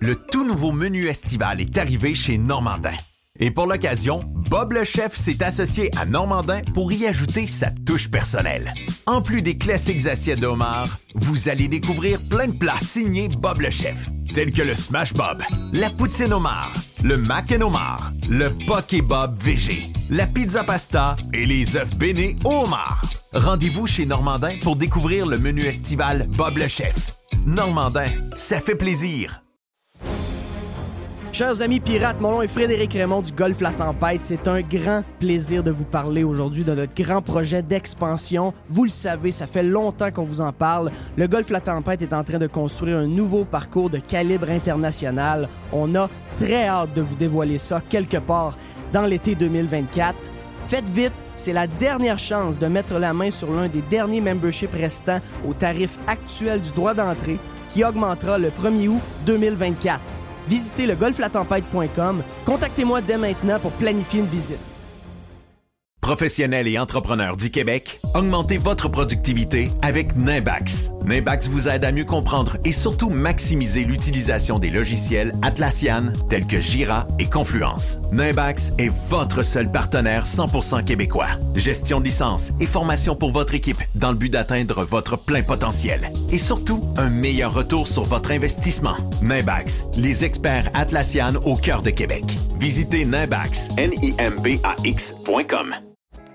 le tout nouveau menu estival est arrivé chez Normandin. Et pour l'occasion, Bob le chef s'est associé à Normandin pour y ajouter sa touche personnelle. En plus des classiques assiettes de homard, vous allez découvrir plein de plats signés Bob le chef, tels que le Smash Bob, la poutine homard, le mac and homard, le poké Bob VG, la pizza pasta et les œufs bénis au homard. Rendez-vous chez Normandin pour découvrir le menu estival Bob le chef. Normandin, ça fait plaisir. Chers amis pirates, mon nom est Frédéric Raymond du Golfe La Tempête. C'est un grand plaisir de vous parler aujourd'hui de notre grand projet d'expansion. Vous le savez, ça fait longtemps qu'on vous en parle. Le Golfe La Tempête est en train de construire un nouveau parcours de calibre international. On a très hâte de vous dévoiler ça quelque part dans l'été 2024. Faites vite, c'est la dernière chance de mettre la main sur l'un des derniers memberships restants au tarif actuel du droit d'entrée qui augmentera le 1er août 2024. Visitez le golflatempête.com. Contactez-moi dès maintenant pour planifier une visite. Professionnels et entrepreneurs du Québec, augmentez votre productivité avec Nimbax. Nimbax vous aide à mieux comprendre et surtout maximiser l'utilisation des logiciels Atlassian tels que Jira et Confluence. Nimbax est votre seul partenaire 100% québécois. Gestion de licence et formation pour votre équipe dans le but d'atteindre votre plein potentiel. Et surtout, un meilleur retour sur votre investissement. Nimbax, les experts Atlassian au cœur de Québec. Visitez Nimbax, nimbax.com.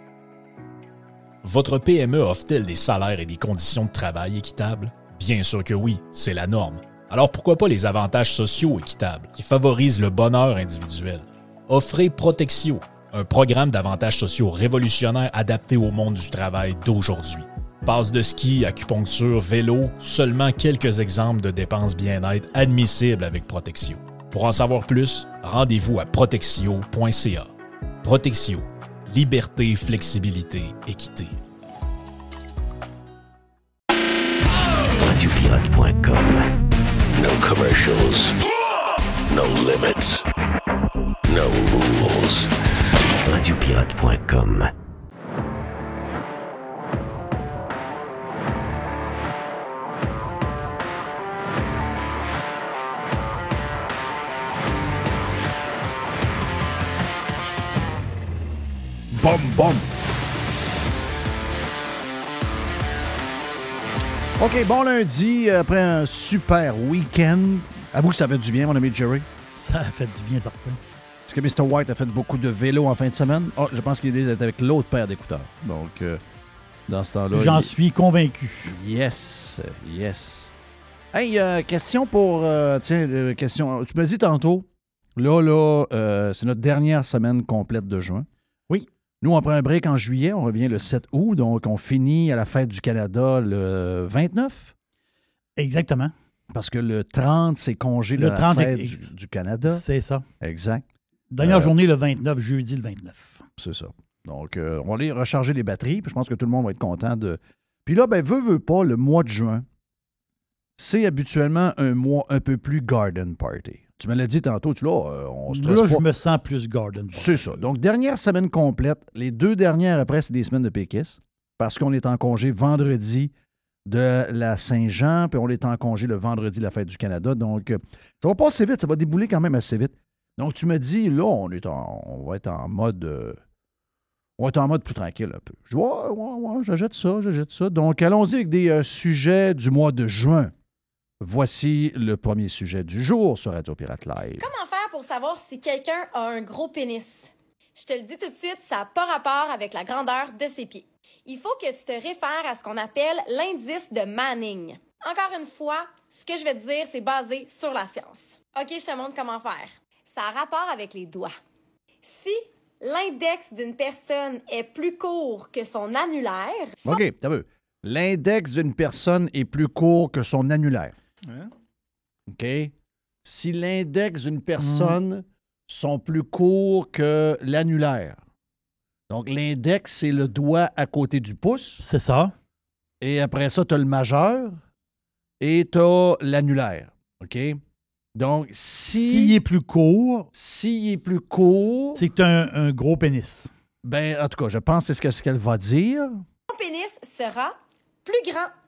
Votre PME offre-t-elle des salaires et des conditions de travail équitables? Bien sûr que oui, c'est la norme. Alors pourquoi pas les avantages sociaux équitables qui favorisent le bonheur individuel? Offrez Protexio, un programme d'avantages sociaux révolutionnaire adapté au monde du travail d'aujourd'hui. Passe de ski, acupuncture, vélo, seulement quelques exemples de dépenses bien-être admissibles avec Protexio. Pour en savoir plus, rendez-vous à protexio.ca. Protexio. Liberté, flexibilité, équité. Radiopirate.com. No commercials. No limits. No rules. Radiopirate.com. Bom, bom. OK, bon lundi, après un super week-end. Avoue que ça fait du bien, mon ami Jerry. Ça fait du bien, certain. Est-ce que Mr. White a fait beaucoup de vélo en fin de semaine? Oh, je pense qu'il est avec l'autre paire d'écouteurs. Donc, dans ce temps-là... J'en suis convaincu. Yes, yes. Hey, question pour... question... Tu me dis tantôt, c'est notre dernière semaine complète de juin. Oui. Nous, on prend un break en juillet, on revient le 7 août, donc on finit à la fête du Canada le 29. Exactement. Parce que le 30, c'est congé de la fête du Canada. C'est ça. Exact. Dernière journée, le 29, jeudi le 29. C'est ça. Donc, on va aller recharger les batteries, puis je pense que tout le monde va être content de... Puis là, veut pas, le mois de juin, c'est habituellement un mois un peu plus garden party. Tu me l'as dit tantôt, on se stresse là, pas. je me sens plus garden party. C'est ça. Donc, dernière semaine complète. Les 2 dernières après, c'est des semaines de péquistes, parce qu'on est en congé vendredi de la Saint-Jean, puis on est en congé le vendredi de la Fête du Canada. Donc, ça va pas assez vite, ça va débouler quand même assez vite. Donc, tu me dis, là, on va être en mode... on va être en mode plus tranquille un peu. Je dis, ouais, j'achète ça. Donc, allons-y avec des sujets du mois de juin. Voici le premier sujet du jour sur Radio Pirate Live. Comment faire pour savoir si quelqu'un a un gros pénis? Je te le dis tout de suite, ça n'a pas rapport avec la grandeur de ses pieds. Il faut que tu te réfères à ce qu'on appelle l'indice de Manning. Encore une fois, ce que je vais te dire, c'est basé sur la science. OK, je te montre comment faire. Ça a rapport avec les doigts. Si l'index d'une personne est plus court que son annulaire... OK, t'as vu. L'index d'une personne est plus court que son annulaire. Hein? OK? Si l'index d'une personne sont plus courts que l'annulaire. Donc, l'index, c'est le doigt à côté du pouce. C'est ça. Et après ça, tu as le majeur et tu as l'annulaire. OK? Donc, S'il est plus court... S'il est plus court... C'est que tu as un gros pénis. Ben, en tout cas, je pense que c'est ce qu'elle va dire. Ton pénis sera plus grand.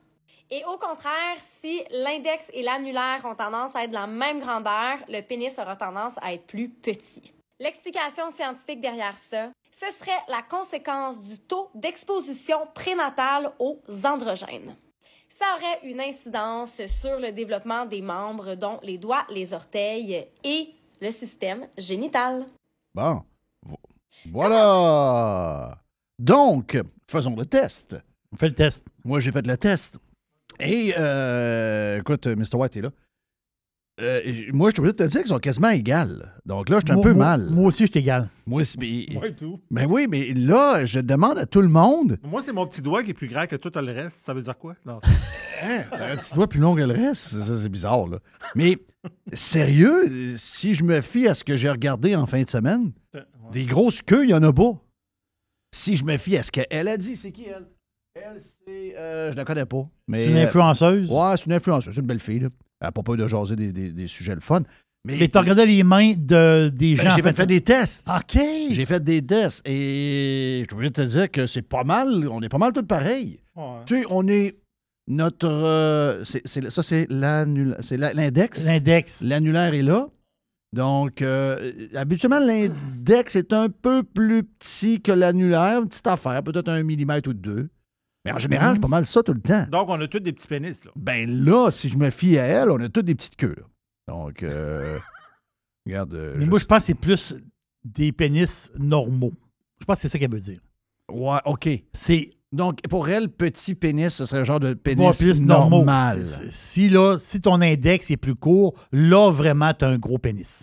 Et au contraire, si l'index et l'annulaire ont tendance à être de la même grandeur, le pénis aura tendance à être plus petit. L'explication scientifique derrière ça, ce serait la conséquence du taux d'exposition prénatale aux androgènes. Ça aurait une incidence sur le développement des membres, dont les doigts, les orteils et le système génital. Bon, voilà. Donc, faisons le test. On fait le test. Moi, j'ai fait le test. Et, écoute, Mr. White est là. Moi, je suis obligé de te dire qu'ils sont quasiment égales. Donc là, je suis un peu mal. Moi aussi, je t'égale. Moi aussi. Moi et tout. Mais oui, mais là, je demande à tout le monde. Moi, c'est mon petit doigt qui est plus grand que tout le reste. Ça veut dire quoi? Non, Un petit doigt plus long que le reste, ça, c'est bizarre, là. Mais sérieux, si je me fie à ce que j'ai regardé en fin de semaine, des grosses queues, il n'y en a pas. Si je me fie à ce qu'elle a dit, c'est qui, elle? Elle, c'est... je la connais pas. C'est une influenceuse? Ouais, c'est une influenceuse. C'est une belle fille, là. Elle n'a pas peur de jaser des sujets le fun. Mais tu regardais les mains des gens. J'ai fait des tests. OK. J'ai fait des tests. Et je voulais te dire que c'est pas mal. On est pas mal tous pareils. Ouais. Tu sais, on est... Notre... ça, c'est l'index. L'index. L'annulaire est là. Donc, habituellement, l'index est un peu plus petit que l'annulaire. Une petite affaire, peut-être 1 millimètre ou 2. Mais en général, c'est pas mal ça tout le temps. Donc, on a tous des petits pénis, là. Ben là, si je me fie à elle, on a toutes des petites queues. Là. Donc, regarde. Mais moi, je pense que c'est plus des pénis normaux. Je pense que c'est ça qu'elle veut dire. Ouais, OK. Donc, pour elle, petit pénis, ce serait un genre de pénis normal. Si ton index est plus court, là, vraiment, tu as un gros pénis.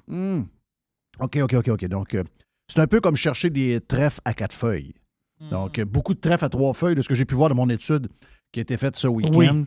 OK. Donc, c'est un peu comme chercher des trèfles à 4 feuilles. Donc, beaucoup de trèfles à 3 feuilles, de ce que j'ai pu voir de mon étude qui a été faite ce week-end.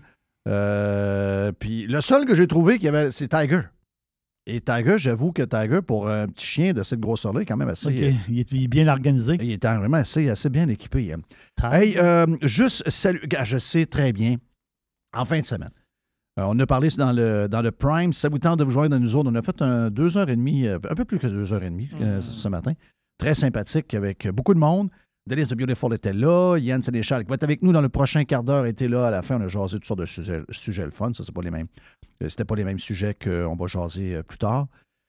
Oui. Puis, le seul que j'ai trouvé, c'est Tiger. Et Tiger, j'avoue que Tiger, pour un petit chien de cette grosseur-là, est quand même assez... OK. Il est bien organisé. Il est vraiment assez bien équipé. Hey, juste salut. Je sais très bien, en fin de semaine, on a parlé dans le Prime. Si ça vous tente de vous joindre à nous autres, on a fait 2h30, un peu plus que 2h30 ce matin. Très sympathique, avec beaucoup de monde. Denise de Beautiful était là. Yann Sénéchal, qui va être avec nous dans le prochain quart d'heure, était là. À la fin, on a jasé toutes sortes de sujets le fun. Ça, c'est pas les mêmes. C'était pas les mêmes sujets qu'on va jaser plus tard.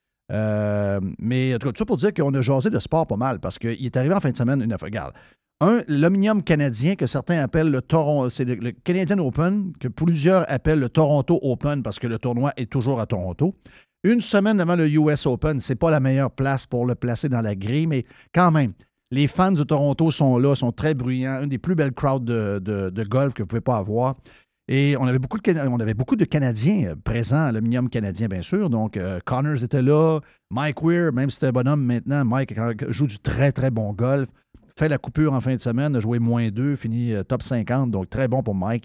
Mais en tout cas, tout ça pour dire qu'on a jasé de sport pas mal, parce qu'il est arrivé en fin de semaine une affaire. Regarde. L'Omnium canadien, que certains appellent le Toronto, c'est le Canadian Open, que plusieurs appellent le Toronto Open, parce que le tournoi est toujours à Toronto. Une semaine avant le US Open, c'est pas la meilleure place pour le placer dans la grille, mais quand même. Les fans de Toronto sont là, sont très bruyants. Une des plus belles crowds de golf que vous ne pouvez pas avoir. Et on avait beaucoup de Canadiens présents à l'Omnium canadien, bien sûr. Donc, Connors était là. Mike Weir, même si c'était un bonhomme maintenant, Mike joue du très, très bon golf. Fait la coupure en fin de semaine, a joué -2, fini top 50. Donc, très bon pour Mike.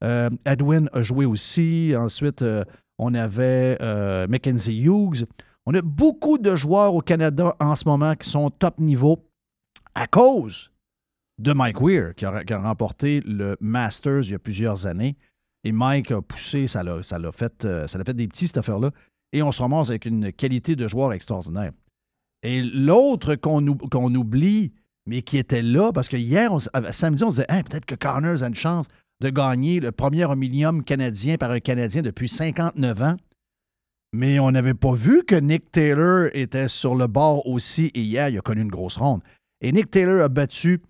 Edwin a joué aussi. Ensuite, on avait Mackenzie Hughes. On a beaucoup de joueurs au Canada en ce moment qui sont top niveau, à cause de Mike Weir, qui a remporté le Masters il y a plusieurs années. Et Mike a poussé, ça l'a fait des petits, cette affaire-là. Et on se ramasse avec une qualité de joueur extraordinaire. Et l'autre qu'on oublie, mais qui était là, parce que hier, samedi, on disait peut-être que Connors a une chance de gagner le premier Omnium canadien par un Canadien depuis 59 ans. Mais on n'avait pas vu que Nick Taylor était sur le bord aussi. Et hier, il a connu une grosse ronde. Et Nick Taylor a battu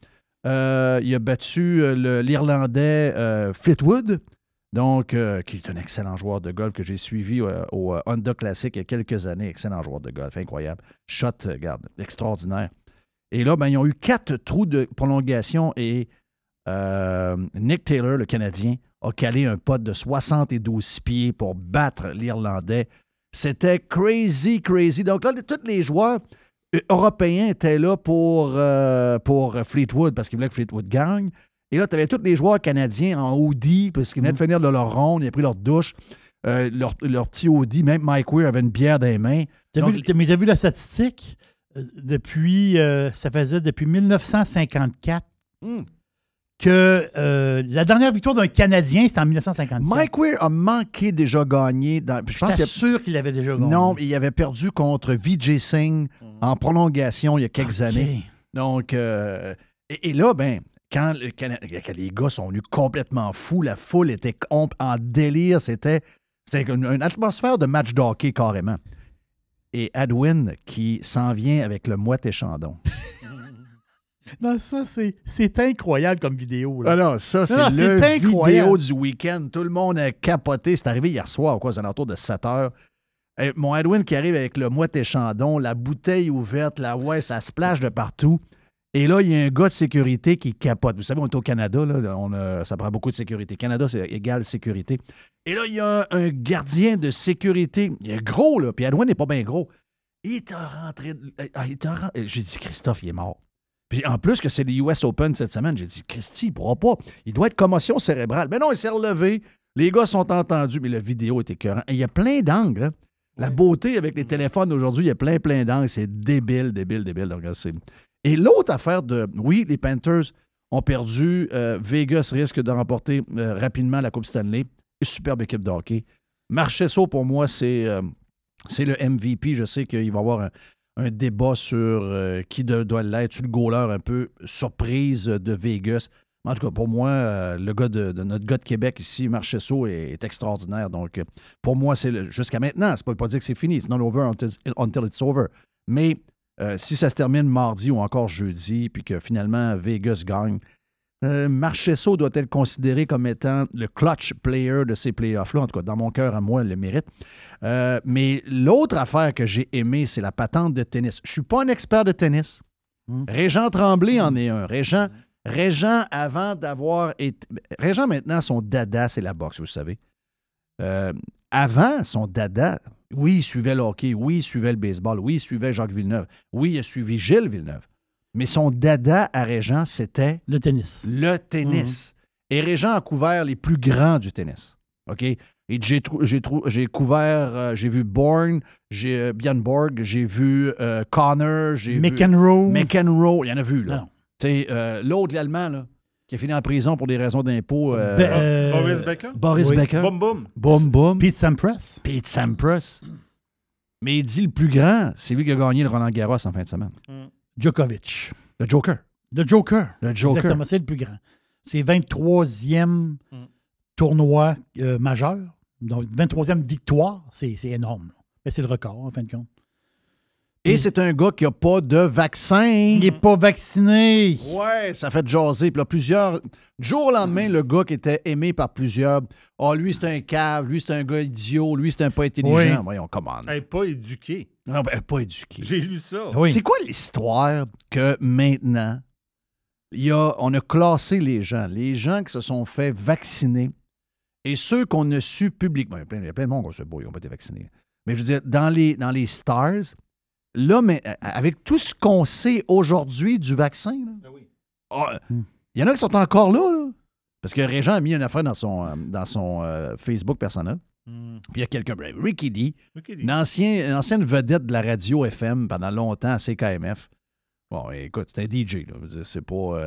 l'Irlandais Fleetwood, donc, qui est un excellent joueur de golf que j'ai suivi au Honda Classic il y a quelques années. Excellent joueur de golf, incroyable. Shot, regarde, extraordinaire. Et là, ils ont eu 4 trous de prolongation et Nick Taylor, le Canadien, a calé un putt de 72 pieds pour battre l'Irlandais. C'était crazy. Donc là, tous les joueurs européens étaient là pour Fleetwood, parce qu'ils voulaient que Fleetwood gagne. Et là, tu avais tous les joueurs canadiens en Audi, parce qu'ils venaient de finir de leur ronde, ils ont pris leur douche, leur petit Audi. Même Mike Weir avait une bière dans les mains. Mais t'as vu la statistique? Ça faisait depuis 1954 que la dernière victoire d'un Canadien, c'était en 1954. Mike Weir a manqué déjà gagné. Je suis sûr qu'il avait déjà gagné. Non, il avait perdu contre Vijay Singh en prolongation il y a quelques années. Donc, et là, quand les gars sont venus complètement fous, la foule était en délire, c'était une atmosphère de match d'hockey carrément. Et Edwin qui s'en vient avec le Mouette et Chandon. Non, ça, c'est incroyable comme vidéo. Là. Ah non, ça, c'est vidéo du week-end. Tout le monde a capoté. C'est arrivé hier soir, quoi, c'est autour de 7 heures. Et mon Edwin qui arrive avec le Mouette et Chandon, la bouteille ouverte, ça splash de partout. Et là, il y a un gars de sécurité qui capote. Vous savez, on est au Canada, là, ça prend beaucoup de sécurité. Canada, c'est égal sécurité. Et là, il y a un gardien de sécurité. Il est gros, là, puis Edwin n'est pas bien gros. Il t'a rentré... J'ai dit, Christophe, il est mort. Puis en plus que c'est les US Open cette semaine, j'ai dit, Christy, il ne pourra pas. Il doit être commotion cérébrale. Mais non, il s'est relevé. Les gars sont entendus, mais la vidéo est écœurante. Et il y a plein d'angles. Hein. La beauté avec les téléphones aujourd'hui, il y a plein d'angles. C'est débile. Donc, et l'autre affaire oui, les Panthers ont perdu. Vegas risque de remporter rapidement la Coupe Stanley. Une superbe équipe de hockey. Marchessault, pour moi, c'est le MVP. Je sais qu'il va y avoir un débat sur qui doit l'être. C'est le goaler un peu surprise de Vegas. En tout cas, pour moi, notre gars de Québec ici, Marchessault, est extraordinaire. Donc, pour moi, jusqu'à maintenant, c'est pas dire que c'est fini. It's not over until it's over. Mais si ça se termine mardi ou encore jeudi, puis que finalement Vegas gagne, Marchessault doit être considéré comme étant le clutch player de ces playoffs-là. En tout cas, dans mon cœur, à moi, elle le mérite. Mais l'autre affaire que j'ai aimée, c'est la patente de tennis. Je ne suis pas un expert de tennis. Régent Tremblay en est un. Régent, avant d'avoir été... Régent, maintenant, son dada, c'est la boxe, vous savez. Avant, son dada... Oui, il suivait le hockey. Oui, il suivait le baseball. Oui, il suivait Jacques Villeneuve. Oui, il a suivi Gilles Villeneuve. Mais son dada à Régent, c'était... Le tennis. Et Régent a couvert les plus grands du tennis. OK? Et j'ai couvert... j'ai vu Bourne, Björn Borg, j'ai vu Connor, j'ai vu... McEnroe. Il y en a vu, là. L'autre, l'Allemand, là, qui a fini en prison pour des raisons d'impôts. Boris Becker? Boris Becker. Boom. Pete Sampras. Mais il dit le plus grand, c'est lui qui a gagné le Roland Garros en fin de semaine. Djokovic. Le Joker. Exactement, c'est le plus grand. C'est 23e tournoi majeur. Donc, 23e victoire, c'est énorme. Mais c'est le record, en fin de compte. Et c'est un gars qui n'a pas de vaccin. Il n'est pas vacciné. Ouais, ça fait jaser. Puis là, du jour au lendemain, le gars qui était aimé par plusieurs, lui, c'est un cave, lui, c'est un gars idiot, lui, c'est un pas intelligent. Oui. Voyons, commande. Pas éduqué. Non, pas éduqué. J'ai lu ça. Oui. C'est quoi l'histoire que maintenant, on a classé les gens qui se sont fait vacciner et ceux qu'on a su publiquement. Il y a plein de monde qui n'ont pas été vaccinés. Mais je veux dire, dans les stars... Là, mais avec tout ce qu'on sait aujourd'hui du vaccin, il y en a qui sont encore là. Parce que Régent a mis une affaire dans son Facebook personnel. Puis il y a quelqu'un, Ricky D, une ancienne vedette de la radio FM pendant longtemps à CKMF. Bon, écoute, c'est un DJ. Là. C'est pas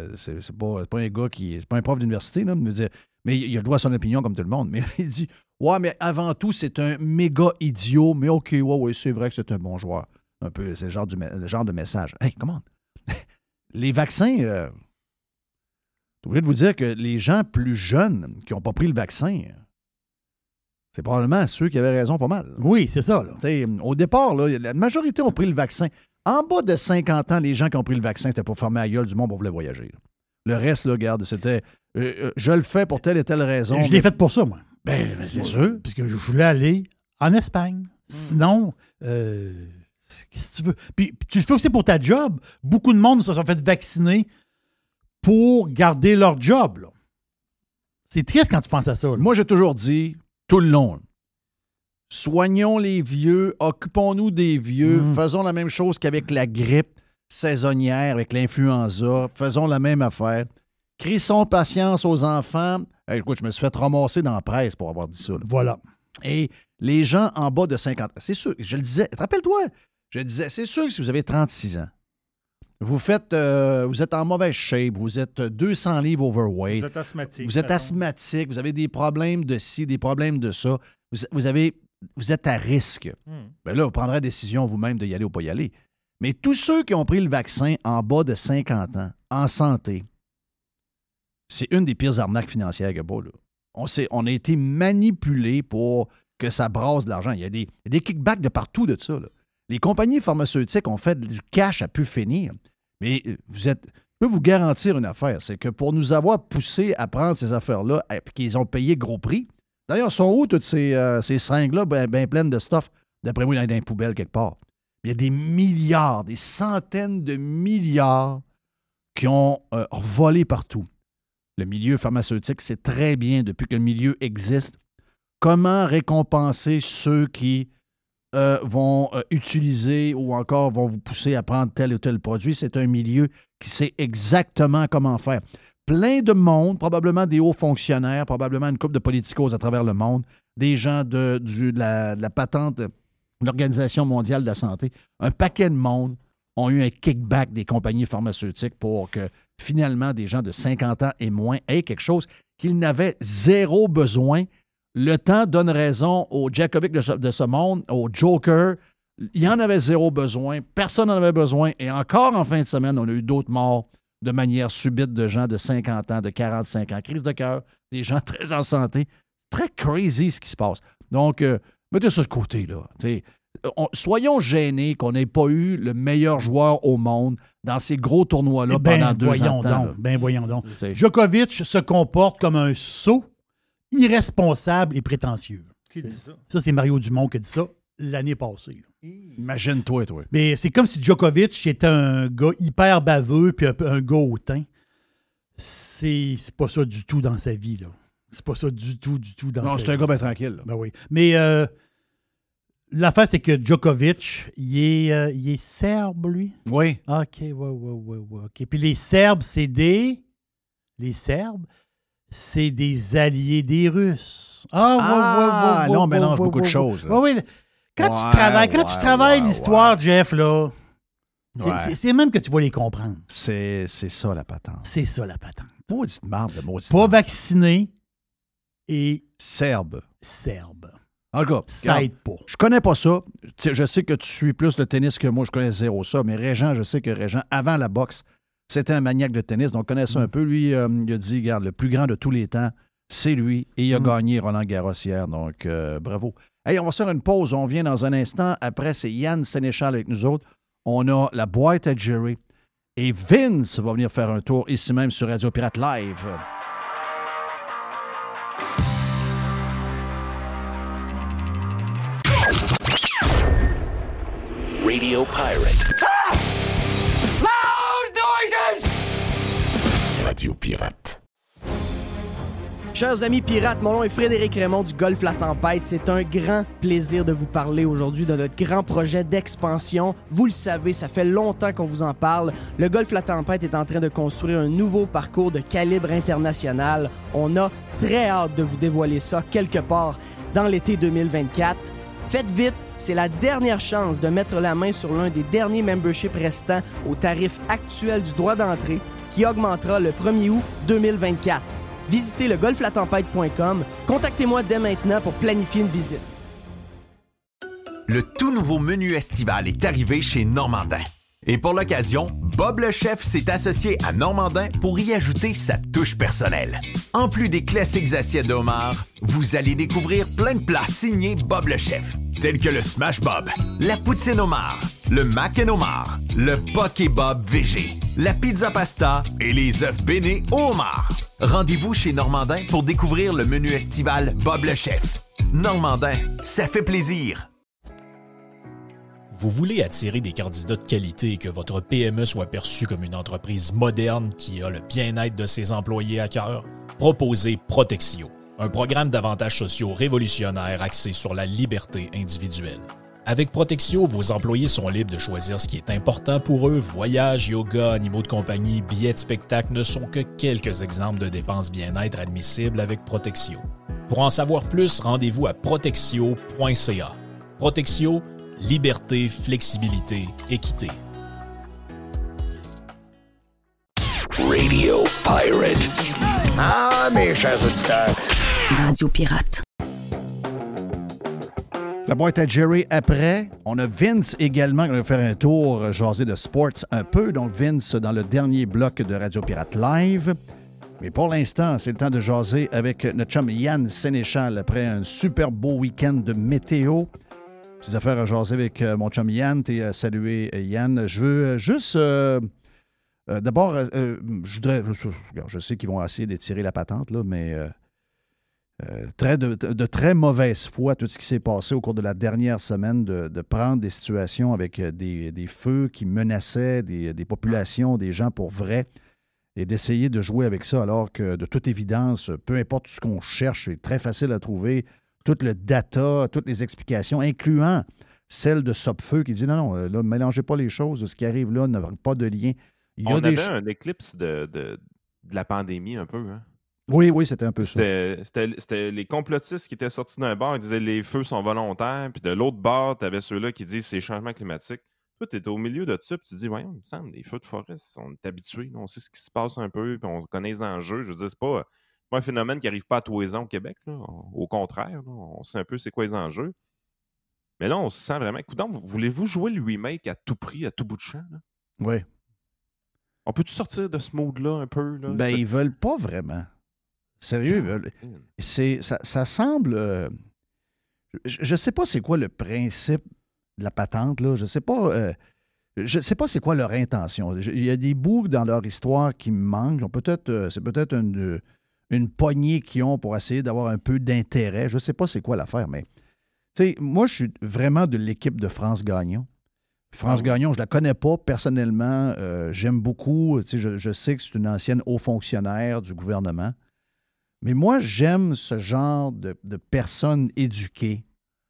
un gars qui... C'est pas un prof d'université. Là, mais il a le droit à son opinion comme tout le monde. Mais il dit, ouais, mais avant tout, c'est un méga idiot. Mais OK, ouais, c'est vrai que c'est un bon joueur. Un peu, c'est le genre de message. Hey, comment? Les vaccins, j'ai oublié de vous dire que les gens plus jeunes qui n'ont pas pris le vaccin, c'est probablement ceux qui avaient raison pas mal. Oui, c'est ça. Là. Au départ, là, la majorité ont pris le vaccin. En bas de 50 ans, les gens qui ont pris le vaccin, c'était pour fermer la gueule du monde pour vouloir voyager. Là. Le reste, là, regarde, c'était je le fais pour telle et telle raison. Je l'ai fait pour ça, moi. Ben, c'est sûr. Parce que je voulais aller en Espagne. Sinon, qu'est-ce que tu veux? Puis tu le fais aussi pour ta job. Beaucoup de monde se sont fait vacciner pour garder leur job. Là. C'est triste quand tu penses à ça. Là. Moi, j'ai toujours dit, tout le long, soignons les vieux, occupons-nous des vieux, faisons la même chose qu'avec la grippe saisonnière, avec l'influenza, faisons la même affaire. Crissons patience aux enfants. Hey, écoute, je me suis fait ramasser dans la presse pour avoir dit ça. Là. Voilà. Et les gens en bas de 50 ans, c'est sûr, je le disais, rappelle-toi, je le disais, c'est sûr que si vous avez 36 ans, vous êtes en mauvaise shape, vous êtes 200 livres overweight. Vous êtes asthmatique. Vous êtes asthmatique, vous avez des problèmes de ci, des problèmes de ça. Vous êtes à risque. Bien là, vous prendrez la décision vous-même de y aller ou pas y aller. Mais tous ceux qui ont pris le vaccin en bas de 50 ans, en santé, c'est une des pires arnaques financières qu'il y a pas, là. On a été manipulé pour que ça brasse de l'argent. Il y a des kickbacks de partout de ça, là. Les compagnies pharmaceutiques ont fait du cash à pu finir. Mais je peux vous garantir une affaire, c'est que pour nous avoir poussé à prendre ces affaires-là, et qu'ils ont payé gros prix, d'ailleurs, sont où toutes ces seringues-là bien pleines de stuff? D'après moi, il y en a dans les poubelles quelque part. Il y a des milliards, des centaines de milliards qui ont volé partout. Le milieu pharmaceutique sait très bien, depuis que le milieu existe, comment récompenser ceux qui vont utiliser ou encore vont vous pousser à prendre tel ou tel produit. C'est un milieu qui sait exactement comment faire. Plein de monde, probablement des hauts fonctionnaires, probablement une couple de politicos à travers le monde, des gens de la patente de l'Organisation mondiale de la santé. Un paquet de monde ont eu un kickback des compagnies pharmaceutiques pour que finalement des gens de 50 ans et moins aient quelque chose qu'ils n'avaient zéro besoin. Le temps donne raison au Djokovic de ce monde, au Joker. Il y en avait zéro besoin. Personne n'en avait besoin. Et encore en fin de semaine, on a eu d'autres morts de manière subite de gens de 50 ans, de 45 ans. Crise de cœur, des gens très en santé. Très crazy ce qui se passe. Donc, mettez ça de côté, là. Soyons gênés qu'on n'ait pas eu le meilleur joueur au monde dans ces gros tournois-là pendant 2 ans. Voyons donc. Djokovic se comporte comme un sot, irresponsable et prétentieux. Qui dit ça? Ça, c'est Mario Dumont qui a dit ça l'année passée. Imagine-toi, toi. Mais c'est comme si Djokovic était un gars hyper baveux puis un gars hautain. C'est pas ça du tout dans sa vie, là. C'est pas ça du tout dans sa vie. Non, c'est un gars bien tranquille. Ben oui. Mais l'affaire, c'est que Djokovic, il est serbe, lui? Oui. OK, ouais. OK. Puis les Serbes, c'est des alliés des Russes. Ouais. Là, on mélange beaucoup de choses. Oui. Quand tu travailles l'histoire, Jeff, là, c'est même que tu vas les comprendre. C'est ça, la patente. C'est ça, la patente. Maudite marde, Pas vacciné et serbe. En tout cas, ça aide pas. Je connais pas ça. Je sais que tu suis plus le tennis que moi. Je connais zéro ça. Mais Régent, je sais que Régent, avant la boxe, c'était un maniaque de tennis. Donc, connais ça un peu. Lui, il a dit, regarde, le plus grand de tous les temps, c'est lui. Et il a gagné Roland-Garros hier. Donc, bravo. Hey, on va faire une pause. On vient dans un instant. Après, c'est Yann Sénéchal avec nous autres. On a la boîte à Jerry. Et Vince va venir faire un tour ici même sur Radio Pirate Live. Radio Pirate. Ah! Loud noises! Radio Pirate. Chers amis pirates, mon nom est Frédéric Raymond du Golfe La Tempête. C'est un grand plaisir de vous parler aujourd'hui de notre grand projet d'expansion. Vous le savez, ça fait longtemps qu'on vous en parle. Le Golfe La Tempête est en train de construire un nouveau parcours de calibre international. On a très hâte de vous dévoiler ça quelque part dans l'été 2024. Faites vite, c'est la dernière chance de mettre la main sur l'un des derniers memberships restants au tarif actuel du droit d'entrée qui augmentera le 1er août 2024. Visitez le golflatempête.com. Contactez-moi dès maintenant pour planifier une visite. Le tout nouveau menu estival est arrivé chez Normandin. Et pour l'occasion, Bob le chef s'est associé à Normandin pour y ajouter sa touche personnelle. En plus des classiques assiettes de homard, vous allez découvrir plein de plats signés Bob le chef, tels que le Smash Bob, la poutine homard, le mac and homard, le Poké Bob VG, la pizza pasta et les œufs bénis au homard. Rendez-vous chez Normandin pour découvrir le menu estival Bob le chef. Normandin, ça fait plaisir. Vous voulez attirer des candidats de qualité et que votre PME soit perçue comme une entreprise moderne qui a le bien-être de ses employés à cœur? Proposez Protexio, un programme d'avantages sociaux révolutionnaire axé sur la liberté individuelle. Avec Protexio, vos employés sont libres de choisir ce qui est important pour eux. Voyages, yoga, animaux de compagnie, billets de spectacle ne sont que quelques exemples de dépenses bien-être admissibles avec Protexio. Pour en savoir plus, rendez-vous à protexio.ca. Protexio, liberté, flexibilité, équité. Radio Pirate. Ah, mes chers auditeurs. Radio Pirate. La boîte à Jerry après. On a Vince également qui va faire un tour jaser de sports un peu. Donc Vince dans le dernier bloc de Radio Pirate Live. Mais pour l'instant, c'est le temps de jaser avec notre chum Yann Sénéchal après un super beau week-end de météo. Petites affaires à jaser avec mon chum Yann. T'es salué, Yann. Je veux juste... d'abord, je sais qu'ils vont essayer d'étirer la patente, là, mais de très mauvaise foi, tout ce qui s'est passé au cours de la dernière semaine, de prendre des situations avec des feux qui menaçaient des populations, des gens pour vrai, et d'essayer de jouer avec ça, alors que, de toute évidence, peu importe ce qu'on cherche, c'est très facile à trouver. Tout le data, toutes les explications, incluant celle de Sopfeu qui dit non, là, ne mélangez pas les choses. Ce qui arrive là n'a pas de lien. On avait un éclipse de la pandémie un peu. Hein? Oui, c'était un peu ça. C'était les complotistes qui étaient sortis d'un bord, ils disaient les feux sont volontaires, puis de l'autre bord, tu avais ceux-là qui disent c'est changement climatique. Toi, tu es au milieu de ça, puis tu te dis, voyons, il me semble, les feux de forêt, on est habitués, on sait ce qui se passe un peu, puis on connaît les enjeux. Je veux dire, c'est pas un phénomène qui n'arrive pas à tous les ans au Québec. Là. Au contraire, là, on sait un peu c'est quoi les enjeux. Mais là, on se sent vraiment. Écoute, voulez-vous jouer le remake à tout prix, à tout bout de champ? Là? Oui. On peut-tu sortir de ce mode-là un peu? Là? Ben, ils veulent pas vraiment. Sérieux, ils veulent. Ça semble. Je sais pas c'est quoi le principe de la patente, là. Je sais pas. Je sais pas c'est quoi leur intention. Il y a des bouts dans leur histoire qui me manquent. C'est peut-être une poignée qu'ils ont pour essayer d'avoir un peu d'intérêt. Je sais pas c'est quoi l'affaire, mais. Tu sais, moi, je suis vraiment de l'équipe de France Gagnon. France Gagnon, je la connais pas personnellement. J'aime beaucoup. Tu sais, je sais que c'est une ancienne haut fonctionnaire du gouvernement. Mais moi, j'aime ce genre de personne éduquée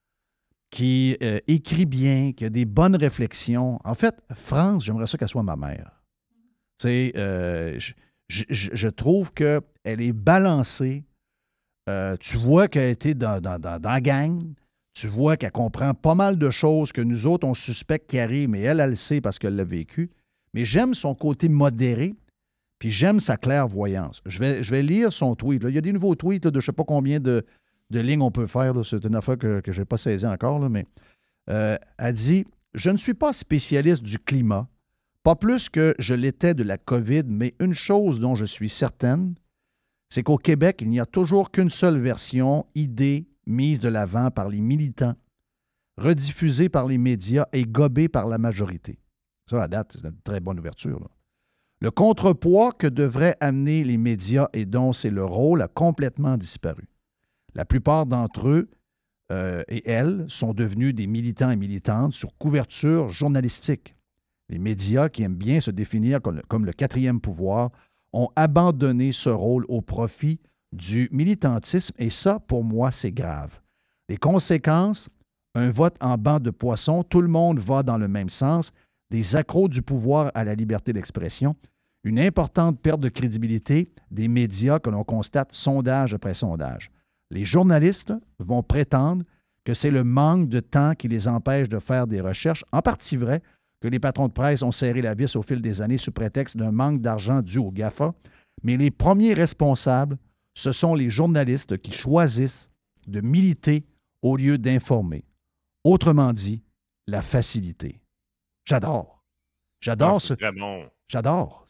qui écrit bien, qui a des bonnes réflexions. En fait, France, j'aimerais ça qu'elle soit ma mère. Tu sais, je trouve qu'elle est balancée. Tu vois qu'elle a été dans la gang. Tu vois qu'elle comprend pas mal de choses que nous autres, on suspecte qui arrivent, mais elle le sait parce qu'elle l'a vécu. Mais j'aime son côté modéré, puis j'aime sa clairvoyance. Je vais lire son tweet. Là. Il y a des nouveaux tweets là, de je ne sais pas combien de lignes on peut faire. Là. C'est une affaire que je n'ai pas saisie encore, là, mais elle dit « Je ne suis pas spécialiste du climat, pas plus que je l'étais de la COVID, mais une chose dont je suis certaine, c'est qu'au Québec, il n'y a toujours qu'une seule version, idée, mise de l'avant par les militants, rediffusée par les médias et gobée par la majorité. » Ça, à date, c'est une très bonne ouverture. Là. Le contrepoids que devraient amener les médias et dont c'est le rôle a complètement disparu. La plupart d'entre eux et elles sont devenus des militants et militantes sur couverture journalistique. Les médias, qui aiment bien se définir comme le quatrième pouvoir, ont abandonné ce rôle au profit du militantisme, et ça, pour moi, c'est grave. Les conséquences, un vote en banc de poisson, tout le monde va dans le même sens, des accros du pouvoir à la liberté d'expression, une importante perte de crédibilité des médias que l'on constate sondage après sondage. Les journalistes vont prétendre que c'est le manque de temps qui les empêche de faire des recherches, en partie vrai que les patrons de presse ont serré la vis au fil des années sous prétexte d'un manque d'argent dû au GAFA, mais les premiers responsables, ce sont les journalistes qui choisissent de militer au lieu d'informer. Autrement dit, la facilité. J'adore. J'adore c'est très bon. J'adore.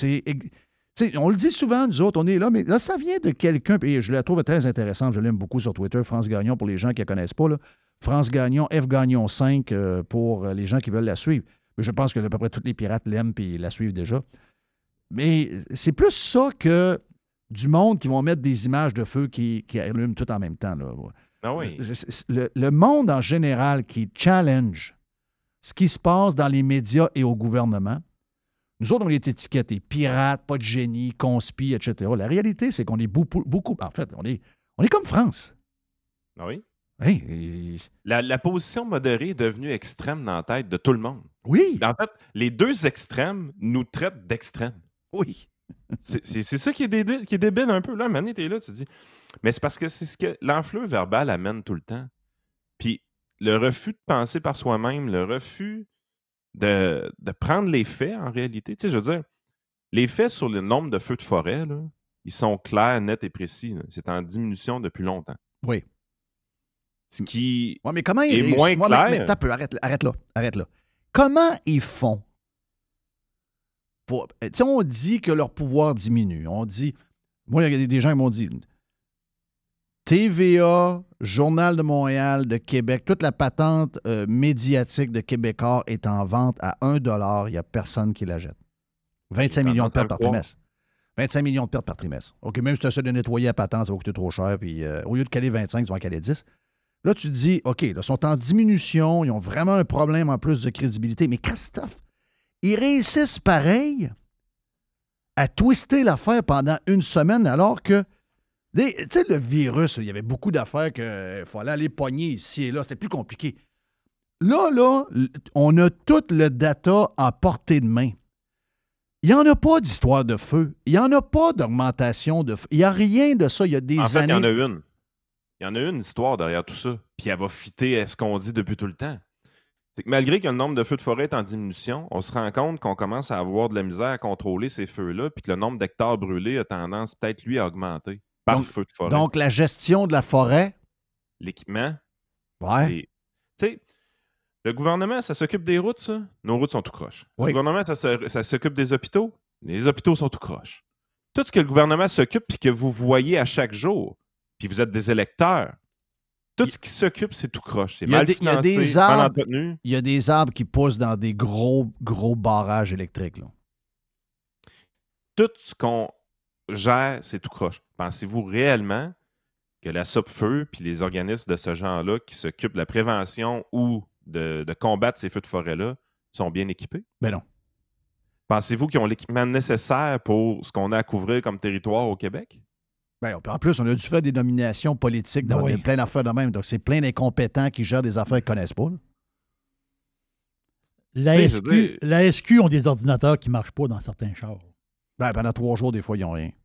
On le dit souvent, nous autres, on est là, mais là, ça vient de quelqu'un, et je la trouve très intéressante, je l'aime beaucoup sur Twitter, France Gagnon, pour les gens qui ne la connaissent pas. Là. France Gagnon, F Gagnon 5, pour les gens qui veulent la suivre. Je pense que à peu près tous les pirates l'aiment et la suivent déjà. Mais c'est plus ça que du monde qui vont mettre des images de feu qui allument tout en même temps. Là. Ah oui. Le monde en général qui challenge ce qui se passe dans les médias et au gouvernement, nous autres, on est étiquetés pirates, pas de génie, conspi, etc. La réalité, c'est qu'on est beaucoup... En fait, on est comme France. Ah oui? Oui. La position modérée est devenue extrême dans la tête de tout le monde. Oui. En fait, les deux extrêmes nous traitent d'extrêmes. Oui. C'est ça qui est débile un peu. Là, un moment donné, t'es là, tu te dis... Mais c'est parce que c'est ce que l'enflure verbale amène tout le temps. Puis le refus de penser par soi-même, le refus de prendre les faits, en réalité. Tu sais, je veux dire, les faits sur le nombre de feux de forêt, là, ils sont clairs, nets et précis. Là. C'est en diminution depuis longtemps. Oui. Ce qui mais comment est moins clair... Mais t'as peu, arrête là. Comment ils font? On dit que leur pouvoir diminue. On dit, Moi, il y a des gens qui m'ont dit TVA, Journal de Montréal, de Québec, toute la patente médiatique de Québécois est en vente à 1 $. Il n'y a personne qui la jette. 25 millions de pertes par trimestre. 25 millions de pertes par trimestre. OK, même si tu essaies de nettoyer la patente, ça va coûter trop cher. Puis au lieu de caler 25, ils vont en caler 10. Là, tu te dis, OK, là, ils sont en diminution. Ils ont vraiment un problème en plus de crédibilité. Mais Christophe, ils réussissent pareil à twister l'affaire pendant une semaine alors que, tu sais, le virus, il y avait beaucoup d'affaires qu'il fallait aller pogner ici et là. C'était plus compliqué. Là, on a tout le data en portée de main. Il n'y en a pas d'histoire de feu. Il n'y en a pas d'augmentation de feu. Il n'y a rien de ça. Il y a des années... il y en a une. Il y en a une histoire derrière tout ça. Puis elle va fitter à ce qu'on dit depuis tout le temps. C'est que malgré que le nombre de feux de forêt est en diminution, on se rend compte qu'on commence à avoir de la misère à contrôler ces feux-là, puis que le nombre d'hectares brûlés a tendance peut-être, lui, à augmenter par feu de forêt. Donc, la gestion de la forêt... L'équipement. Ouais. Tu sais, le gouvernement, ça s'occupe des routes, ça. Nos routes sont tout croches. Oui. Le gouvernement, ça s'occupe des hôpitaux. Les hôpitaux sont tout croches. Tout ce que le gouvernement s'occupe puis que vous voyez à chaque jour, puis vous êtes des électeurs, tout ce qui s'occupe, c'est tout croche. C'est mal financé, mal entretenu. Il y a des arbres qui poussent dans des gros barrages électriques. Là. Tout ce qu'on gère, c'est tout croche. Pensez-vous réellement que la SOPFEU puis les organismes de ce genre-là qui s'occupent de la prévention ou de combattre ces feux de forêt-là sont bien équipés? Ben non. Pensez-vous qu'ils ont l'équipement nécessaire pour ce qu'on a à couvrir comme territoire au Québec? Ben, en plus, on a dû faire des nominations politiques dans plein d'affaires de même. Donc, c'est plein d'incompétents qui gèrent des affaires qu'ils ne connaissent pas. La SQ ont des ordinateurs qui ne marchent pas dans certains chars. Ben, pendant 3 jours, des fois, ils n'ont rien.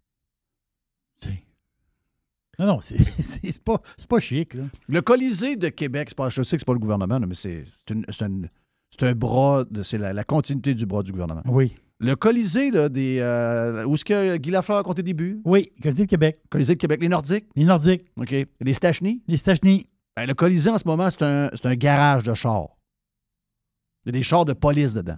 Non, c'est pas chic. Là. Le Colisée de Québec, je sais que c'est pas le gouvernement, mais c'est un bras, c'est la continuité du bras du gouvernement. Oui. Le Colisée, là, où est-ce que Guy Lafleur a compté des buts? Oui, Colisée de Québec. Colisée de Québec. Les Nordiques? Les Nordiques. OK. Les Stachny? Les Stachny. Ben, le Colisée, en ce moment, c'est un garage de chars. Il y a des chars de police dedans.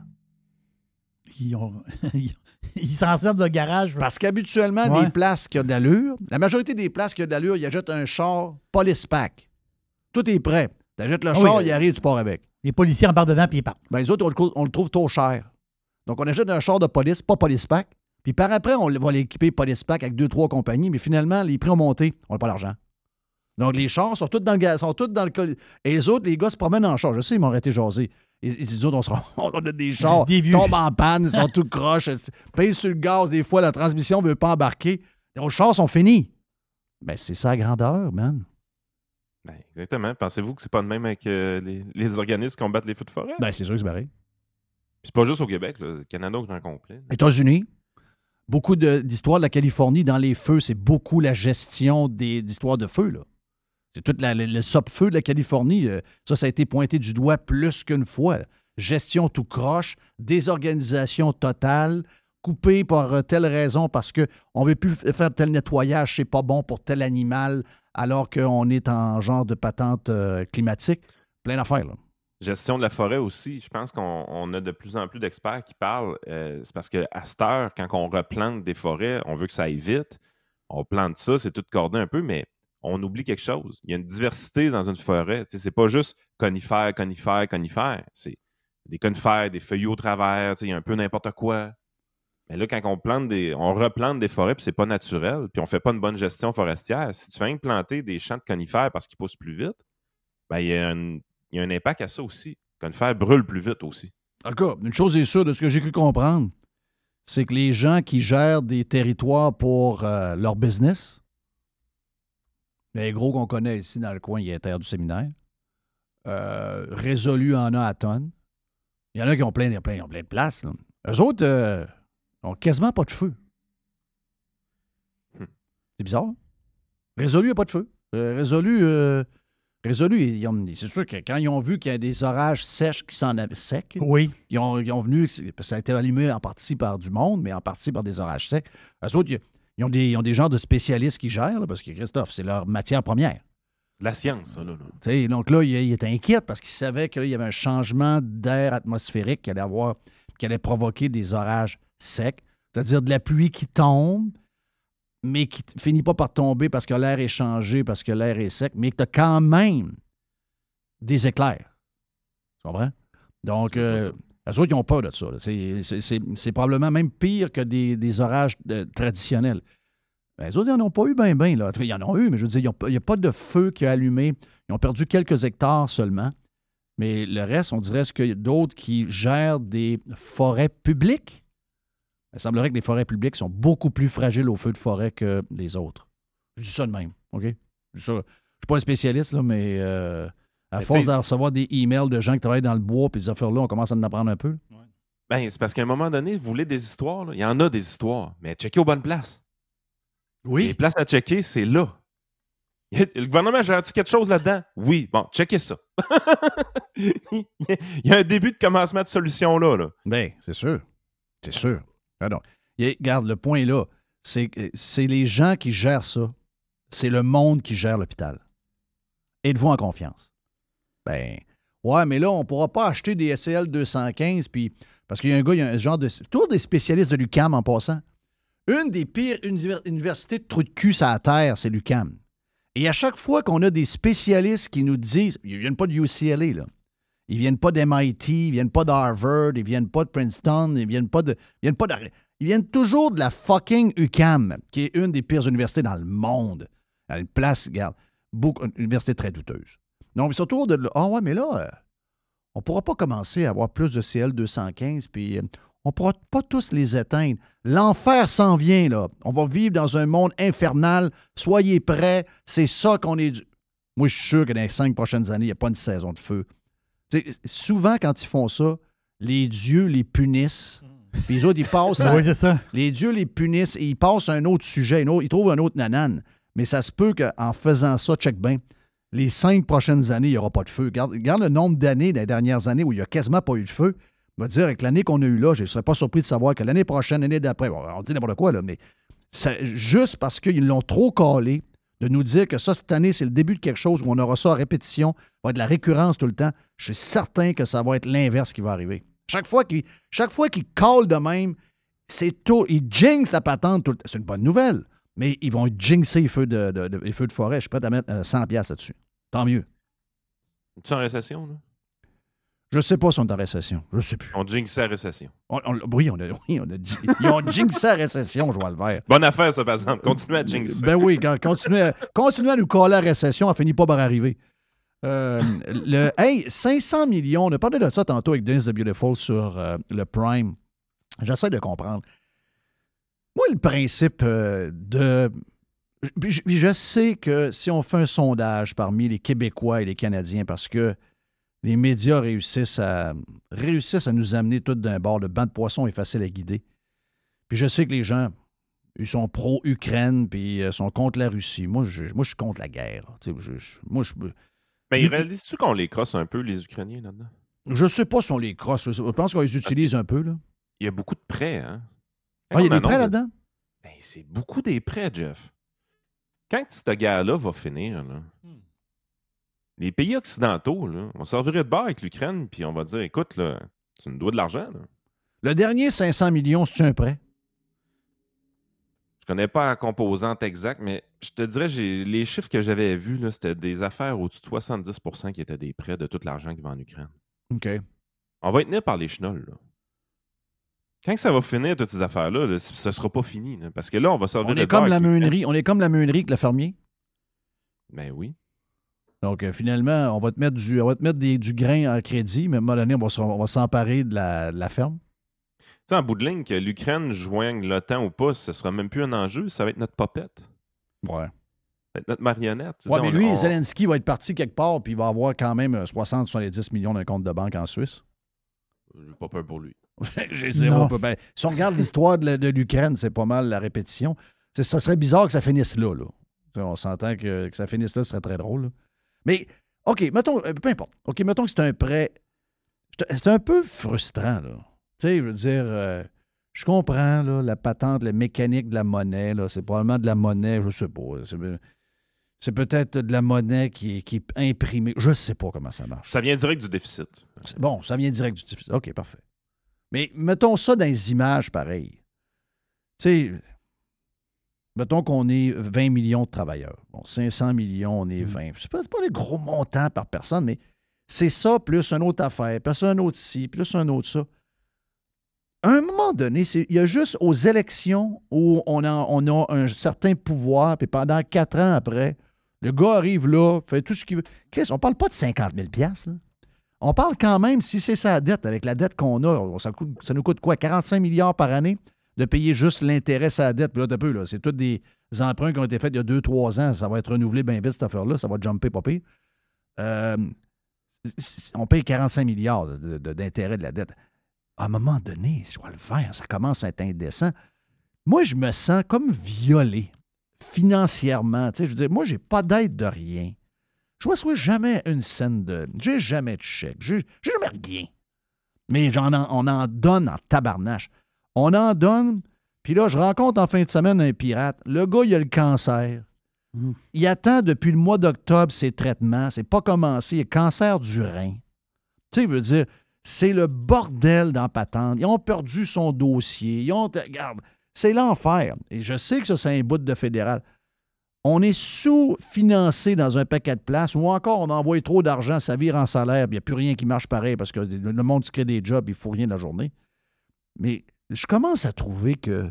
Ils s'en servent de garage. Parce qu'habituellement, des places qui ont de l'allure, la majorité des places qui ont de l'allure, ils achètent un char police pack. Tout est prêt. Tu achètes le char, il arrive, tu pars avec. Les policiers embarquent dedans puis ils partent. Ben, les autres, on le trouve trop cher. Donc, on achète un char de police, pas police pack. Puis par après, on va l'équiper police pack avec 2-3 compagnies. Mais finalement, les prix ont monté. On n'a pas l'argent. Donc, les chars sont tous dans le Et les autres, les gars se promènent en char. Je sais, ils m'ont arrêté jaser. Ils disent, on a des chars, tombent en panne, ils sont tout croches, payent sur le gaz. Des fois, la transmission ne veut pas embarquer. Les chars sont finis. Ben, c'est ça la grandeur, man. Ben, exactement. Pensez-vous que c'est pas de même avec les organismes qui combattent les feux de forêt? Ben, c'est sûr que c'est pareil. C'est pas juste au Québec, là. Le Canada au grand complet. États-Unis, beaucoup d'histoires de la Californie dans les feux, c'est beaucoup la gestion d'histoires de feu, là. C'est tout le SOPFEU de la Californie. Ça a été pointé du doigt plus qu'une fois. Gestion tout croche, désorganisation totale, coupé par telle raison parce qu'on ne veut plus faire tel nettoyage, c'est pas bon pour tel animal, alors qu'on est en genre de patente climatique. Plein d'affaires, là. Gestion de la forêt aussi, je pense qu'on a de plus en plus d'experts qui parlent. C'est parce qu'à cette heure, quand on replante des forêts, on veut que ça aille vite. On plante ça, c'est tout cordé un peu, mais on oublie quelque chose. Il y a une diversité dans une forêt. C'est pas juste conifères. C'est des conifères, des feuillus au travers, il y a un peu n'importe quoi. Mais là, quand on replante des forêts, puis c'est pas naturel, puis on fait pas une bonne gestion forestière, si tu viens de planter des champs de conifères parce qu'ils poussent plus vite, ben il y a un impact à ça aussi. Les conifères brûlent plus vite aussi. En tout cas, une chose est sûre de ce que j'ai cru comprendre, c'est que les gens qui gèrent des territoires pour leur business, les gros qu'on connaît ici dans le coin, il y a Terre du Séminaire. Résolu en a à tonnes. Il y en a qui ont plein de places. Là. Eux autres ont quasiment pas de feu. C'est bizarre. Résolu, il n'y a pas de feu. Résolu, c'est sûr que quand ils ont vu qu'il y a des orages sèches qui s'en avaient secs, oui. Ils ont venu, parce que ça a été allumé en partie par du monde, mais en partie par des orages secs. Eux autres, ils ont des genres de spécialistes qui gèrent, là, parce que, Christophe, c'est leur matière première. La science, ça, là. Donc là, il était inquiet parce qu'il savait qu'il y avait un changement d'air atmosphérique qui allait provoquer des orages secs, c'est-à-dire de la pluie qui tombe mais qui finit pas par tomber parce que l'air est changé, parce que l'air est sec, mais que tu as quand même des éclairs. Tu comprends? Donc, eux autres, ils ont peur de ça. Là. C'est probablement même pire que des orages traditionnels. Ben, les autres, ils n'en ont pas eu bien. Ils en ont eu, mais je veux dire, il n'y a pas de feu qui a allumé. Ils ont perdu quelques hectares seulement. Mais le reste, on dirait qu'il y a d'autres qui gèrent des forêts publiques. Il semblerait que les forêts publiques sont beaucoup plus fragiles au feu de forêt que les autres. Je dis ça de même, OK? Je ne suis pas un spécialiste, là, mais à force de recevoir des emails de gens qui travaillent dans le bois et des affaires-là, on commence à en apprendre un peu. Ouais. Ben, c'est parce qu'à un moment donné, vous voulez des histoires. Là. Il y en a des histoires, mais checkez aux bonnes places. Oui. Les places à checker, c'est là. Le gouvernement gère-tu quelque chose là-dedans? Oui. Bon, checkez ça. Il y a un début de commencement de solution là. Bien, c'est sûr. C'est sûr. Pardon. Regarde, le point est là. C'est les gens qui gèrent ça. C'est le monde qui gère l'hôpital. Êtes-vous en confiance? Ben, ouais, mais là, on ne pourra pas acheter des SCL 215 puis parce qu'il y a un gars, il y a un genre de... Toujours des spécialistes de l'UQAM en passant. Une des pires universités de trous de cul sur la Terre, c'est l'UQAM. Et à chaque fois qu'on a des spécialistes qui nous disent... Ils ne viennent pas de UCLA, là. Ils ne viennent pas d'MIT, ils ne viennent pas d'Harvard, ils ne viennent pas de Princeton, ils viennent toujours de la fucking UQAM, qui est une des pires universités dans le monde. À une place, regarde, une université très douteuse. Donc, surtout de... Ah ouais, mais là, on ne pourra pas commencer à avoir plus de CL 215, puis... On ne pourra pas tous les éteindre. L'enfer s'en vient, là. On va vivre dans un monde infernal. Soyez prêts. C'est ça qu'on est... Moi, je suis sûr que dans les 5 prochaines années, il n'y a pas une saison de feu. T'sais, souvent, quand ils font ça, les dieux les punissent. Puis les autres, ils passent... Oui, c'est ça. Les dieux les punissent et ils passent à un autre sujet. Ils trouvent un autre nanane. Mais ça se peut qu'en faisant ça, check bien, les 5 prochaines années, il n'y aura pas de feu. Regarde le nombre d'années, des dernières années, où il n'y a quasiment pas eu de feu. Je vais dire, avec l'année qu'on a eue là, je ne serais pas surpris de savoir que l'année prochaine, l'année d'après, on dit n'importe quoi, là, mais juste parce qu'ils l'ont trop calé, de nous dire que ça, cette année, c'est le début de quelque chose où on aura ça à répétition, va y avoir de la récurrence tout le temps, je suis certain que ça va être l'inverse qui va arriver. Chaque fois qu'ils calent de même, c'est tout. Ils jinxent la patente tout le temps. C'est une bonne nouvelle, mais ils vont jinxer les feux de forêt. Je suis prêt à mettre 100$ là-dessus. Tant mieux. Es-tu en récession, là? Je ne sais pas si on est en récession. Je ne sais plus. On jinxait la récession. Ils ont jinxé la récession, Joël Levert. Bonne affaire, ça, par exemple. Continuez à jinxer. Ben oui, continuez à nous coller la récession, elle finit pas par arriver. 500 millions, on a parlé de ça tantôt avec Dennis the Beautiful sur le Prime. J'essaie de comprendre. Moi, le principe de... Je sais que si on fait un sondage parmi les Québécois et les Canadiens, parce que les médias réussissent à nous amener tous d'un bord. Le banc de poisson est facile à guider. Puis je sais que les gens, ils sont pro-Ukraine, puis sont contre la Russie. Moi, je suis contre la guerre. Mais réalises-tu qu'on les crosse un peu, les Ukrainiens, là-dedans? Je sais pas si on les crosse. Je pense qu'on les utilise un peu, là. Il y a beaucoup de prêts, hein? Il y a des prêts là-dedans? Ben, c'est beaucoup des prêts, Jeff. Quand ce gars-là va finir, là... Les pays occidentaux, là, on servirait de bord avec l'Ukraine, puis on va dire, écoute, là, tu nous dois de l'argent. Là. Le dernier 500 millions, c'est-tu un prêt? Je connais pas la composante exacte, mais je te dirais, les chiffres que j'avais vus, là, c'était des affaires au-dessus de 70% qui étaient des prêts de tout l'argent qui va en Ukraine. OK. On va être tenir par les chenolles, là. Quand ça va finir, toutes ces affaires-là, là, ce sera pas fini. Là, parce que là, on va servir de bord. On est comme la meunerie avec le fermier? Ben oui. Donc, finalement, on va te mettre du grain en crédit, mais à un moment donné, on va s'emparer de la ferme. Tu sais, en bout de ligne, que l'Ukraine joigne l'OTAN ou pas, ce sera même plus un enjeu, ça va être notre popette. Ouais. Ça va être notre marionnette. Ouais, mais lui, Zelensky va être parti quelque part, puis il va avoir quand même 60-70 millions d'un compte de banque en Suisse. J'ai pas peur pour lui. J'ai zéro. Ben, si on regarde l'histoire de l'Ukraine, c'est pas mal la répétition. Ça serait bizarre que ça finisse là. On s'entend que ça finisse là, ce serait très drôle. Là. Mais, OK, mettons, peu importe. OK, mettons que c'est un prêt. C'est un peu frustrant, là. Tu sais, je veux dire, je comprends, là, la patente, la mécanique de la monnaie, là. C'est probablement de la monnaie, je sais pas. C'est peut-être de la monnaie qui est imprimée. Je sais pas comment ça marche. Ça vient direct du déficit. Bon, ça vient direct du déficit. OK, parfait. Mais mettons ça dans les images pareilles. Tu sais, mettons qu'on est 20 millions de travailleurs. Bon, 500 millions, on est 20. C'est pas des gros montants par personne, mais c'est ça, plus une autre affaire, plus un autre ci, plus un autre ça. À un moment donné, il y a juste aux élections où on a un certain pouvoir, puis pendant 4 ans après, le gars arrive là, fait tout ce qu'il veut. Chris, on parle pas de 50 000 $, là. On parle quand même, si c'est sa dette, avec la dette qu'on a, ça nous coûte quoi? 45 milliards par année de payer juste l'intérêt à la dette. Puis là, t'as peu, là, c'est tous des emprunts qui ont été faits il y a 2-3 ans. Ça va être renouvelé bien vite, cette affaire-là. Ça va jumper, pas pire. On paye 45 milliards d'intérêt de la dette. À un moment donné, je dois le faire, ça commence à être indécent. Moi, je me sens comme violé financièrement. Tu sais, je veux dire, moi, j'ai pas d'aide de rien. Je ne reçois jamais une scène de... J'ai jamais de chèque. J'ai jamais rien. Mais on en donne en tabarnache. On en donne, puis là, je rencontre en fin de semaine un pirate. Le gars, il a le cancer. Il attend depuis le mois d'octobre ses traitements. C'est pas commencé. Il a cancer du rein. Tu sais, je veux dire... C'est le bordel dans Patente. Ils ont perdu son dossier. Regarde, c'est l'enfer. Et je sais que ça, c'est un bout de fédéral. On est sous-financé dans un paquet de places ou encore on envoie trop d'argent, ça vire en salaire, puis il n'y a plus rien qui marche pareil parce que le monde se crée des jobs, il ne faut rien de la journée. Mais je commence à trouver que,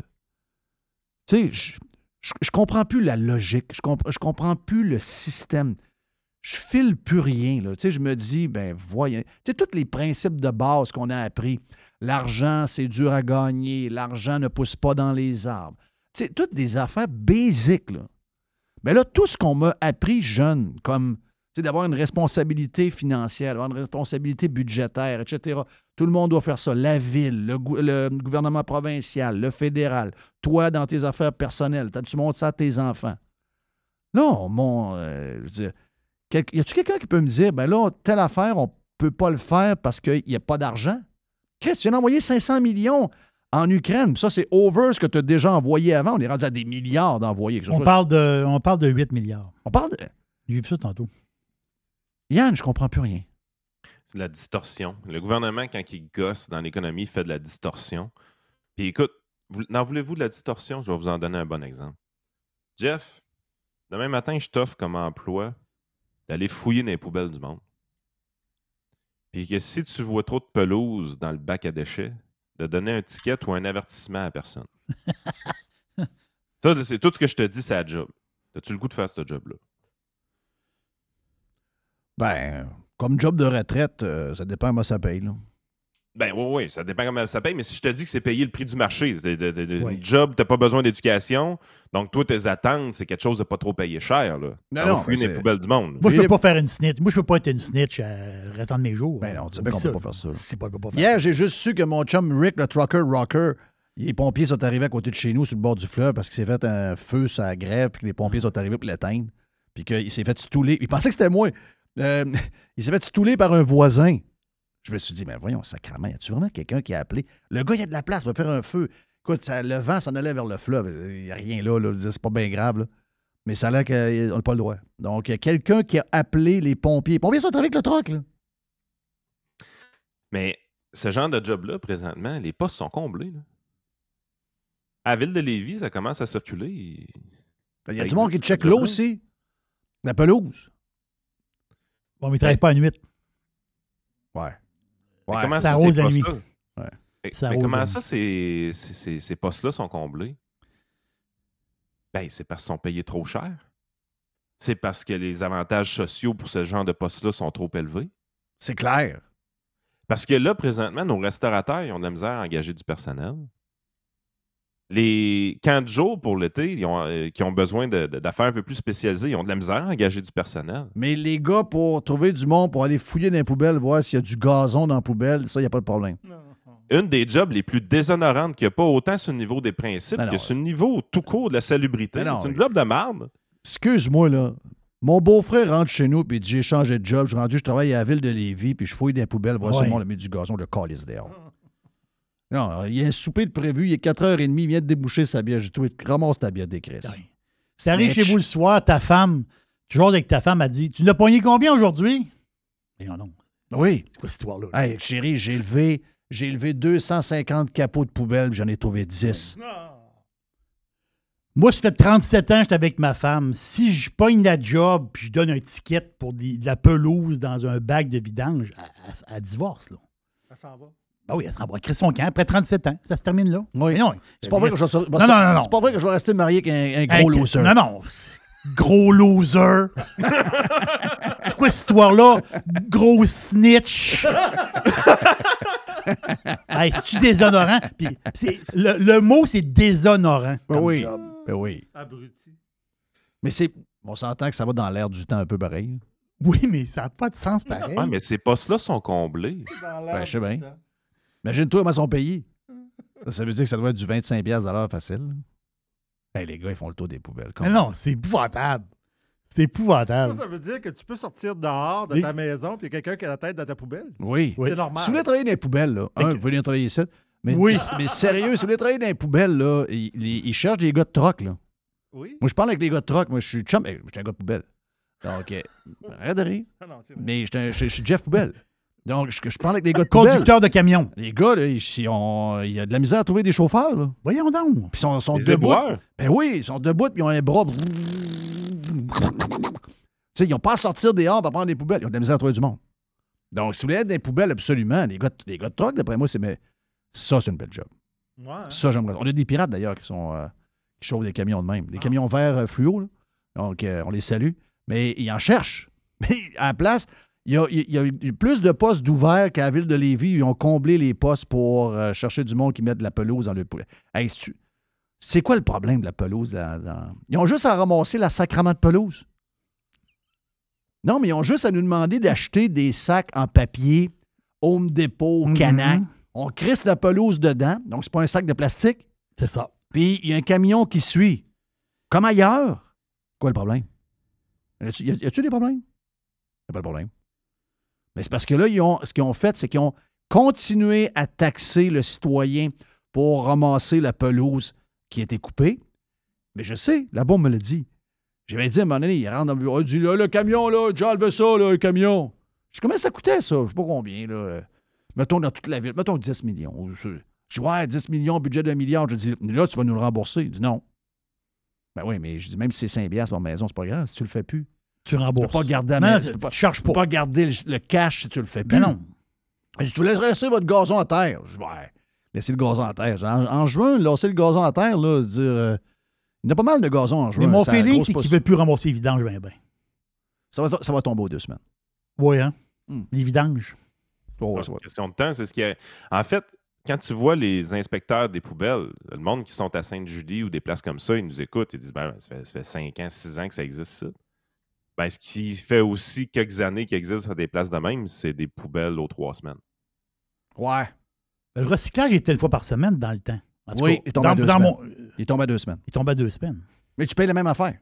tu sais, je comprends plus la logique, je comprends plus le système. Je file plus rien, là. Tu sais, je me dis, ben voyons. Tu sais, tous les principes de base qu'on a appris. L'argent, c'est dur à gagner. L'argent ne pousse pas dans les arbres. Tu sais, toutes des affaires basiques, là. Mais là, tout ce qu'on m'a appris jeune, comme, tu sais, d'avoir une responsabilité financière, d'avoir une responsabilité budgétaire, etc. Tout le monde doit faire ça. La ville, le gouvernement provincial, le fédéral, toi, dans tes affaires personnelles, tu montres ça à tes enfants. Non, je veux dire, y a-tu quelqu'un qui peut me dire, ben là, telle affaire, on ne peut pas le faire parce qu'il n'y a pas d'argent? Chris, tu viens d'envoyer 500 millions en Ukraine. Ça, c'est over ce que tu as déjà envoyé avant. On est rendu à des milliards d'envoyés. On parle de 8 milliards. On parle de... J'ai vu ça tantôt. Yann, je comprends plus rien. C'est de la distorsion. Le gouvernement, quand il gosse dans l'économie, il fait de la distorsion. Puis écoute, n'en voulez-vous de la distorsion? Je vais vous en donner un bon exemple. Jeff, demain matin, je t'offre comme emploi d'aller fouiller dans les poubelles du monde. Puis que si tu vois trop de pelouse dans le bac à déchets, de donner un ticket ou un avertissement à la personne. Ça, c'est tout ce que je te dis, c'est la job. As-tu le goût de faire ce job-là? Ben, comme job de retraite, ça dépend comment ça paye, là. Ben oui, ça dépend comment ça paye, mais si je te dis que c'est payé le prix du marché, une job, t'as pas besoin d'éducation, donc toi, tes attentes, c'est quelque chose de pas trop payé cher, là. Non, fouiller les poubelles du monde. Moi, je peux pas faire une snitch. Moi, je peux pas être une snitch le restant de mes jours. Ben non, tu sais bien qu'on peut pas faire ça. C'est pas, peut pas faire Hier, ça. j'ai juste su que mon chum Rick, le trucker rocker, les pompiers sont arrivés à côté de chez nous, sur le bord du fleuve, parce qu'il s'est fait un feu sur la grève, puis que les pompiers sont arrivés pour l'éteindre, puis qu'il s'est fait stouler. Il pensait que c'était moi. Il s'est fait stouler par un voisin. Je me suis dit, mais voyons, sacrément, y a-tu vraiment quelqu'un qui a appelé? Le gars, il y a de la place, il va faire un feu. Écoute, le vent s'en allait vers le fleuve. Il n'y a rien là, c'est pas bien grave, là. Mais ça a l'air qu'on n'a pas le droit. Donc, il y a quelqu'un qui a appelé les pompiers. Les pompiers sont avec le truck, là. Mais ce genre de job-là, présentement, les postes sont comblés, là. À la ville de Lévis, ça commence à circuler. Il y a du monde qui check l'eau aussi. La pelouse. Bon, mais il ne travaille pas à nuit. Ouais. Mais comment ça arrose la nuit. Ouais. Mais comment ça, ces postes-là sont comblés? Ben, c'est parce qu'ils sont payés trop cher. C'est parce que les avantages sociaux pour ce genre de postes-là sont trop élevés. C'est clair. Parce que là, présentement, nos restaurateurs, ils ont de la misère à engager du personnel. Les camps de jour pour l'été, qui ont besoin d'affaires un peu plus spécialisées, ils ont de la misère à engager du personnel. Mais les gars, pour trouver du monde, pour aller fouiller dans les poubelles, voir s'il y a du gazon dans la poubelle, ça, il n'y a pas de problème. Une des jobs les plus déshonorantes qu'il n'y a pas, autant sur le niveau des principes que sur le niveau tout court de la salubrité. C'est une job de merde. Excuse-moi, là. Mon beau-frère rentre chez nous et dit j'ai changé de job. Je travaille à la ville de Lévis puis je fouille dans les poubelles, voir si le monde a mis du gazon, le calice dehors. Non, il y a un souper de prévu, il est 4h30, il vient de déboucher sa bière. J'ai trouvé, ramasse ta bière des crises. Tu arrives chez vous le soir, ta femme, tu joues avec ta femme, elle dit tu n'as pogné combien aujourd'hui? Et non. Oui. C'est quoi cette histoire-là? Hey, chérie, j'ai levé 250 capots de poubelle, j'en ai trouvé 10. Moi, ça fait 37 ans que j'étais avec ma femme. Si je pogne la job puis je donne un ticket pour de la pelouse dans un bac de vidange, elle divorce, là. Ça s'en va. Ben oui, elle s'en va créer son camp après 37 ans. Ça se termine là. Oui. Mais non, C'est pas vrai que je vais non. C'est pas vrai que je vais rester marié avec un gros loser. Non. Gros loser. C'est quoi cette histoire-là? Gros snitch. Hey, c'est-tu déshonorant? Puis, le mot, c'est déshonorant. Ben oui. Job. Ben oui. Abruti. Mais on s'entend que ça va dans l'air du temps un peu pareil. Oui, mais ça n'a pas de sens pareil. Ouais, mais ces postes-là sont comblés. Ben, je sais bien. Imagine-toi comment ils sont payés. Ça veut dire que ça doit être du 25$ de l'heure facile. Hey, les gars, ils font le tour des poubelles. Mais non, c'est épouvantable. C'est épouvantable. Ça veut dire que tu peux sortir dehors de ta maison puis il y a quelqu'un qui a la tête dans ta poubelle. Oui. C'est normal. Si vous voulez travailler dans les poubelles, là, vous venez travailler ici. Mais, Oui. mais sérieux, si vous voulez travailler dans les poubelles, là, ils cherchent des gars de troc, là. Oui. Moi, je parle avec les gars de troc. Moi, je suis chum. Je suis un gars de poubelle. Donc, arrête de rire. Ah non, c'est vrai. Mais je suis Jeff Poubelle. Donc, je parle avec les gars de poubelle. Conducteur de camion. Les gars, là, il y a de la misère à trouver des chauffeurs, là. Voyons donc. Puis ils sont Les debout. éboueurs. Ben oui, ils sont debout, puis ils ont un bras. Tu sais, ils n'ont pas à sortir dehors pour prendre des poubelles. Ils ont de la misère à trouver du monde. Donc, si vous voulez être dans les poubelles, absolument, les gars de troc, d'après moi, ça, c'est une belle job. Ouais, hein? Ça, j'aimerais. On a des pirates, d'ailleurs, qui chauffent des camions de même. Des camions verts fluo, là. Donc, on les salue. Mais ils en cherchent. Mais à la place, il y a eu plus de postes d'ouverts qu'à la ville de Lévis. Ils ont comblé les postes pour chercher du monde qui met de la pelouse dans le poulet. Hey, c'est quoi le problème de la pelouse? Ils ont juste à ramasser la sacrament de pelouse. Non, mais ils ont juste à nous demander d'acheter des sacs en papier, Home Depot, Canac. On crisse la pelouse dedans. Donc, c'est pas un sac de plastique. C'est ça. Puis, il y a un camion qui suit. Comme ailleurs. Quoi le problème? Y a-tu des problèmes? Il n'y a pas de problème. Mais c'est parce que là, ce qu'ils ont fait, c'est qu'ils ont continué à taxer le citoyen pour ramasser la pelouse qui a été coupée. Mais je sais, là-bas, on me l'a dit. J'avais dit à un moment donné, il rentre dans le bureau, il dit là, le camion, là, j'ai enlevé ça, là, le camion. Je dis, combien ça coûtait, ça? Je sais pas combien, là. Mettons dans toute la ville, mettons 10 millions. Je dis, ouais, 10 millions, budget d'1 milliard. Je dis, là, tu vas nous le rembourser. Il dit, non. Ben oui, mais je dis, même si c'est 5$ pour la maison, c'est pas grave. Si tu le fais plus, tu rembourses. Tu peux pas garder tu charges pas. Tu peux pas garder le cash si tu le fais plus. Ben non. Je dis, tu voulais laisser votre gazon à terre. Je dis, ouais, laissez le gazon à terre. En juin, laisser le gazon à terre, là, dire, il y a pas mal de gazon en juin. Mais mon feeling, c'est qu'il ne veut plus rembourser les vidanges, ben. Ça va tomber aux 2 semaines. Oui, hein? Les vidanges. Oh, c'est une question de temps. C'est ce qui est. En fait, quand tu vois les inspecteurs des poubelles, le monde qui sont à Sainte-Julie ou des places comme ça, ils nous écoutent et disent ben, ça fait 5 ans, 6 ans que ça existe, ça. Ben, ce qui fait aussi quelques années qu'il existe à des places de même, c'est des poubelles aux 3 semaines. Ouais. Le recyclage était une fois par semaine dans le temps. En tout Oui, cas, il tombe à 2 semaines. Il tombe à 2 semaines. Il tombe à 2 semaines. Mais tu payes la même affaire.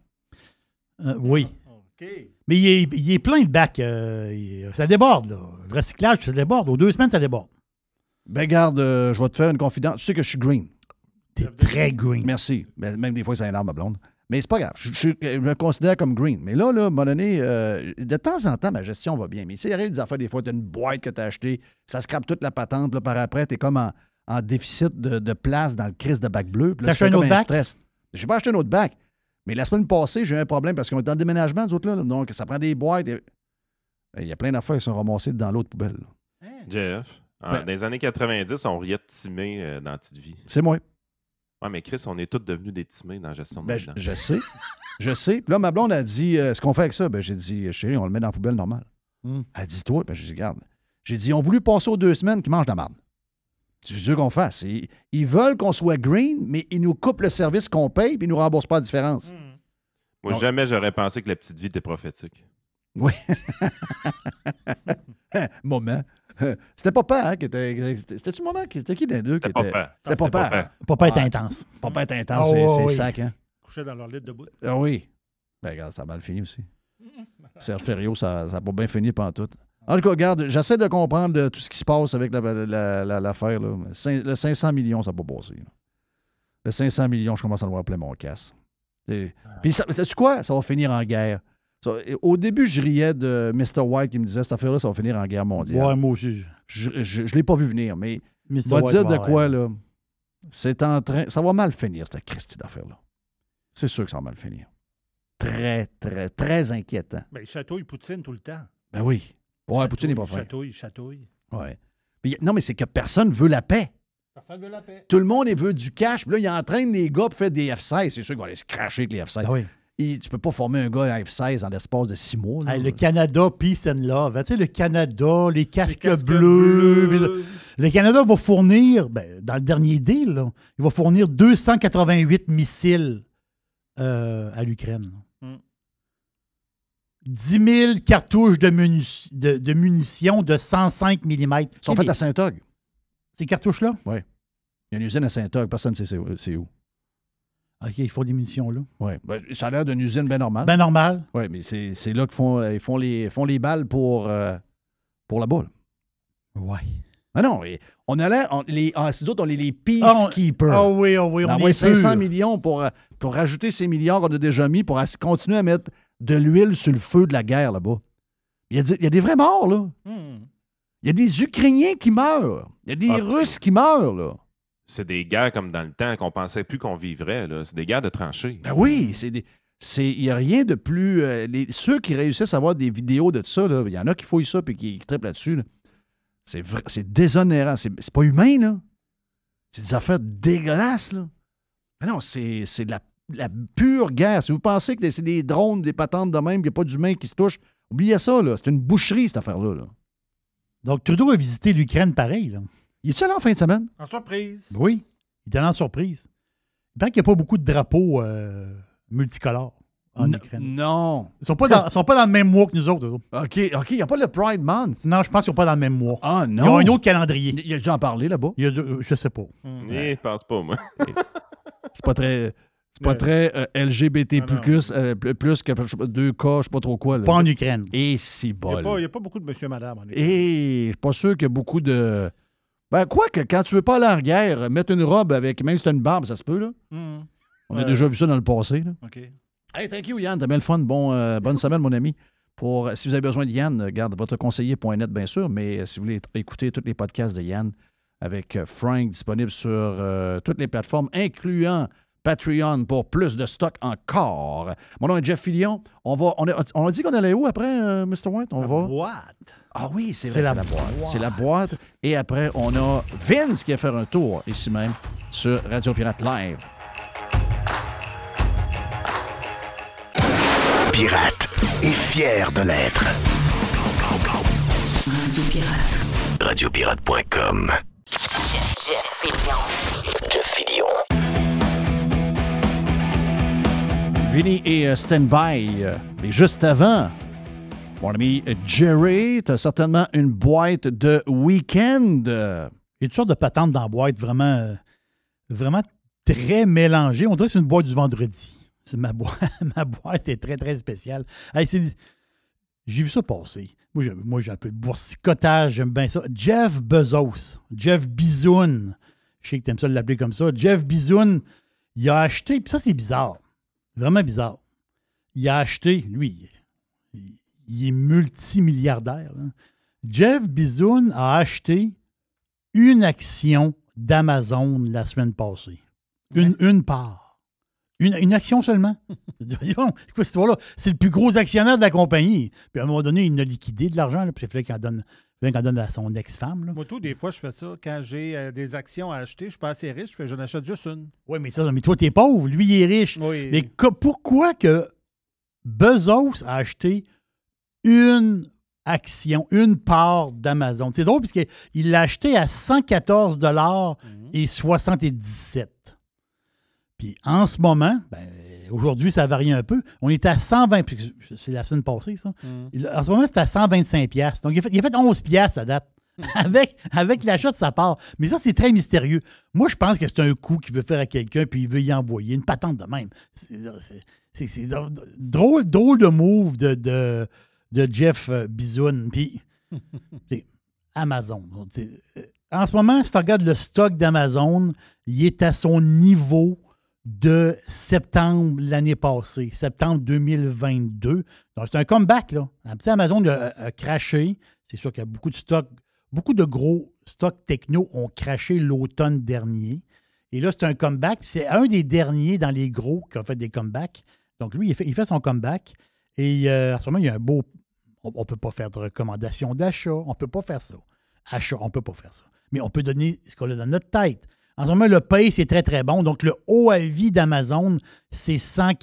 Oui. OK. Mais il est plein de bacs. Ça déborde, là. Le recyclage, ça déborde. Aux 2 semaines, ça déborde. Ben, garde, je vais te faire une confidence. Tu sais que je suis green. T'es très green. Merci. Ben, même des fois, c'est un arme à blonde. Mais c'est pas grave. Je me considère comme green. Mais là, à un moment donné, de temps en temps, ma gestion va bien. Mais tu sais, il arrive des affaires, des fois, tu as une boîte que tu as achetée, ça scrape toute la patente, là, par après, tu es comme en déficit de place dans le crise de bac bleu. T'as acheté un autre bac? Stress. Je n'ai pas acheté un autre bac. Mais la semaine passée, j'ai eu un problème parce qu'on est en déménagement, nous autres, là. Donc, ça prend des boîtes. Il y a plein d'affaires qui sont ramassées dans l'autre poubelle. Là. Jeff, dans les années 90, on riait de Timé dans Petite Vie. C'est moi. Ouais, mais Chris, on est tous devenus des Timés dans la gestion de Ben, maintenant. je sais. Je sais. Puis là, ma blonde a dit, ce qu'on fait avec ça, ben, j'ai dit, chérie, on le met dans la poubelle normale. Elle a dit, toi, ben, j'ai dit, regarde. J'ai dit, on a voulu passer aux 2 semaines qu'ils mangent de la marde. C'est ce qu'on fasse. Ils veulent qu'on soit green, mais ils nous coupent le service qu'on paye puis ils nous remboursent pas la différence. Moi, jamais j'aurais pensé que la Petite Vie était prophétique. Oui. Moment. C'était papa, hein, qui était. C'était-tu maman? C'était qui des deux qui était. C'était papa. Papa est intense. Papa est intense, c'est sac, hein? Couché dans leur lit debout. Ah oui. Ben, regarde, ça a mal fini aussi. Serge Ferriot, ça n'a pas bien fini pendant tout. En tout cas, regarde, j'essaie de comprendre tout ce qui se passe avec l'affaire. Là. Le 500 millions, ça n'a pas passé. Là. Le 500 millions, je commence à le voir plein mon casse. Puis, sais-tu quoi? Ça va finir en guerre. Au début, je riais de Mr. White qui me disait cette affaire-là, ça va finir en guerre mondiale. Ouais, moi aussi. Je ne l'ai pas vu venir, mais Mr. on va White dire de va quoi, là. C'est en train. Ça va mal finir, cette Christie d'affaire-là. c'est sûr que ça va mal finir. Très, très, très inquiétant. Ben, il chatouille Poutine tout le temps. Ben oui. Ouais, Poutine n'est pas fin. Chatouille. Ouais. Non, mais c'est que personne ne veut la paix. Personne veut la paix. Tout le monde veut du cash. Puis là, il entraîne les gars pour faire des F-16. C'est sûr qu'ils vont aller se cracher avec les F-16. Ben oui. Tu peux pas former un gars à F-16 en l'espace de 6 mois. Là. Hey, le Canada, peace and love. Tu sais, le Canada, les casques bleus. Le Canada va fournir, dans le dernier deal, là, il va fournir 288 missiles à l'Ukraine. 10 000 cartouches de munitions de 105 mm. Ils sont faites à Saint-Og. Ces cartouches-là? Oui. Il y a une usine à Saint-Og. Personne ne sait c'est où. OK, ils font des munitions là. Oui. Ben, ça a l'air d'une usine bien normale. Bien normale. Oui, mais c'est là qu'ils font les balles pour là-bas. Oui. Mais non, on a l'air. C'est d'autres, on est les peacekeepers. Ah oui. On envoie 500 millions pour rajouter ces milliards qu'on a déjà mis pour continuer à mettre de l'huile sur le feu de la guerre là-bas. Il y a des vrais morts, là. Il y a des Ukrainiens qui meurent. Il y a des Russes qui meurent, là. C'est des guerres comme dans le temps qu'on pensait plus qu'on vivrait. Là. C'est des guerres de tranchées. Ben oui, il n'y a rien de plus... ceux qui réussissent à avoir des vidéos de ça, il y en a qui fouillent ça et qui trippent là-dessus. Là. C'est déshonorant. C'est pas humain, là. C'est des affaires dégueulasses, là. Mais non, c'est de la pure guerre. Si vous pensez que c'est des drones, des patentes de même, qu'il n'y a pas d'humains qui se touchent, oubliez ça, là. C'est une boucherie, cette affaire-là. Là. Donc, Trudeau a visité l'Ukraine pareil, là. Il est-tu allé en fin de semaine? En surprise. Oui, il est allé en surprise. Il paraît qu'il n'y a pas beaucoup de drapeaux multicolores en Ukraine. Non. Ils sont pas dans le même mois que nous autres. OK. Il n'y a pas le Pride Month. Non, je pense qu'ils ne sont pas dans le même mois. Ah non. Ils ont un autre calendrier. Il a dû en parler là-bas? Je sais pas. Je pense pas, moi. C'est pas très... C'est pas très LGBT+, plus que 2K, je sais pas trop quoi. Là. Pas en Ukraine. Et si bol. Il n'y a pas beaucoup de monsieur et madame en Ukraine. Et je suis pas sûr qu'il y a beaucoup de... Ben, quoi que quand tu veux pas aller en guerre, mettre une robe avec, même si t'as une barbe, ça se peut, là. On a déjà vu ça dans le passé, là. OK. Hey, thank you, Yann. T'as bien le fun. Bonne semaine, mon ami. Si vous avez besoin de Yann, garde votre conseiller.net, bien sûr, mais si vous voulez écouter tous les podcasts de Yann avec Frank disponible sur toutes les plateformes, incluant Patreon pour plus de stock encore. Mon nom est Jeff Fillion. On a dit qu'on allait où après, Mr. White? On va... boîte. Ah oui, c'est vrai, c'est la boîte. C'est la boîte. Et après, on a Vince qui a fait un tour ici même sur Radio Pirate Live. Pirate est fier de l'être. Radio Pirate. Radiopirate.com. Jeff Fillion. Jeff Fillion. Vinny et Standby. Et juste avant, mon ami Jerry, tu as certainement une boîte de week-end. Il y a toutes sortes de patentes dans la boîte, vraiment très mélangées. On dirait que c'est une boîte du vendredi. Ma boîte est très, très spéciale. Hey, j'ai vu ça passer. Moi, j'ai un peu de boursicotage, j'aime bien ça. Jeff Bezos, Jeff Bizoun, je sais que tu aimes ça l'appeler comme ça. Jeff Bizoun, il a acheté, puis ça, c'est bizarre. Vraiment bizarre. Il a acheté, lui, il est multimilliardaire. Là. Jeff Bizoun a acheté une action d'Amazon la semaine passée. Une part. Une action seulement. C'est quoi cette histoire-là? C'est le plus gros actionnaire de la compagnie. Puis à un moment donné, il a liquidé de l'argent, là, puis il fallait qu'il en donne à son ex-femme. Là. Moi, des fois, je fais ça. Quand j'ai des actions à acheter, je suis pas assez riche, je n'en achète juste une. Oui, mais toi, t'es pauvre. Lui, il est riche. Oui. Mais pourquoi que Bezos a acheté une action, une part d'Amazon? C'est drôle, puisqu'il l'a acheté à 114,77 $. Puis en ce moment, aujourd'hui, ça varie un peu. On est à 120, c'est la semaine passée, ça. En ce moment, c'est à 125 $. Donc, il a fait 11 $ à date avec l'achat de sa part. Mais ça, c'est très mystérieux. Moi, je pense que c'est un coup qu'il veut faire à quelqu'un, puis il veut y envoyer une patente de même. C'est drôle de move de Jeff Bizoun. Puis, Amazon. En ce moment, si tu regardes le stock d'Amazon, il est à son niveau de septembre l'année passée, septembre 2022. Donc, c'est un comeback, là. Amazon a craché. C'est sûr qu'il y a beaucoup de stocks, beaucoup de gros stocks techno ont craché l'automne dernier. Et là, c'est un comeback. C'est un des derniers dans les gros qui ont fait des comebacks. Donc, lui, il fait son comeback. Et à ce moment, il y a un beau... On ne peut pas faire de recommandation d'achat. On ne peut pas faire ça. Achat, on ne peut pas faire ça. Mais on peut donner ce qu'on a dans notre tête. En ce moment, le pay, c'est très, très bon. Donc, le haut à vie d'Amazon, c'est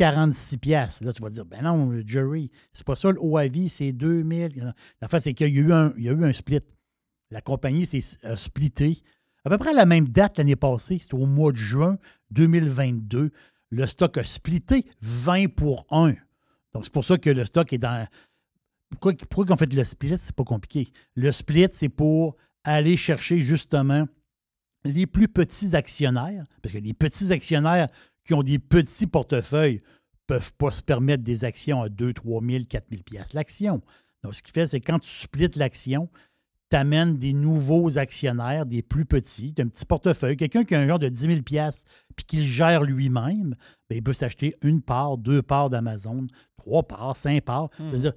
146$. Là, tu vas dire, ben non, Jerry, c'est pas ça, le haut à vie, c'est 2000$. La face, c'est qu'il y a eu un split. La compagnie s'est splittée. À peu près à la même date l'année passée, c'était au mois de juin 2022. Le stock a splitté 20-1. Donc, c'est pour ça que le stock est dans... Pourquoi qu'on fait le split? C'est pas compliqué. Le split, c'est pour aller chercher justement les plus petits actionnaires, parce que les petits actionnaires qui ont des petits portefeuilles ne peuvent pas se permettre des actions à 2 000, 3 000, 4 000 $ l'action. Donc, ce qui fait, c'est que quand tu splits l'action, tu amènes des nouveaux actionnaires, des plus petits, tu as un petit portefeuille, quelqu'un qui a un genre de 10 000 $ puis qui le gère lui-même, bien, il peut s'acheter 1 part, 2 parts d'Amazon, 3 parts, 5 parts. C'est-à-dire,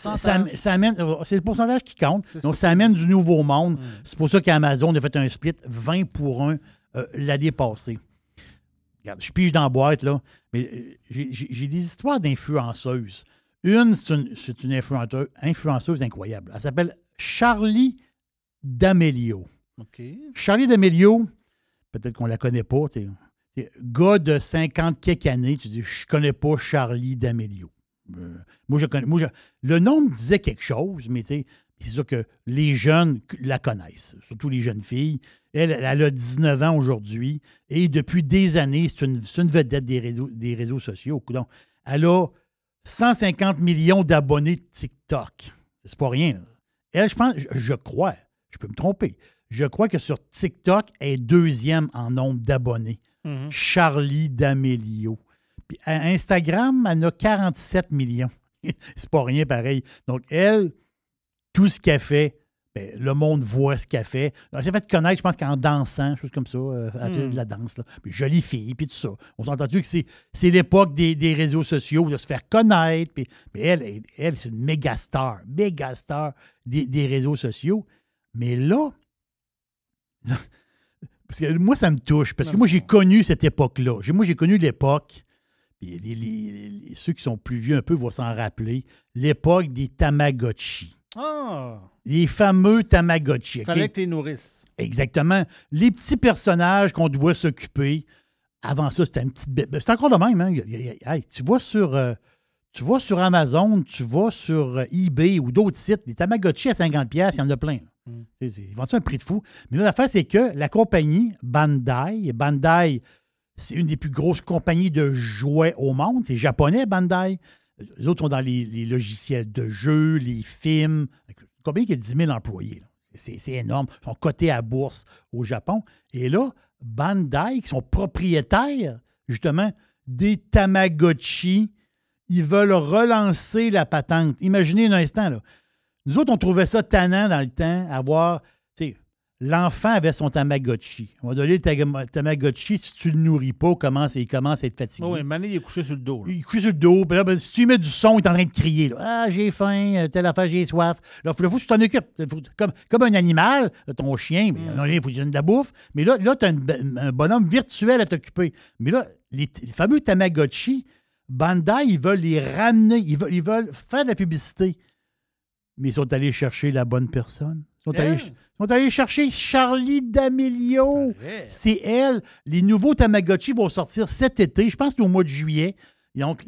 ça amène, c'est le pourcentage qui compte. Donc, ça amène du nouveau monde. C'est pour ça qu'Amazon a fait un split 20-1 l'année passée. Regarde, je pige dans la boîte, là, mais j'ai des histoires d'influenceuses. Une, c'est une influenceuse incroyable. Elle s'appelle Charli D'Amelio. OK. Charli D'Amelio, peut-être qu'on ne la connaît pas. C'est gars de 50 quelques années, tu dis, je ne connais pas Charli D'Amelio. Moi, je connais. Le nom me disait quelque chose, mais c'est sûr que les jeunes la connaissent, surtout les jeunes filles. Elle a 19 ans aujourd'hui et depuis des années, c'est une vedette des réseaux sociaux. Donc, elle a 150 millions d'abonnés de TikTok. C'est pas rien. Là. Elle, je crois, je peux me tromper, je crois que sur TikTok, elle est deuxième en nombre d'abonnés. Charli D'Amelio. Puis à Instagram, elle a 47 millions. C'est pas rien pareil. Donc, elle, tout ce qu'elle fait, bien, le monde voit ce qu'elle fait. Elle s'est fait connaître, je pense qu'en dansant, chose comme ça, elle fait de la danse. Là. Puis jolie fille, puis tout ça. On s'est entendu que c'est l'époque des réseaux sociaux, de se faire connaître. Puis, mais elle, c'est une méga star des réseaux sociaux. Mais là, parce que moi, ça me touche, parce que moi, j'ai connu cette époque-là. Moi, j'ai connu l'époque, puis ceux qui sont plus vieux un peu vont s'en rappeler, l'époque des Tamagotchi. Ah! Les fameux Tamagotchi. Il fallait que tu les nourrisses. Exactement. Les petits personnages qu'on doit s'occuper. Avant ça, c'était une petite bébé. C'est encore de même. Hein? Hey, tu vas sur Amazon, tu vas sur eBay ou d'autres sites, les Tamagotchi à 50$, il y en a plein. Ils vendent ça à un prix de fou. Mais là, l'affaire, c'est que la compagnie Bandai, c'est une des plus grosses compagnies de jouets au monde. C'est japonais, Bandai. Les autres sont dans les logiciels de jeux, les films. Une compagnie qui a 10 000 employés. Là. C'est énorme. Ils sont cotés à la bourse au Japon. Et là, Bandai, qui sont propriétaires, justement, des Tamagotchi, ils veulent relancer la patente. Imaginez un instant, là. Nous autres, on trouvait ça tannant dans le temps, avoir, tu sais, l'enfant avait son Tamagotchi. On va donner le Tamagotchi, si tu ne le nourris pas, il commence à être fatigué. Oui, Mané, il est couché sur le dos. Là. Il est couché sur le dos, puis là, ben, si tu lui mets du son, il est en train de crier. Là. Ah, j'ai faim, telle affaire, j'ai soif. Là, il faut que tu t'en occupes. Comme un animal, ton chien, il faut que tu donnes de la bouffe. Mais là tu as un bonhomme virtuel à t'occuper. Mais là, les fameux Tamagotchi, Bandai, ils veulent les ramener. Ils veulent faire de la publicité. Mais ils sont allés chercher la bonne personne. Ils sont allés chercher Charli D'Amelio. C'est elle. Les nouveaux Tamagotchi vont sortir cet été. Je pense que c'est au mois de juillet. Donc,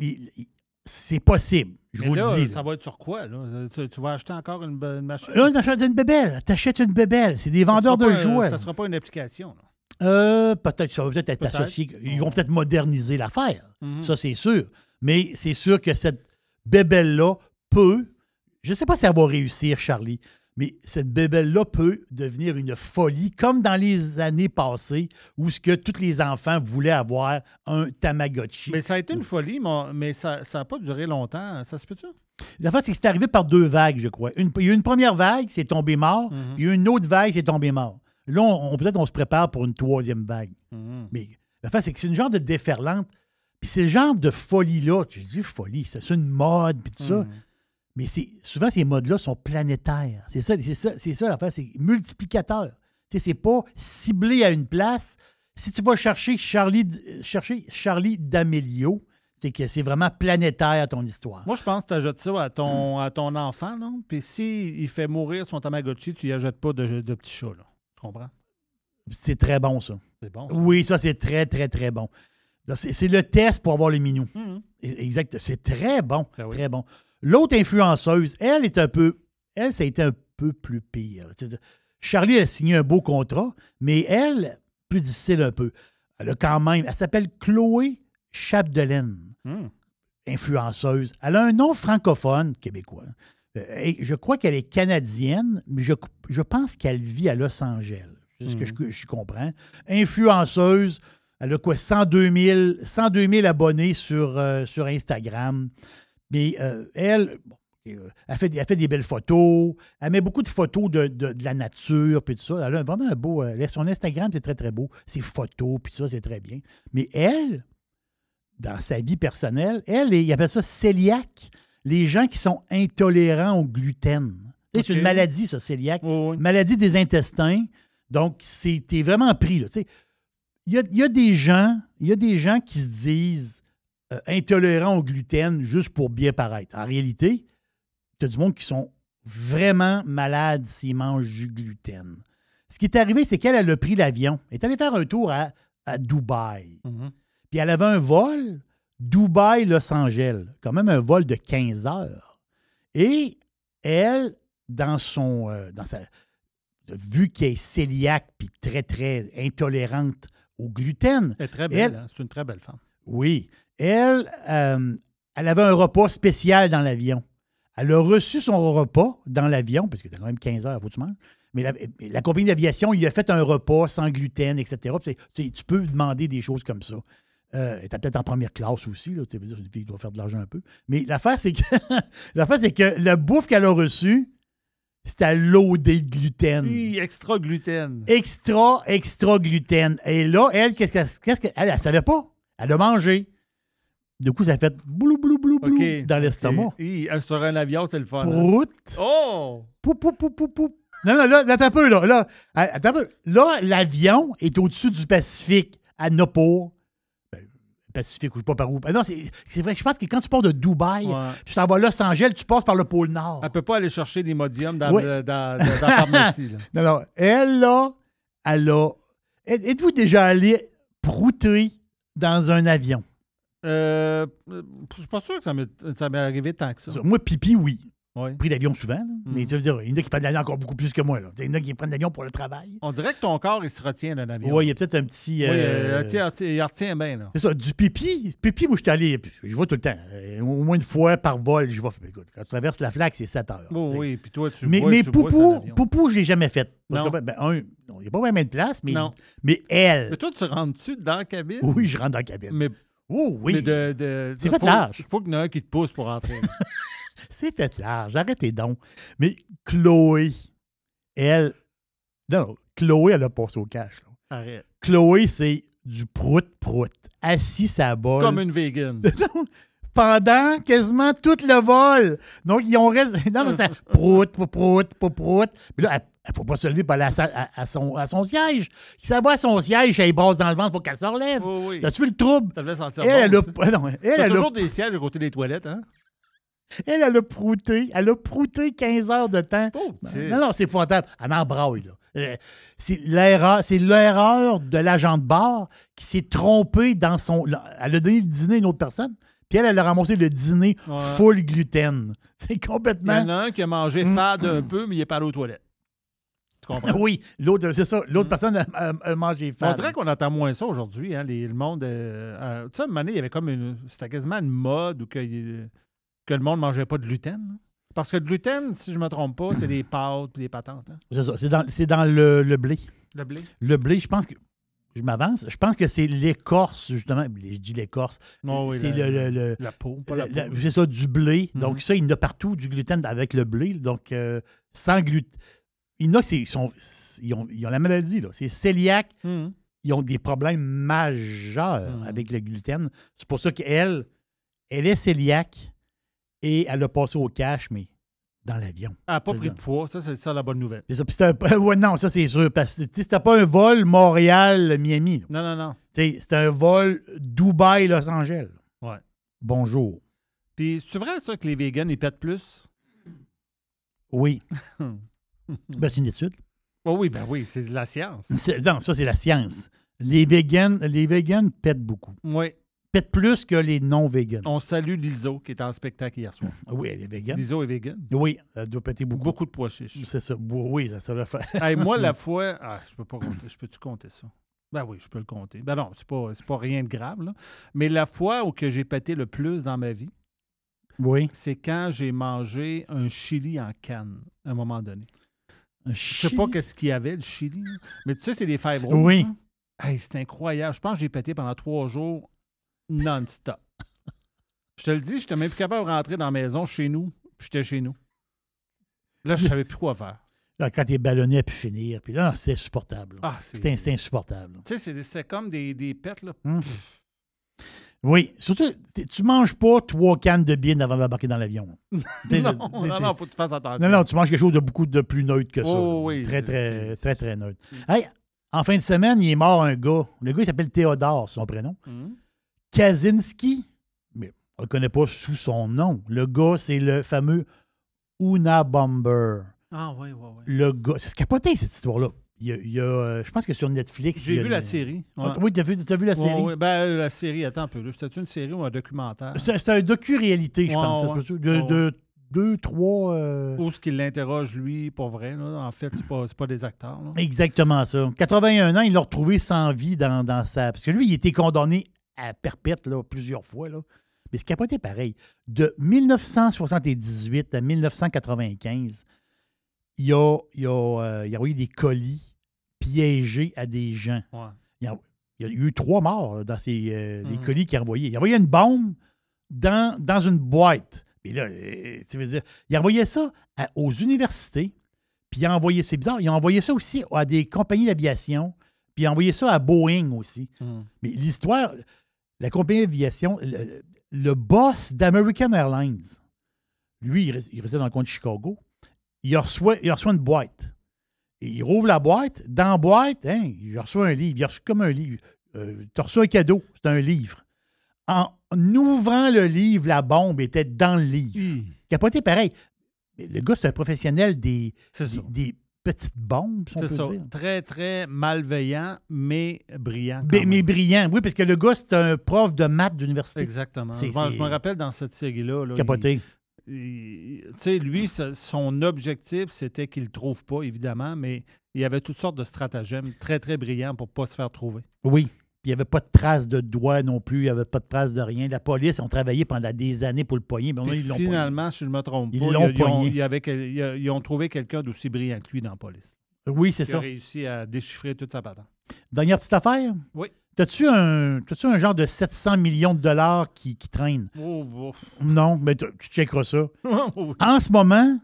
c'est possible. Je vous le dis. Ça va être sur quoi? Là? Tu vas acheter encore une machine? Là, t'achètes une bébelle. T'achètes une bébelle. C'est des vendeurs de jouets. Ça ne sera pas une application. Là. Peut-être. Ça va peut-être être associé. Ils vont peut-être moderniser l'affaire. Ça, c'est sûr. Mais c'est sûr que cette bébelle-là peut... Je ne sais pas si elle va réussir, Charlie, mais cette bébelle-là peut devenir une folie, comme dans les années passées, où ce que tous les enfants voulaient avoir un Tamagotchi. Mais ça a été une folie, mais ça n'a pas duré longtemps. Ça se peut-tu? La fois, c'est que c'est arrivé par 2 vagues, je crois. Il y a eu une première vague, c'est tombé mort. Puis il y a eu une autre vague, c'est tombé mort. Là, peut-être on se prépare pour une 3e vague. Mais la fois, c'est que c'est une genre de déferlante. Puis c'est le genre de folie-là. Je dis folie, c'est une mode, puis tout ça. Mais souvent, ces modes-là sont planétaires. C'est ça l'affaire, c'est multiplicateur. C'est pas ciblé à une place, Si tu vas chercher Charlie D'Amelio, c'est que c'est vraiment planétaire ton histoire. Moi, je pense que tu ajoutes ça à ton enfant, là. Puis s'il fait mourir son Tamagotchi, tu n'y ajoutes pas de petit chat, là. Tu comprends? C'est très bon, ça. C'est bon. Ça. Oui, ça, c'est très, très, très bon. C'est le test pour avoir le minou. Mm-hmm. Exact. C'est très bon. Ben oui. Très bon. L'autre influenceuse, elle, ça a été un peu plus pire. Charlie, elle a signé un beau contrat, mais elle, plus difficile un peu. Elle s'appelle Chloé Chapdelaine, influenceuse. Elle a un nom francophone québécois. Et je crois qu'elle est canadienne, mais je pense qu'elle vit à Los Angeles. C'est ce que je comprends. Influenceuse, elle a quoi, 102 000 abonnés sur Instagram. Mais elle fait des belles photos. Elle met beaucoup de photos de la nature, puis tout ça. Elle a vraiment un beau... son Instagram, c'est très, très beau. Ses photos, puis tout ça, c'est très bien. Mais elle, dans sa vie personnelle, il appelle ça cœliaque. Les gens qui sont intolérants au gluten. Okay. C'est une maladie, ça, cœliaque. Oh, oui. Maladie des intestins. Donc, t'es vraiment pris, là. Il y a des gens qui se disent intolérants au gluten juste pour bien paraître. En réalité, tu as du monde qui sont vraiment malades s'ils mangent du gluten. Ce qui est arrivé, c'est qu'elle a pris l'avion. Elle est allée faire un tour à Dubaï. Mm-hmm. Puis elle avait un vol Dubaï-Los Angeles, quand même un vol de 15 heures. Et elle, vu qu'elle est cœliaque puis très, très intolérante au gluten. Elle est très belle, c'est une très belle femme. Oui. Elle avait un repas spécial dans l'avion. Elle a reçu son repas dans l'avion, parce que t'as quand même 15 heures, il faut que tu manges. Mais la compagnie d'aviation, il a fait un repas sans gluten, etc. Tu peux demander des choses comme ça. Elle était peut-être en première classe aussi. Là, tu veux dire, une fille qui doit faire de l'argent un peu. Mais l'affaire, c'est que la bouffe qu'elle a reçue, c'était loadé de gluten. Oui, extra gluten. Extra gluten. Et là, elle, qu'est-ce qu'elle ne savait pas. Elle a mangé. Du coup, ça a fait blou, blou, blou, blou dans l'estomac. Oui, sur un avion, c'est le fun. Prout. Hein? Oh! Pou, pou, pou, pou, pou. Non, là, attends un peu, là. Attends un peu. Là, l'avion est au-dessus du Pacifique, à Nopal. Pacifique, ou je ne sais pas par où. Non, c'est vrai, je pense que quand tu pars de Dubaï, tu t'en vas à Los Angeles, tu passes par le pôle Nord. Elle ne peut pas aller chercher des modiums dans la pharmacie. Là. Non, elle a... Êtes-vous déjà allé prouter dans un avion? Je suis pas sûr que ça m'est arrivé tant que ça. Moi, pipi, oui. Oui. Pris l'avion souvent. Là. Mais tu veux dire, il y en a qui prennent l'avion encore beaucoup plus que moi. Là. Il y en a qui prennent l'avion pour le travail. On dirait que ton corps, il se retient d'un avion. Oui, il y a peut-être un petit... il retient bien. Là. C'est ça, du pipi. Pipi, moi, je suis allé... Je vois tout le temps. Au moins une fois par vol, je vais... Écoute, quand tu traverses la flaque, c'est 7 heures. Oh, oui, puis toi, tu mais vois Poupou, je ne l'ai jamais fait. Parce non. Que, il n'y a pas vraiment de place, mais... Non. Mais elle... Mais toi, tu rentres-tu dans la cabine? Oui, je rentre dans la cabine. Mais... Oh, oui. Mais c'est fait large. Il faut qu'il y en ait un qui te pousse pour rentrer. C'est fait large. Arrêtez donc. Mais Chloé, elle... Non, Chloé, elle a passé au cash. Là. Arrête. Chloé, c'est du prout-prout. Assis sa bol. Comme une vegan. Pendant quasiment tout le vol. Donc, ils ont resté... Non, ça... Prout. Mais là, elle ne faut pas se lever pour aller à son siège. Si ça va à son siège, elle brasse dans le ventre, il faut qu'elle se relève. Oh, oui. As-tu vu le trouble? Ça devait sentir elle, bon. Elle a toujours des sièges à côté des toilettes, hein? Elle a prouté. Elle a prouté 15 heures de temps. Oh, non, c'est épouvantable. Elle en braille, là. C'est l'erreur de l'agent de bar qui s'est trompé dans son... Elle a donné le dîner à une autre personne, puis elle a ramassé le dîner full gluten. C'est complètement... Il y en a un qui a mangé fade un peu, mais il est pas allé aux toilettes. Tu comprends? Oui, l'autre, c'est ça. L'autre personne a mangé fade. On dirait qu'on entend moins ça aujourd'hui. Hein, le monde... tu sais, à un moment donné, il y avait comme c'était quasiment une mode où que le monde ne mangeait pas de gluten. Là. Parce que le gluten, si je ne me trompe pas, c'est des pâtes et des patentes. Hein? C'est ça. C'est dans le blé. Le blé? Le blé, je pense que... Je m'avance. Je pense que c'est l'écorce, justement. Je dis l'écorce. Oh, oui, c'est la peau, pas la peau. C'est ça, du blé. Mm-hmm. Donc ça, il y en a partout, du gluten avec le blé. Donc, sans gluten. Il y en a qui ils ont la maladie. Là. C'est cœliaque. Mm-hmm. Ils ont des problèmes majeurs avec le gluten. C'est pour ça qu'elle est cœliaque et elle a passé au cash, mais dans l'avion. Elle n'a pas C'est pris ça. de poids. Ça, c'est ça la bonne nouvelle. C'est ça. Puis ouais, non, ça, c'est sûr. Parce que c'était pas un vol Montréal-Miami. Non. C'était un vol Dubaï-Los Angeles. Ouais. Bonjour. Puis, c'est vrai, ça, que les vegans, ils pètent plus? Oui. C'est une étude. Oh oui, c'est de la science. Non, ça, c'est la science. Les vegans pètent beaucoup. Oui. Pètent plus que les non-vegans. On salue Liso, qui était en spectacle hier soir. Oui, elle est vegan. Liso est vegan. Oui, elle doit péter beaucoup. Beaucoup de pois chiches. C'est ça. Oui, ça va faire. Hey, moi, la fois... je peux pas compter. Je peux-tu compter ça? Ben oui, je peux le compter. Ben non, c'est pas rien de grave, là. Mais la fois où que j'ai pété le plus dans ma vie, c'est quand j'ai mangé un chili en canne, à un moment donné. Je sais pas qu'est-ce qu'il y avait, le chili. Là. Mais tu sais, c'est des fèves rouges. Oui. Hein? Hey, c'est incroyable. Je pense que j'ai pété pendant 3 jours non-stop. Je te le dis, je n'étais même plus capable de rentrer dans la maison chez nous. Puis j'étais chez nous. Là, je savais plus quoi faire. Là, quand t'es ballonné à pu finir, puis là, c'est insupportable. C'était insupportable. Tu sais, c'était comme des pets, là. Oui, surtout, tu manges pas 3 cannes de bière avant d'embarquer dans l'avion. non, faut que tu fasses attention. Non, tu manges quelque chose de beaucoup de plus neutre que ça. Oh, oui. Très neutre. Hey, en fin de semaine, il est mort un gars. Le gars, il s'appelle Théodore, son prénom. Kaczynski, mais on ne le connaît pas sous son nom. Le gars, c'est le fameux Unabomber. Ah oui. Le gars, c'est capoté, cette histoire-là. Il y a je pense que sur Netflix... J'ai vu la série. Ouais. Oui, t'as vu la série? Oui, ben, la série, attends un peu. C'était une série ou un documentaire? C'est un docu-réalité, je pense. De 2, 3... Où est-ce qu'il l'interroge, lui, pour vrai? Là. En fait, c'est pas des acteurs. Là. Exactement ça. 81 ans, il l'a retrouvé sans vie dans sa... Parce que lui, il était condamné à perpète là, plusieurs fois. Là. Mais c'est capoté pareil. De 1978 à 1995, il a envoyé des colis piégés à des gens. Ouais. Il y a eu 3 morts là, dans les colis qu'il a envoyés. Il a envoyé une bombe dans une boîte. Et là, tu veux dire, il a envoyé ça aux universités, puis il a envoyé, c'est bizarre, il a envoyé ça aussi à des compagnies d'aviation, puis il a envoyé ça à Boeing aussi. Mais l'histoire, la compagnie d'aviation, le boss d'American Airlines, lui, il restait dans le coin de Chicago, il reçoit une boîte. Et il rouvre la boîte. Dans la boîte, il reçoit un livre. Il a reçu comme un livre. Tu as reçu un cadeau. C'est un livre. En ouvrant le livre, la bombe était dans le livre. Capoté pareil. Mais le gars, c'est un professionnel des petites bombes, si on peut dire. Très, très malveillant, mais brillant. Mais brillant, oui, parce que le gars, c'est un prof de maths d'université. Exactement. Je me rappelle dans cette série-là. Là, capoté. Tu sais, lui, son objectif, c'était qu'il ne le trouve pas, évidemment, mais il y avait toutes sortes de stratagèmes très, très brillants pour ne pas se faire trouver. Oui. Puis il n'y avait pas de traces de doigts non plus, il n'y avait pas de traces de rien. La police ont travaillé pendant des années pour le pogner, mais ils l'ont finalement, pogné. Si je ne me trompe pas, ils ont trouvé quelqu'un d'aussi brillant que lui dans la police. Oui, c'est ça. Qui a réussi à déchiffrer toute sa patente. Dernière petite affaire? Oui. T'as-tu un genre de 700 millions de dollars qui traîne? Oh. Non, mais tu checkeras ça. Oui. En ce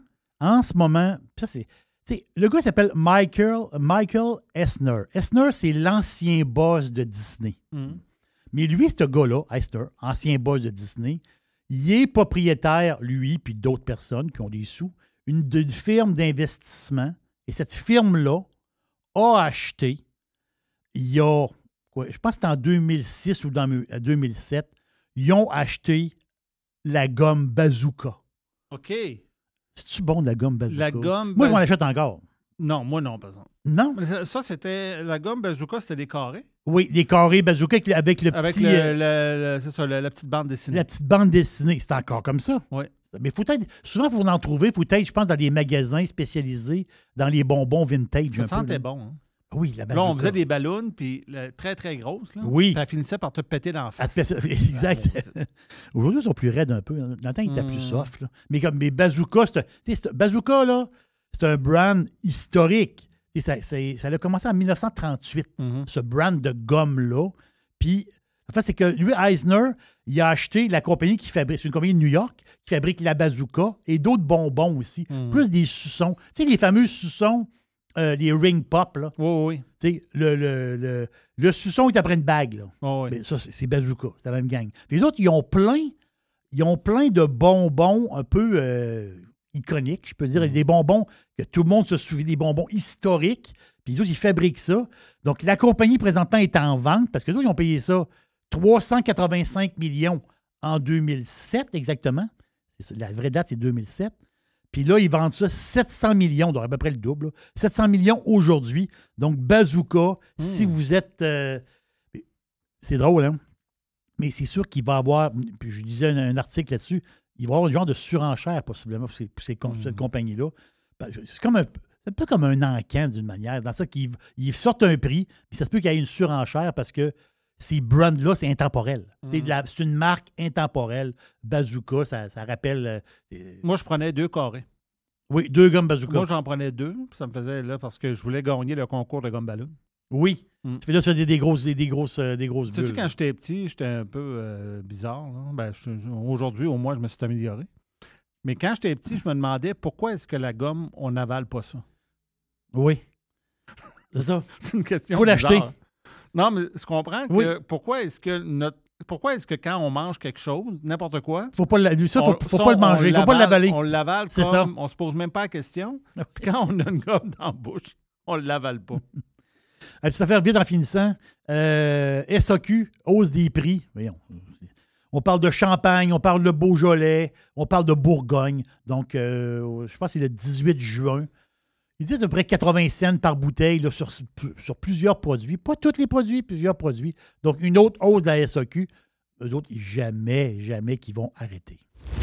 moment, ça c'est... le gars s'appelle Michael Eisner. Eisner, c'est l'ancien boss de Disney. Mais lui, ce gars-là, Eisner, ancien boss de Disney, il est propriétaire, lui, puis d'autres personnes qui ont des sous, d'une firme d'investissement. Et cette firme-là a acheté, il y a, je pense que c'était en 2006 ou 2007, ils ont acheté la gomme Bazooka. OK. C'est-tu bon, de la gomme Bazooka? La gomme moi, je m'en achète encore. Non, moi non, par exemple. Non? Ça, c'était... La gomme Bazooka, c'était des carrés? Oui, des carrés Bazooka avec le petit... c'est ça, la petite bande dessinée. La petite bande dessinée, c'est encore comme ça. Oui. Mais souvent, il faut en trouver. Il faut être, je pense, dans des magasins spécialisés, dans les bonbons vintage. Ça sentait bon, hein? Oui, la Bazooka. Là, on faisait des ballons, puis très, très grosses. Là. Oui. Ça finissait par te péter dans la face. Exact. Aujourd'hui, ils sont plus raides un peu. Dans le temps, ils étaient plus soft. Là. Mais comme mes Bazooka, Bazooka, là, c'est un brand historique. Ça a commencé en 1938, ce brand de gomme-là. Puis, en fait, c'est que lui, Eisner, il a acheté la compagnie qui fabrique, c'est une compagnie de New York, qui fabrique la Bazooka et d'autres bonbons aussi. Plus des suçons. Tu sais, les fameux suçons, les ring pop, là. Oui. Tu sais, le suçon est après une bague, là. Oui. Mais ça, c'est Bazooka, c'est la même gang. Les autres, ils ont plein de bonbons un peu iconiques, je peux dire, des bonbons que tout le monde se souvient, des bonbons historiques, puis les autres, ils fabriquent ça. Donc, la compagnie, présentement, est en vente, parce que les autres, ils ont payé ça 385 millions en 2007, exactement. La vraie date, c'est 2007. Puis là, ils vendent ça 700 millions, donc à peu près le double. Là. 700 millions aujourd'hui. Donc, Bazooka, si vous êtes... c'est drôle, hein? Mais c'est sûr qu'il va y avoir... Puis je disais un article là-dessus. Il va y avoir un genre de surenchère, possiblement, pour cette compagnie-là. C'est comme c'est un peu comme un encan, d'une manière. Dans ça qu'ils sortent un prix, puis ça se peut qu'il y ait une surenchère parce que ces brands-là, c'est intemporel. C'est une marque intemporelle. Bazooka, ça rappelle... Moi, je prenais 2 carrés. Oui, 2 gommes Bazooka. Moi, j'en prenais 2. Ça me faisait là parce que je voulais gagner le concours de gomme ballon. Oui. Tu fais là, ça des grosses bulles. Tu sais, quand j'étais petit, j'étais un peu bizarre. Là. Aujourd'hui, au moins, je me suis amélioré. Mais quand j'étais petit, je me demandais pourquoi est-ce que la gomme, on n'avale pas ça? Oui. C'est ça. C'est une question faut l'acheter. Non, mais je comprends que oui. Pourquoi est-ce que quand on mange quelque chose, n'importe quoi, faut pas faut pas le manger, faut pas l'avaler. On l'avale c'est comme ça. On se pose même pas la question. Puis quand on a une gomme dans la bouche, on l'avale pas. Et puis ça fait vite en finissant. SAQ, hausse des prix. Voyons. On parle de Champagne, on parle de Beaujolais, on parle de Bourgogne. Donc, je pense que c'est le 18 juin. Ils disent à peu près 80 cents par bouteille là, sur plusieurs produits. Pas tous les produits, plusieurs produits. Donc, une autre hausse de la SAQ. Eux autres, jamais qu'ils vont arrêter.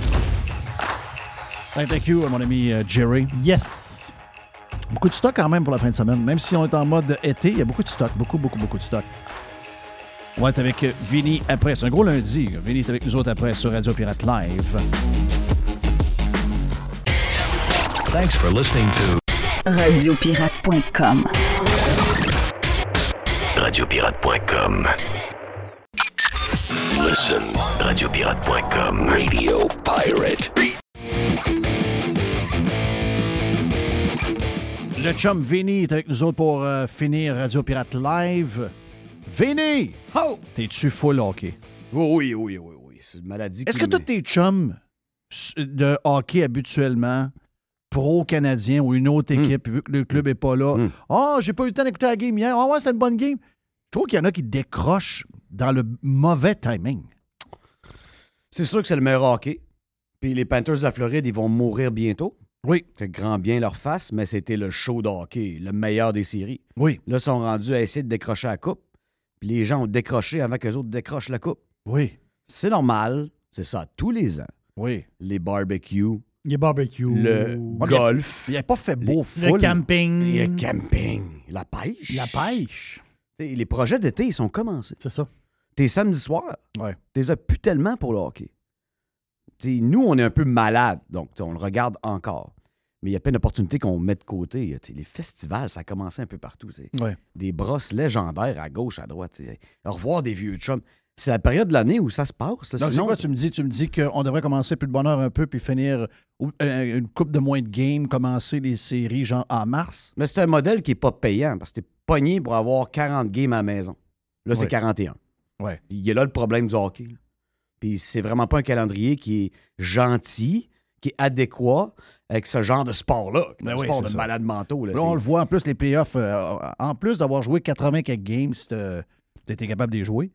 Thank you, mon ami Jerry. Yes. Beaucoup de stock quand même pour la fin de semaine. Même si on est en mode été, il y a beaucoup de stock. Beaucoup de stock. On va être avec Vinny après. C'est un gros lundi. Vinny est avec nous autres après sur Radio Pirate Live. Thanks for listening to Radiopirate.com. Radiopirate.com. Listen. Radiopirate.com. Radio Pirate. Le chum Vinny est avec nous autres pour finir Radio Pirate Live. Vinny! Oh! T'es-tu full hockey? Oui. C'est une maladie. Est-ce que tous tes chums de hockey habituellement, pro-canadien ou une autre équipe, vu que le club n'est pas là, j'ai pas eu le temps d'écouter la game hier. Ouais, c'est une bonne game. Je trouve qu'il y en a qui décrochent dans le mauvais timing. C'est sûr que c'est le meilleur hockey. Puis les Panthers de la Floride, ils vont mourir bientôt. Oui. Que grand bien leur fasse, mais c'était le show de hockey, le meilleur des séries. Oui. Là, ils sont rendus à essayer de décrocher la coupe. Puis les gens ont décroché avant qu'eux autres décrochent la coupe. Oui. C'est normal. C'est ça tous les ans. Oui. Les barbecues. Les barbecues. Le golf. Il n'y a pas fait beau full. Le camping. Le camping. La pêche. La pêche. T'sais, les projets d'été, ils sont commencés. C'est ça. T'es samedi soir. Ouais. T'es as plus tellement pour le hockey. T'sais, nous, on est un peu malades, donc on le regarde encore. Mais il y a plein d'opportunités qu'on met de côté. Les festivals, ça a commencé un peu partout. Ouais. Des brosses légendaires à gauche, à droite. Revoir des vieux chums. C'est la période de l'année où ça se passe. Là. Donc, sinon, c'est quoi, tu me dis qu'on devrait commencer plus de bonheur un peu puis finir une coupe de moins de games, commencer les séries genre en mars? Mais c'est un modèle qui n'est pas payant parce que t'es pogné pour avoir 40 games à la maison. Là, c'est 41. Ouais. Il y a là le problème du hockey. Là. Puis c'est vraiment pas un calendrier qui est gentil, qui est adéquat avec ce genre de sport-là. Un sport de malades mentaux. Là, on le voit, en plus, les playoffs, en plus d'avoir joué 80 quelques games, si tu étais capable de les jouer,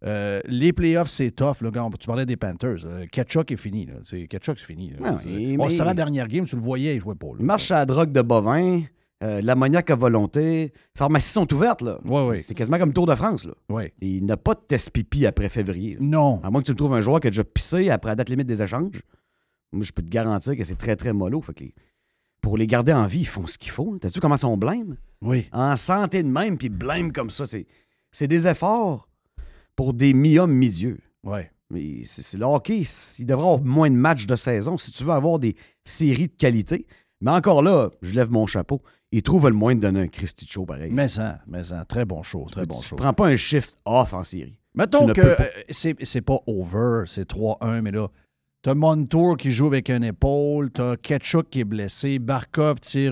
les playoffs, c'est tough. Là, quand tu parlais des Panthers. Ketchuk est fini. Là. Ketchuk, c'est fini. Là. Ouais, c'est la dernière game, tu le voyais, il jouait pas. Là. Il marche à la drogue de bovin, l'ammoniaque à volonté. Les pharmacies sont ouvertes. Là. Ouais. C'est quasiment comme Tour de France. Là. Ouais. Il n'a pas de test pipi après février. Là. Non. À moins que tu me trouves un joueur qui a déjà pissé après la date limite des échanges. Moi, je peux te garantir que c'est très, très mollo. Fait que pour les garder en vie, ils font ce qu'il faut. T'as-tu comment on blâme? Oui. En santé de même, puis blâme comme ça. C'est des efforts pour des mi-hommes, mi-dieux. Ouais. Mais c'est le hockey. Il devrait avoir moins de matchs de saison si tu veux avoir des séries de qualité. Mais encore là, je lève mon chapeau. Ils trouvent le moyen de donner un Christy de show pareil. Mais ça, très bon show, très bon show. Tu prends pas un shift off en série. Mettons que c'est pas over, c'est 3-1, mais là, t'as Montour qui joue avec une épaule, t'as Ketchuk qui est blessé, Barkov tire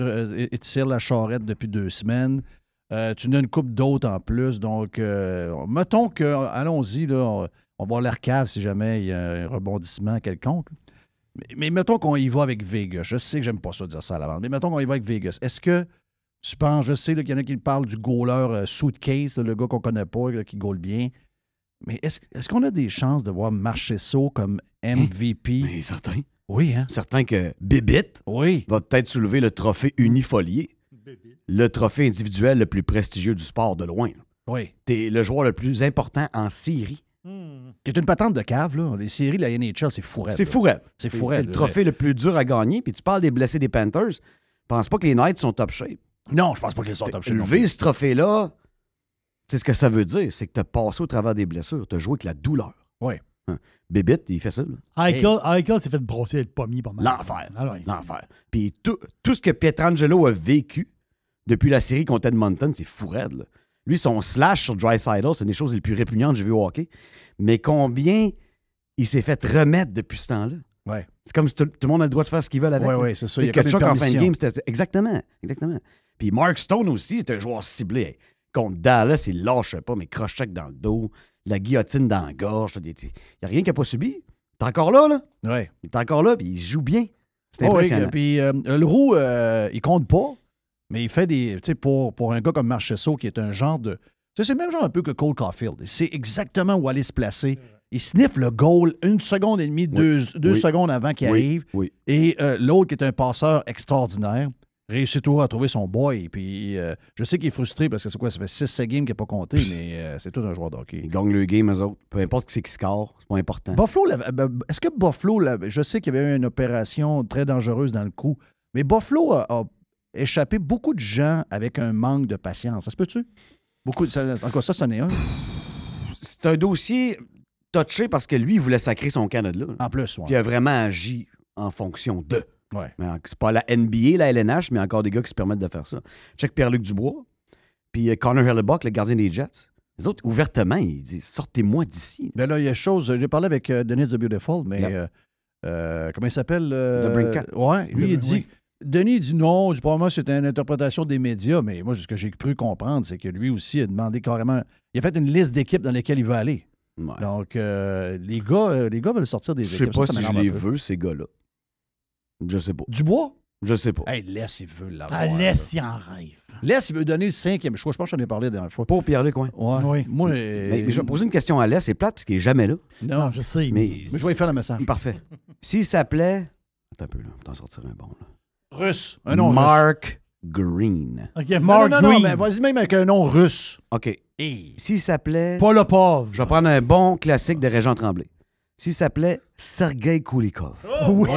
la charrette depuis 2 semaines. Tu n'as une coupe d'autres en plus. Donc, mettons que, allons-y, là, on va voir l'air cave si jamais il y a un rebondissement quelconque. Mais mettons qu'on y va avec Vegas. Je sais que j'aime pas ça dire ça à l'avance, mais mettons qu'on y va avec Vegas. Est-ce que tu penses, je sais qu'il y en a qui parlent du goaler Suitcase, le gars qu'on connaît pas, là, qui goal bien. Mais est-ce qu'on a des chances de voir Marchessault comme MVP? Mais certain. Oui, hein? Certain que Bibit va peut-être soulever le trophée unifolié. Le trophée individuel le plus prestigieux du sport de loin. Oui. T'es le joueur le plus important en série. Qui est une patente de cave, là. Les séries de la NHL, c'est fourette. C'est fourette. C'est fourette. C'est le trophée le plus dur à gagner. Puis tu parles des blessés des Panthers. Je pense pas que les Knights sont top shape. Non, je pense pas qu'ils sont top shape. Lever ce trophée-là, c'est ce que ça veut dire. C'est que tu as passé au travers des blessures. Tu as joué avec la douleur. Oui. Hein. Bébit, il fait ça. Eichel s'est fait brosser le pommier pas mal. L'enfer. Alors, L'enfer. Puis tout ce que Pietrangelo a vécu depuis la série contre Edmonton, c'est fou raide, là. Lui, son slash sur Draisaitl, c'est une des choses les plus répugnantes que j'ai vues au hockey. Mais combien il s'est fait remettre depuis ce temps-là? Ouais. C'est comme si tout le monde a le droit de faire ce qu'il veut avec. Oui, c'est ça. Il y a Kachuk en fin de game, c'était... Exactement. Puis Mark Stone aussi, c'est un joueur ciblé. Hey, contre Dallas, il lâchait pas, mais crochet dans le dos, la guillotine dans la gorge. Il n'y a rien qu'il n'a pas subi. Il est encore là, là. Oui. Il est encore là, puis il joue bien. C'est impressionnant. Oui, puis le roux, il compte pas, mais il fait des... Tu sais, pour un gars comme Marchessault, qui est un genre de... Tu sais, c'est le même genre un peu que Cole Caulfield. C'est exactement où aller se placer. Il sniffe le goal 1 seconde et demie, 2 secondes avant qu'il arrive. Oui. Et l'autre, qui est un passeur extraordinaire, réussit toujours à trouver son boy. Puis je sais qu'il est frustré parce que c'est quoi, ça fait 6 games qu'il n'a pas compté, mais c'est tout un joueur de hockey. Il gagne le game, eux autres. Peu importe qui c'est qui score, c'est pas important. Buffalo, est-ce que Buffalo, je sais qu'il y avait eu une opération très dangereuse dans le coup, mais Buffalo a échappé beaucoup de gens avec un manque de patience. Ça se peut-tu? En tout cas, ça, c'en est un. C'est un dossier touché parce que lui, il voulait sacrer son Canada. En plus, oui. Puis il a vraiment agi en fonction de. Ouais. C'est pas la NBA, la LNH, mais encore des gars qui se permettent de faire ça. Check Pierre-Luc Dubois, puis Connor Hellebuck, le gardien des Jets. Les autres, ouvertement, ils disent « Sortez-moi d'ici ». Ben là, il y a chose... J'ai parlé avec Denis the Beautiful, mais comment il s'appelle? The Brincat. Oui, lui, il dit... Denis dit non, probablement c'est une interprétation des médias, mais moi, ce que j'ai cru comprendre, c'est que lui aussi a demandé carrément... Il a fait une liste d'équipes dans lesquelles il veut aller. Ouais. Donc, les gars veulent sortir des équipes. Je sais pas si je les veux. veux, ces gars-là. Je sais pas. Dubois? Je sais pas. Hey, laisse, il veut l'avoir. Laisse, il en rêve. Laisse, il veut donner le 5e choix. Je pense que j'en ai parlé la dernière fois. Pour Pierre-Luc, ouais. Oui. Moi, mais je vais poser une question à Laisse. C'est plate parce qu'il est jamais là. Non, je sais. Mais je vais lui faire le message. Parfait. S'il s'appelait... Attends un peu, là. On va t'en sortir un bon, là. Russe. Un nom Mark Green. OK, Mark Green. Non, mais vas-y même avec un nom russe. OK. S'il s'appelait... Polopov. Je vais prendre un bon classique de Régent Tremblay. S'il s'appelait Sergei Kulikov. Oh, oui.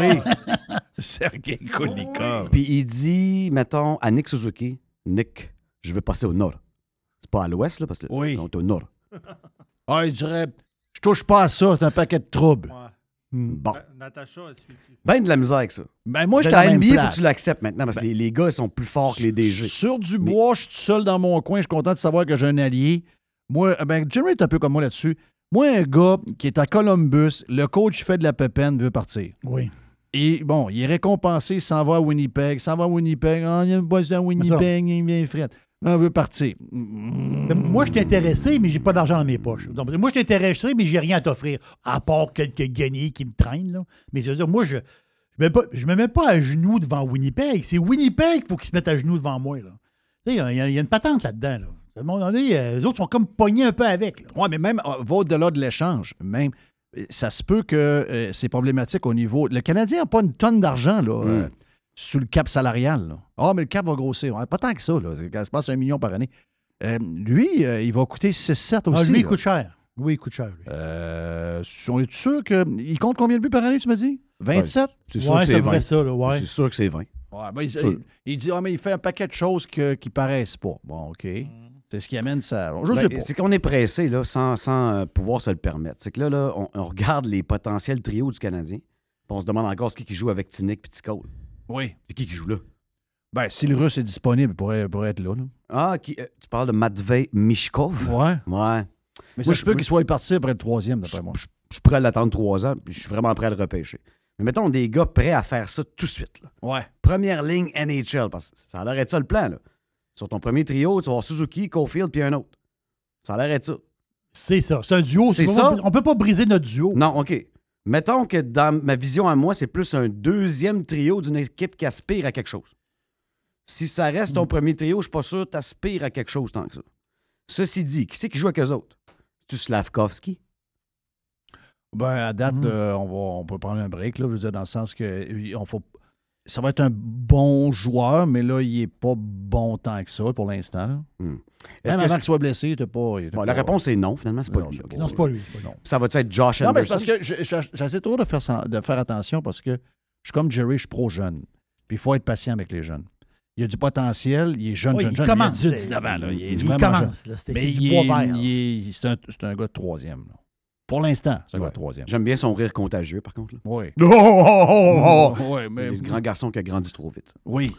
Sergei Kulikov. Puis il dit, mettons, à Nick Suzuki, Nick, je veux passer au nord. C'est pas à l'ouest, là, parce que t'es au nord. Ah, il dirait, je touche pas à ça, c'est un paquet de troubles. Ouais. Bon. Natacha, Ben de la misère avec ça. Ben moi, je dans la même NBA, place. faut que tu l'acceptes maintenant, parce que les gars, ils sont plus forts que les DG. Sur Dubois, je suis tout seul dans mon coin, je suis content de savoir que j'ai un allié. Moi, Jerry est un peu comme moi là-dessus. Moi, un gars qui est à Columbus, le coach fait de la pépine, veut partir. Oui. Et bon, il est récompensé, il s'en va à Winnipeg. Ah, il y a un boss à Winnipeg, il vient frette. On veut partir. Moi, je suis intéressé, mais j'ai pas d'argent dans mes poches. Donc, moi, je suis intéressé, mais j'ai rien à t'offrir, à part quelques guenilles qui me traînent. Là. Mais c'est-à-dire, moi, je me mets pas à genoux devant Winnipeg. C'est Winnipeg qu'il faut qu'ils se mettent à genoux devant moi. Tu sais, il y a une patente là-dedans. Là. À un moment donné, les autres sont comme pognés un peu avec. Oui, mais même, va au-delà de l'échange. Même, ça se peut que c'est problématique au niveau... Le Canadien n'a pas une tonne d'argent, là. Sous le cap salarial. Ah, mais le cap va grossir. Pas tant que ça. Là. Ça passe 1 million par année. Lui, il va coûter 6-7 aussi. Lui, il coûte cher. Oui, il coûte cher. Lui. On est sûr qu'il compte combien de buts par année, tu m'as dit? 27? Ouais, c'est sûr que c'est 20. Ça, là, ouais. C'est sûr que c'est 20. Ouais, ben, il dit, mais il fait un paquet de choses qui paraissent pas. Bon, OK. C'est ce qui amène ça. Je sais pas. C'est qu'on est pressé là, sans pouvoir se le permettre. C'est que là on regarde les potentiels trios du Canadien. Puis on se demande encore ce qui joue avec Tinnick et Ticole. Oui. C'est qui joue là? Ben, si le Russe est disponible, il pourrait être là. Ah, tu parles de Matvei Mishkov? Ouais. Ouais. Mais ça se peut qu'il soit parti après le 3e, d'après moi. Je suis prêt à l'attendre 3 ans, puis je suis vraiment prêt à le repêcher. Mais mettons des gars prêts à faire ça tout de suite. Là. Ouais. Première ligne NHL, parce que ça a l'air d'être ça le plan. Là. Sur ton premier trio, tu vas avoir Suzuki, Caulfield, puis un autre. Ça a l'air d'être ça. C'est ça. C'est un duo. C'est ça? On peut pas briser notre duo. Non, OK. Mettons que dans ma vision à moi, c'est plus un deuxième trio d'une équipe qui aspire à quelque chose. Si ça reste ton premier trio, je suis pas sûr que tu aspires à quelque chose tant que ça. Ceci dit, qui c'est qui joue avec eux autres? C'est-tu Slavkovski? Ben, à date, on peut prendre un break, là, je veux dire, dans le sens que ça va être un bon joueur, mais là, il n'est pas bon tant que ça pour l'instant. Même avant qu'il soit blessé, il n'était pas... La réponse est non, finalement, c'est pas lui. Non, c'est pas lui. Non. Ça va-tu être Josh Anderson? Non, mais c'est parce que j'essaie toujours de faire attention parce que je suis comme Jerry, je suis pro-jeune. Puis il faut être patient avec les jeunes. Il a du potentiel, il est jeune. Il commence. Il a 18-19 ans. Là. Il commence. Là, c'est du bois vert. C'est un gars de troisième. Là. Pour l'instant, c'est un gars de troisième. J'aime bien son rire contagieux, par contre. Là. Oui. Mais... Il est le grand garçon qui a grandi trop vite. Oui.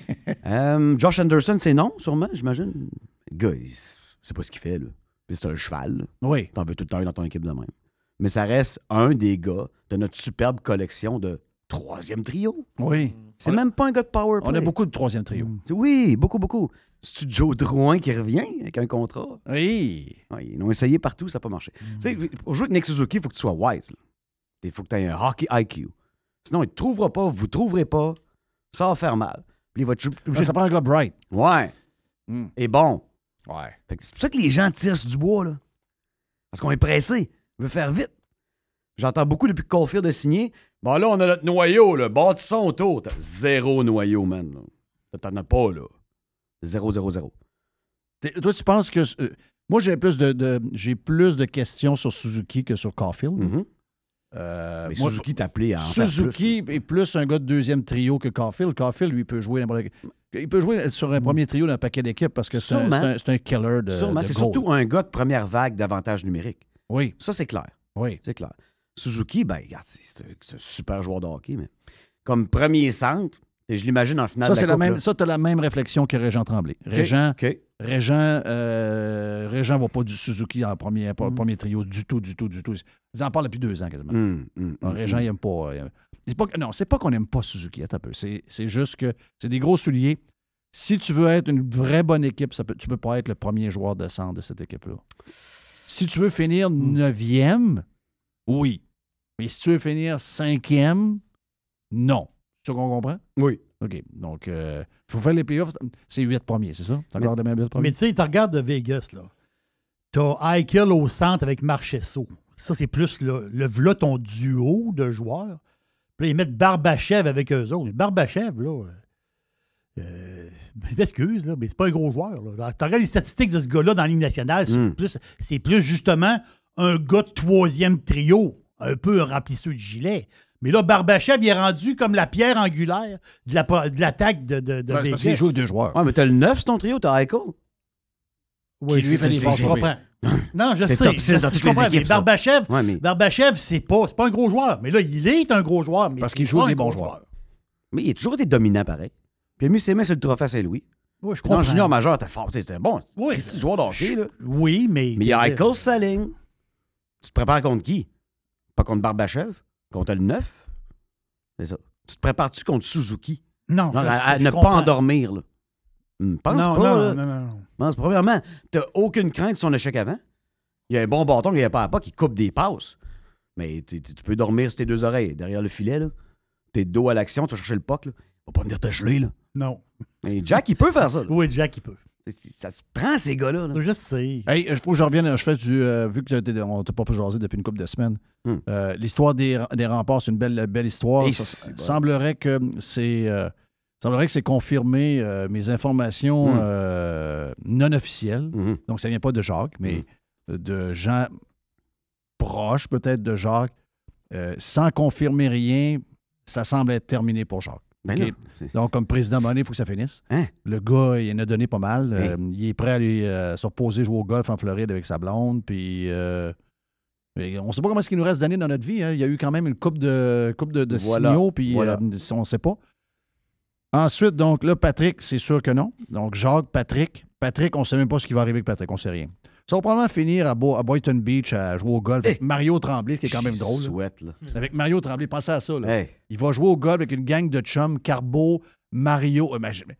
Josh Anderson, c'est non, sûrement, j'imagine. Le gars, c'est pas ce qu'il fait. Là. C'est un cheval. Là. Oui. T'en veux tout le temps dans ton équipe de même. Mais ça reste un des gars de notre superbe collection de troisième trio. Oui. C'est même pas un gars de power play. On a beaucoup de troisième trio. Oui, beaucoup. C'est-tu Joe Drouin qui revient avec un contrat? Oui. Ils l'ont essayé partout, ça n'a pas marché. Tu sais, pour jouer avec Nick Suzuki, il faut que tu sois wise. Il faut que tu aies un hockey IQ. Sinon, il ne te trouvera pas, vous ne trouverez pas. Ça va faire mal. Puis il va ça prend un gars bright. Ouais. Et bon. Ouais. C'est pour ça que les gens tirent sur du bois, là. Parce qu'on est pressé. On veut faire vite. J'entends beaucoup depuis que Caulfield a signé. Bon, là, on a notre noyau, là. Bâtissons autour. T'as 0 noyau, man. Là. T'en as pas, là. 0-0-0. Toi, tu penses que... moi, j'ai plus de questions sur Suzuki que sur Caulfield. Mais Suzuki t'a appelé à en Suzuki faire plus. est plus un gars de deuxième trio que Caulfield. Caulfield, lui, peut jouer il peut jouer sur un premier trio d'un paquet d'équipes parce que c'est un killer de Sûrement. C'est goal. surtout un gars de première vague d'avantage numérique. Oui. Ça, c'est clair. Oui. C'est clair. Suzuki, ben, regarde, c'est un super joueur de hockey, mais comme premier centre, et je l'imagine en finale ça, de la Coupe. Ça, tu as la même réflexion que Régent Tremblay. Régent va pas du Suzuki en premier trio du tout. Ils en parlent depuis 2 ans quasiment. Régent, il n'aime pas... c'est pas qu'on n'aime pas Suzuki, attends un peu. C'est juste que c'est des gros souliers. Si tu veux être une vraie bonne équipe, tu peux pas être le premier joueur de centre de cette équipe-là. Si tu veux finir 9e, oui. Mais si tu veux finir 5e, non. C'est ça qu'on comprend? Oui. OK. Donc, il faut faire les playoffs. C'est 8 premiers, c'est ça? C'est encore de même 8 premiers? Mais tu sais, tu regardes de Vegas, là. T'as Eichel au centre avec Marchessault. Ça, c'est plus là, ton duo de joueurs. Puis là, ils mettent Barbachev avec eux autres. Barbachev, là... m'excuse, là, mais c'est pas un gros joueur. Là. Tu regardes les statistiques de ce gars-là dans la Ligue nationale, c'est plus justement un gars de 3e trio, un peu remplisseux de gilet. Mais là, Barbachev, il est rendu comme la pierre angulaire de l'attaque de Vegas. C'est parce qu'il joue avec 2 joueurs. Ouais, mais t'as le 9 sur ton trio, t'as Eichel. Oui, lui, fait des bons comprends. Non, je sais. Top 6 dans toutes les équipes, Barbachev, c'est pas un gros joueur. Mais là, il est un gros joueur. Mais parce qu'il joue avec des bons joueurs. Mais il a toujours été dominant, pareil. Puis il a mis ses mains sur le trophée à Saint-Louis. Oui, je comprends. Dans le junior majeur, t'es fort. C'était bon. Oui, c'est un joueur de hockey, là. Oui, mais... Mais il y a Eichel Saling. Tu te prépares contre qui? Pas contre Barbachev? Contre le 9? C'est ça. Tu te prépares-tu contre Suzuki? Non. Genre, à ne pas endormir, là. Pense pas. Non. Premièrement, t'as aucune crainte de son échec avant. Il y a un bon bâton qu'il n'y a pas à pas qui coupe des passes. Mais tu peux dormir sur tes 2 oreilles derrière le filet, là. T'es de dos à l'action, tu vas chercher le puck, là. Va pas venir te geler, là. Non. Mais Jack, il peut faire ça. Là. Oui, Jack, il peut. Ça se prend, ces gars-là. Là. Je sais. Hey, il faut que je revienne. Je fais vu qu'on t'a pas jasé depuis une couple de semaines. L'histoire des remparts, c'est une belle histoire. Semblerait que c'est confirmé, mes informations non officielles. Donc, ça vient pas de Jacques, mais de gens proches, peut-être, de Jacques. Sans confirmer rien, ça semble être terminé pour Jacques. Ben okay. Donc, comme président Monnet, il faut que ça finisse. Hein? Le gars, il en a donné pas mal. Il est prêt à aller se reposer, jouer au golf en Floride avec sa blonde. Puis, on ne sait pas comment est-ce qu'il nous reste d'années dans notre vie. Hein. Il y a eu quand même une coupe de signaux, puis on ne sait pas. Ensuite, donc là, Patrick, c'est sûr que non. Donc, Jacques, Patrick, on ne sait même pas ce qui va arriver avec Patrick, on ne sait rien. Ça va probablement finir à Boynton Beach à jouer au golf avec Mario Tremblay, ce qui est quand même drôle. Là. Avec Mario Tremblay, pensez à ça. Là. Il va jouer au golf avec une gang de chums, Carbo, Mario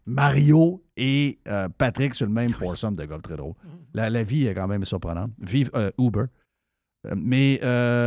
et Patrick sur le même foursome de golf. Très drôle. La vie est quand même surprenante. Vive Uber. Mais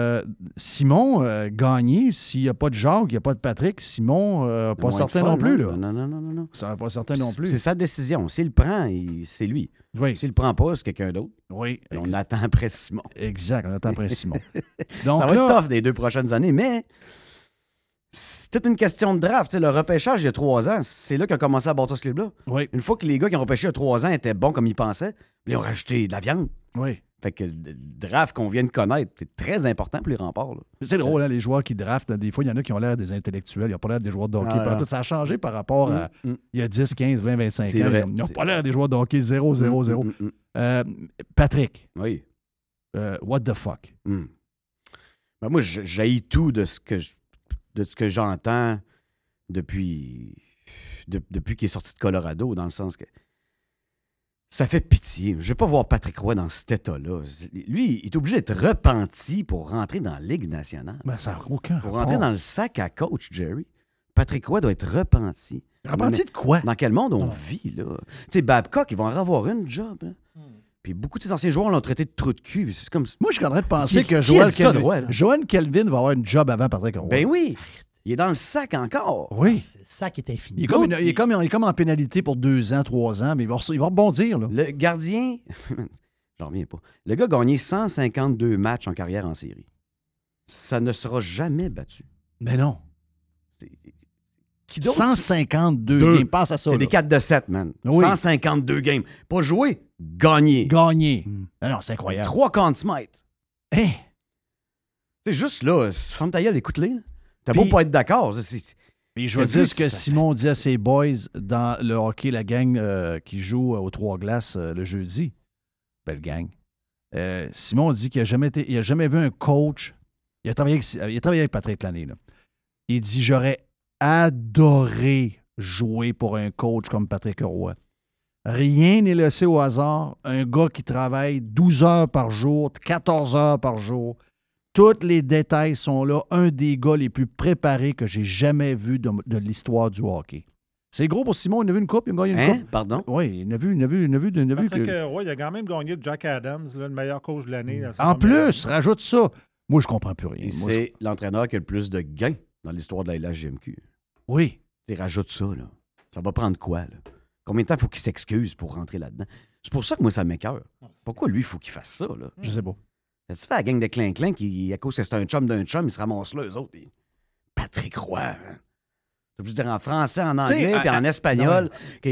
Simon, Gagné, s'il n'y a pas de Jacques, il n'y a pas de Patrick, Simon, pas certain non plus. Là. Non. Ça va pas certain non plus. C'est sa décision. S'il le prend, c'est lui. Oui. S'il le prend pas, c'est quelqu'un d'autre. Oui. Et on attend après Simon. Exact, on attend après Simon. Donc, ça va là, être tough des 2 prochaines années, mais c'est toute une question de draft. Tu sais, le repêchage, il y a 3 ans, c'est là qu'a commencé à bâtir ce club-là. Oui. Une fois que les gars qui ont repêché il y a 3 ans étaient bons comme ils pensaient, ils ont rajouté de la viande. Oui. Fait que le draft qu'on vient de connaître, c'est très important pour les remparts. Là. C'est drôle, hein, les joueurs qui draftent. Des fois, il y en a qui ont l'air des intellectuels. Ils n'ont pas l'air des joueurs de hockey. Ah, Ça a changé par rapport à il y a 10, 15, 20, 25 c'est ans. vrai. Ils n'ont pas l'air des joueurs de hockey 0, 0, 0. Patrick. Oui. What the fuck? Ben moi, j'haïs tout de ce que j'entends depuis qu'il est sorti de Colorado, dans le sens que ça fait pitié. Je ne vais pas voir Patrick Roy dans cet état-là. Lui, il est obligé d'être repenti pour rentrer dans la Ligue nationale. Ben, ça n'a aucun Pour rapport. rentrer dans le sac à coach, Jerry. Patrick Roy doit être repenti. Repenti de quoi? Dans quel monde on vit, là? Tu sais, Babcock, ils vont en avoir une job. Hein? Puis beaucoup de ces anciens joueurs l'ont traité de trou de cul. C'est comme... Moi, je suis en train de penser que Joël Kelvin va avoir une job avant Patrick Roy. Ben oui! Il est dans le sac encore. Oui. Le sac est infini. Il est comme en pénalité pour 2 ans, 3 ans, mais il va rebondir. Là. Le gardien, j'en reviens pas. Le gars a gagné 152 matchs en carrière en série. Ça ne sera jamais battu. Mais non. Qui d'autre? 152 games. Pense à ça. C'est des 4 de 7, man. Oui. 152 games. Pas joué, gagné. Gagné. Non, c'est incroyable. 3 Conn Smythe. Hein? C'est juste là, ferme ta gueule, écoute-les. T'as beau pas être d'accord. Puis je veux dire ce que Simon dit à ses boys dans le hockey, la gang qui joue aux 3 glaces le jeudi. Belle gang. Simon dit qu'il n'a jamais vu un coach. Il a travaillé avec Patrick l'année. Là. Il dit j'aurais adoré jouer pour un coach comme Patrick Roy. Rien n'est laissé au hasard. Un gars qui travaille 12 heures par jour, 14 heures par jour. Tous les détails sont là. Un des gars les plus préparés que j'ai jamais vu de l'histoire du hockey. C'est gros pour Simon. Il a vu une coupe. Il a gagné une coupe. Pardon? Oui, il a vu. Patrick Roy, il a quand même gagné Jack Adams, là, le meilleur coach de l'année. En plus, rajoute ça. Moi, je comprends plus rien. C'est l'entraîneur qui a le plus de gains dans l'histoire de la LHJMQ. Oui. Tu rajoutes ça, là. Ça va prendre quoi, là? Combien de temps il faut qu'il s'excuse pour rentrer là-dedans? C'est pour ça que moi, ça m'écoeure. Pourquoi lui, il faut qu'il fasse ça, là? Je sais pas. Ça se fait la gang de Clin-Clin qui, à cause que c'est un chum d'un chum, ils se ramassent là, eux autres. Patrick Roy, hein? Je veux dire en français, en anglais, puis en espagnol.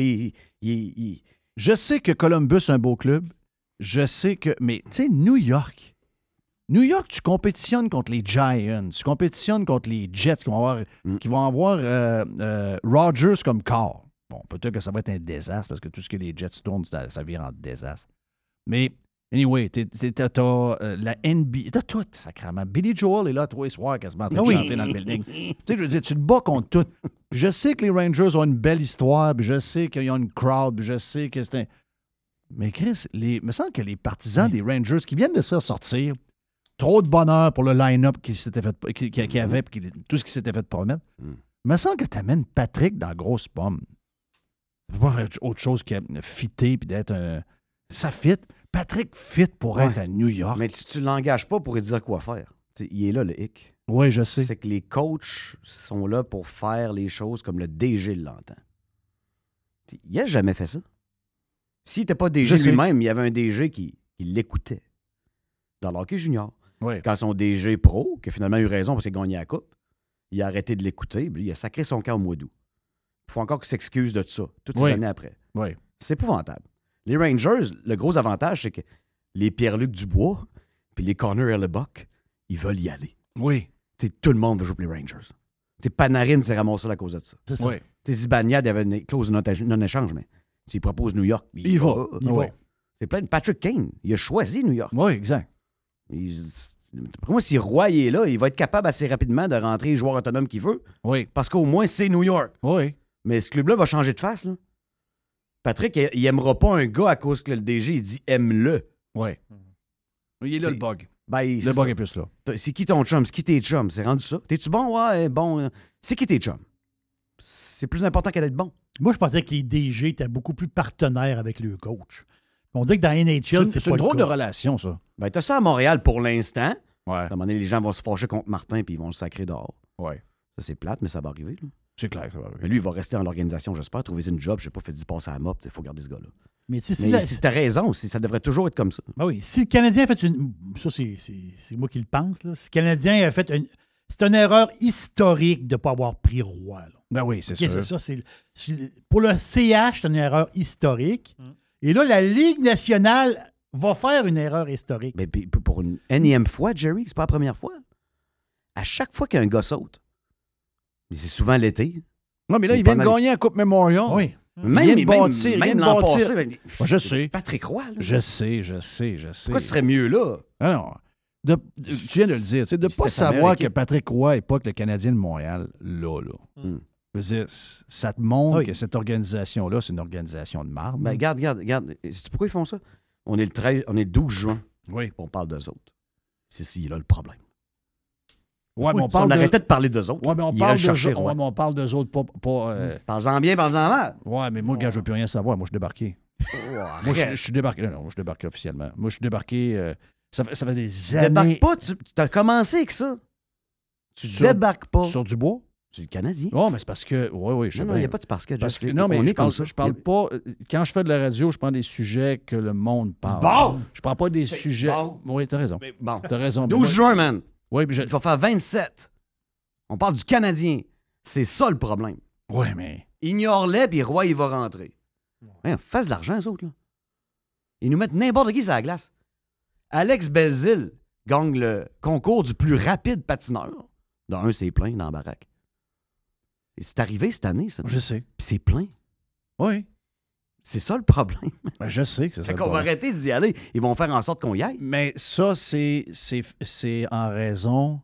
Je sais que Columbus est un beau club. Je sais que... Mais, tu sais, New York, tu compétitionnes contre les Giants. Tu compétitionnes contre les Jets qui vont avoir Rodgers comme corps. Bon, peut-être que ça va être un désastre parce que tout ce que les Jets tournent, ça vire en désastre. Mais... Anyway, t'as la NBA, t'as tout, sacrément. Billy Joel est là tous les soirs quasiment en train de chanter dans le building. Tu sais, je veux dire, tu te bats contre tout. Puis je sais que les Rangers ont une belle histoire, puis je sais qu'ils ont une crowd, puis je sais que c'est un... Mais Chris, il me semble que les partisans des Rangers qui viennent de se faire sortir, trop de bonheur pour le line-up qu'il y avait, puis tout ce qui s'était fait promettre, il me semble que t'amènes Patrick dans la grosse pomme. Tu peux pas faire autre chose que fitter, puis d'être un... Ça fit. Patrick fit pour être à New York. Mais tu ne l'engages pas pour lui dire quoi faire. T'sais, il est là, le hic. Oui, je sais. C'est que les coachs sont là pour faire les choses comme le DG l'entend. Il n'a jamais fait ça. S'il n'était pas DG lui-même, il y avait un DG qui l'écoutait. Dans l'hockey junior. Oui. Quand son DG pro, qui a finalement eu raison parce qu'il a gagné la coupe, il a arrêté de l'écouter, puis il a sacré son camp au mois d'août. Il faut encore qu'il s'excuse de ça, toutes ces années après. Oui. C'est épouvantable. Les Rangers, le gros avantage, c'est que les Pierre-Luc Dubois puis les Connor Hellebuck, ils veulent y aller. Oui. T'sais, tout le monde veut jouer pour les Rangers. Panarin s'est ramassé à cause de ça. C'est ça. Oui. Zibanejad avait une clause de non-écéchange, mais s'il propose New York, il va. C'est plein de Patrick Kane. Il a choisi New York. Oui, exact. Pour moi, si Roy est là, il va être capable assez rapidement de rentrer les joueurs autonomes qu'il veut. Oui. Parce qu'au moins, c'est New York. Oui. Mais ce club-là va changer de face, là. Patrick, il aimera pas un gars à cause que le DG, il dit « aime-le ». Oui. Il est là, le bug. Ben, le bug est plus là. C'est qui ton chum? C'est qui tes chums? C'est rendu ça? T'es-tu bon? Ouais, bon. C'est qui tes chums? C'est plus important qu'à d'être bon. Moi, je pensais que les DG étaient beaucoup plus partenaires avec le coach. On dit que dans NHL, c'est C'est pas une le drôle de cas. relation, ça. Ben, t'as ça à Montréal pour l'instant. Ouais. À un moment donné, les gens vont se fâcher contre Martin puis ils vont le sacrer dehors. Ouais. Ça, c'est plate, mais ça va arriver. Là. C'est clair que ça va arriver. Mais lui, il va rester dans l'organisation, j'espère, trouver une job. Je sais pas, fait 10 passes à la mop. Il faut garder ce gars-là. Mais tu sais, Mais si t'as raison aussi, ça devrait toujours être comme ça. Ben oui, si le Canadien a fait une... Ça, c'est moi qui le pense. Là. Si le Canadien a fait une... C'est une erreur historique de ne pas avoir pris Roy. Là. Ben oui, c'est sûr. Pour le CH, c'est une erreur historique. Et là, la Ligue nationale va faire une erreur historique. Mais pour une énième fois, Jerry, c'est pas la première fois. À chaque fois qu'un gars saute, mais c'est souvent l'été. Non, mais là, il vient de gagner la Coupe Memorial. Oui. Il vient de bâtir. Même l'an passé, Moi, je sais. Patrick Roy. Là. Je sais. Pourquoi ce serait mieux là? Alors, tu viens de le dire, de ne pas savoir que Patrick Roy n'est pas que le Canadien de Montréal, là. Je veux dire, ça te montre que cette organisation-là, c'est une organisation de marde. Ben, regarde. Sais-tu pourquoi ils font ça? On est le 12 juin. Oui. On parle d'eux autres. C'est là le problème. Ouais, mais on si on arrêtait de parler d'eux autres. Ouais, mais on parle d'eux autres, pas. Parle-en bien, parle-en mal. Ouais, mais moi, gars, je veux plus rien savoir. Moi, je suis débarqué. Moi, je suis débarqué. Non, je suis débarqué officiellement. Moi, je suis débarqué. Ça fait des années. Débarque pas, tu as commencé avec ça. Tu débarques pas. Sur du bois? C'est le Canadien. Oh, mais c'est parce que. Oui, je sais Non, il n'y a pas de parce que. Non, mais je parle pas. Quand je fais de la radio, je prends des sujets que le monde parle. Bon! Je prends pas des sujets. Bon. Oui, t'as raison. Mais bon. T'as raison. 12 juin, man. Oui, Il va faire 27. On parle du Canadien. C'est ça le problème. Oui, mais. Ignore-les, puis Roy, il va rentrer. Ouais, fasse de l'argent, eux autres, là. Ils nous mettent n'importe qui sur la glace. Alex Belzile gagne le concours du plus rapide patineur. Dans un, c'est plein dans la baraque. Et c'est arrivé cette année, ça. Je sais. Puis c'est plein. Oui. C'est ça le problème. Ben, je sais que c'est ça. Fait qu'on va arrêter d'y aller. Ils vont faire en sorte qu'on y aille. Mais ça, c'est en raison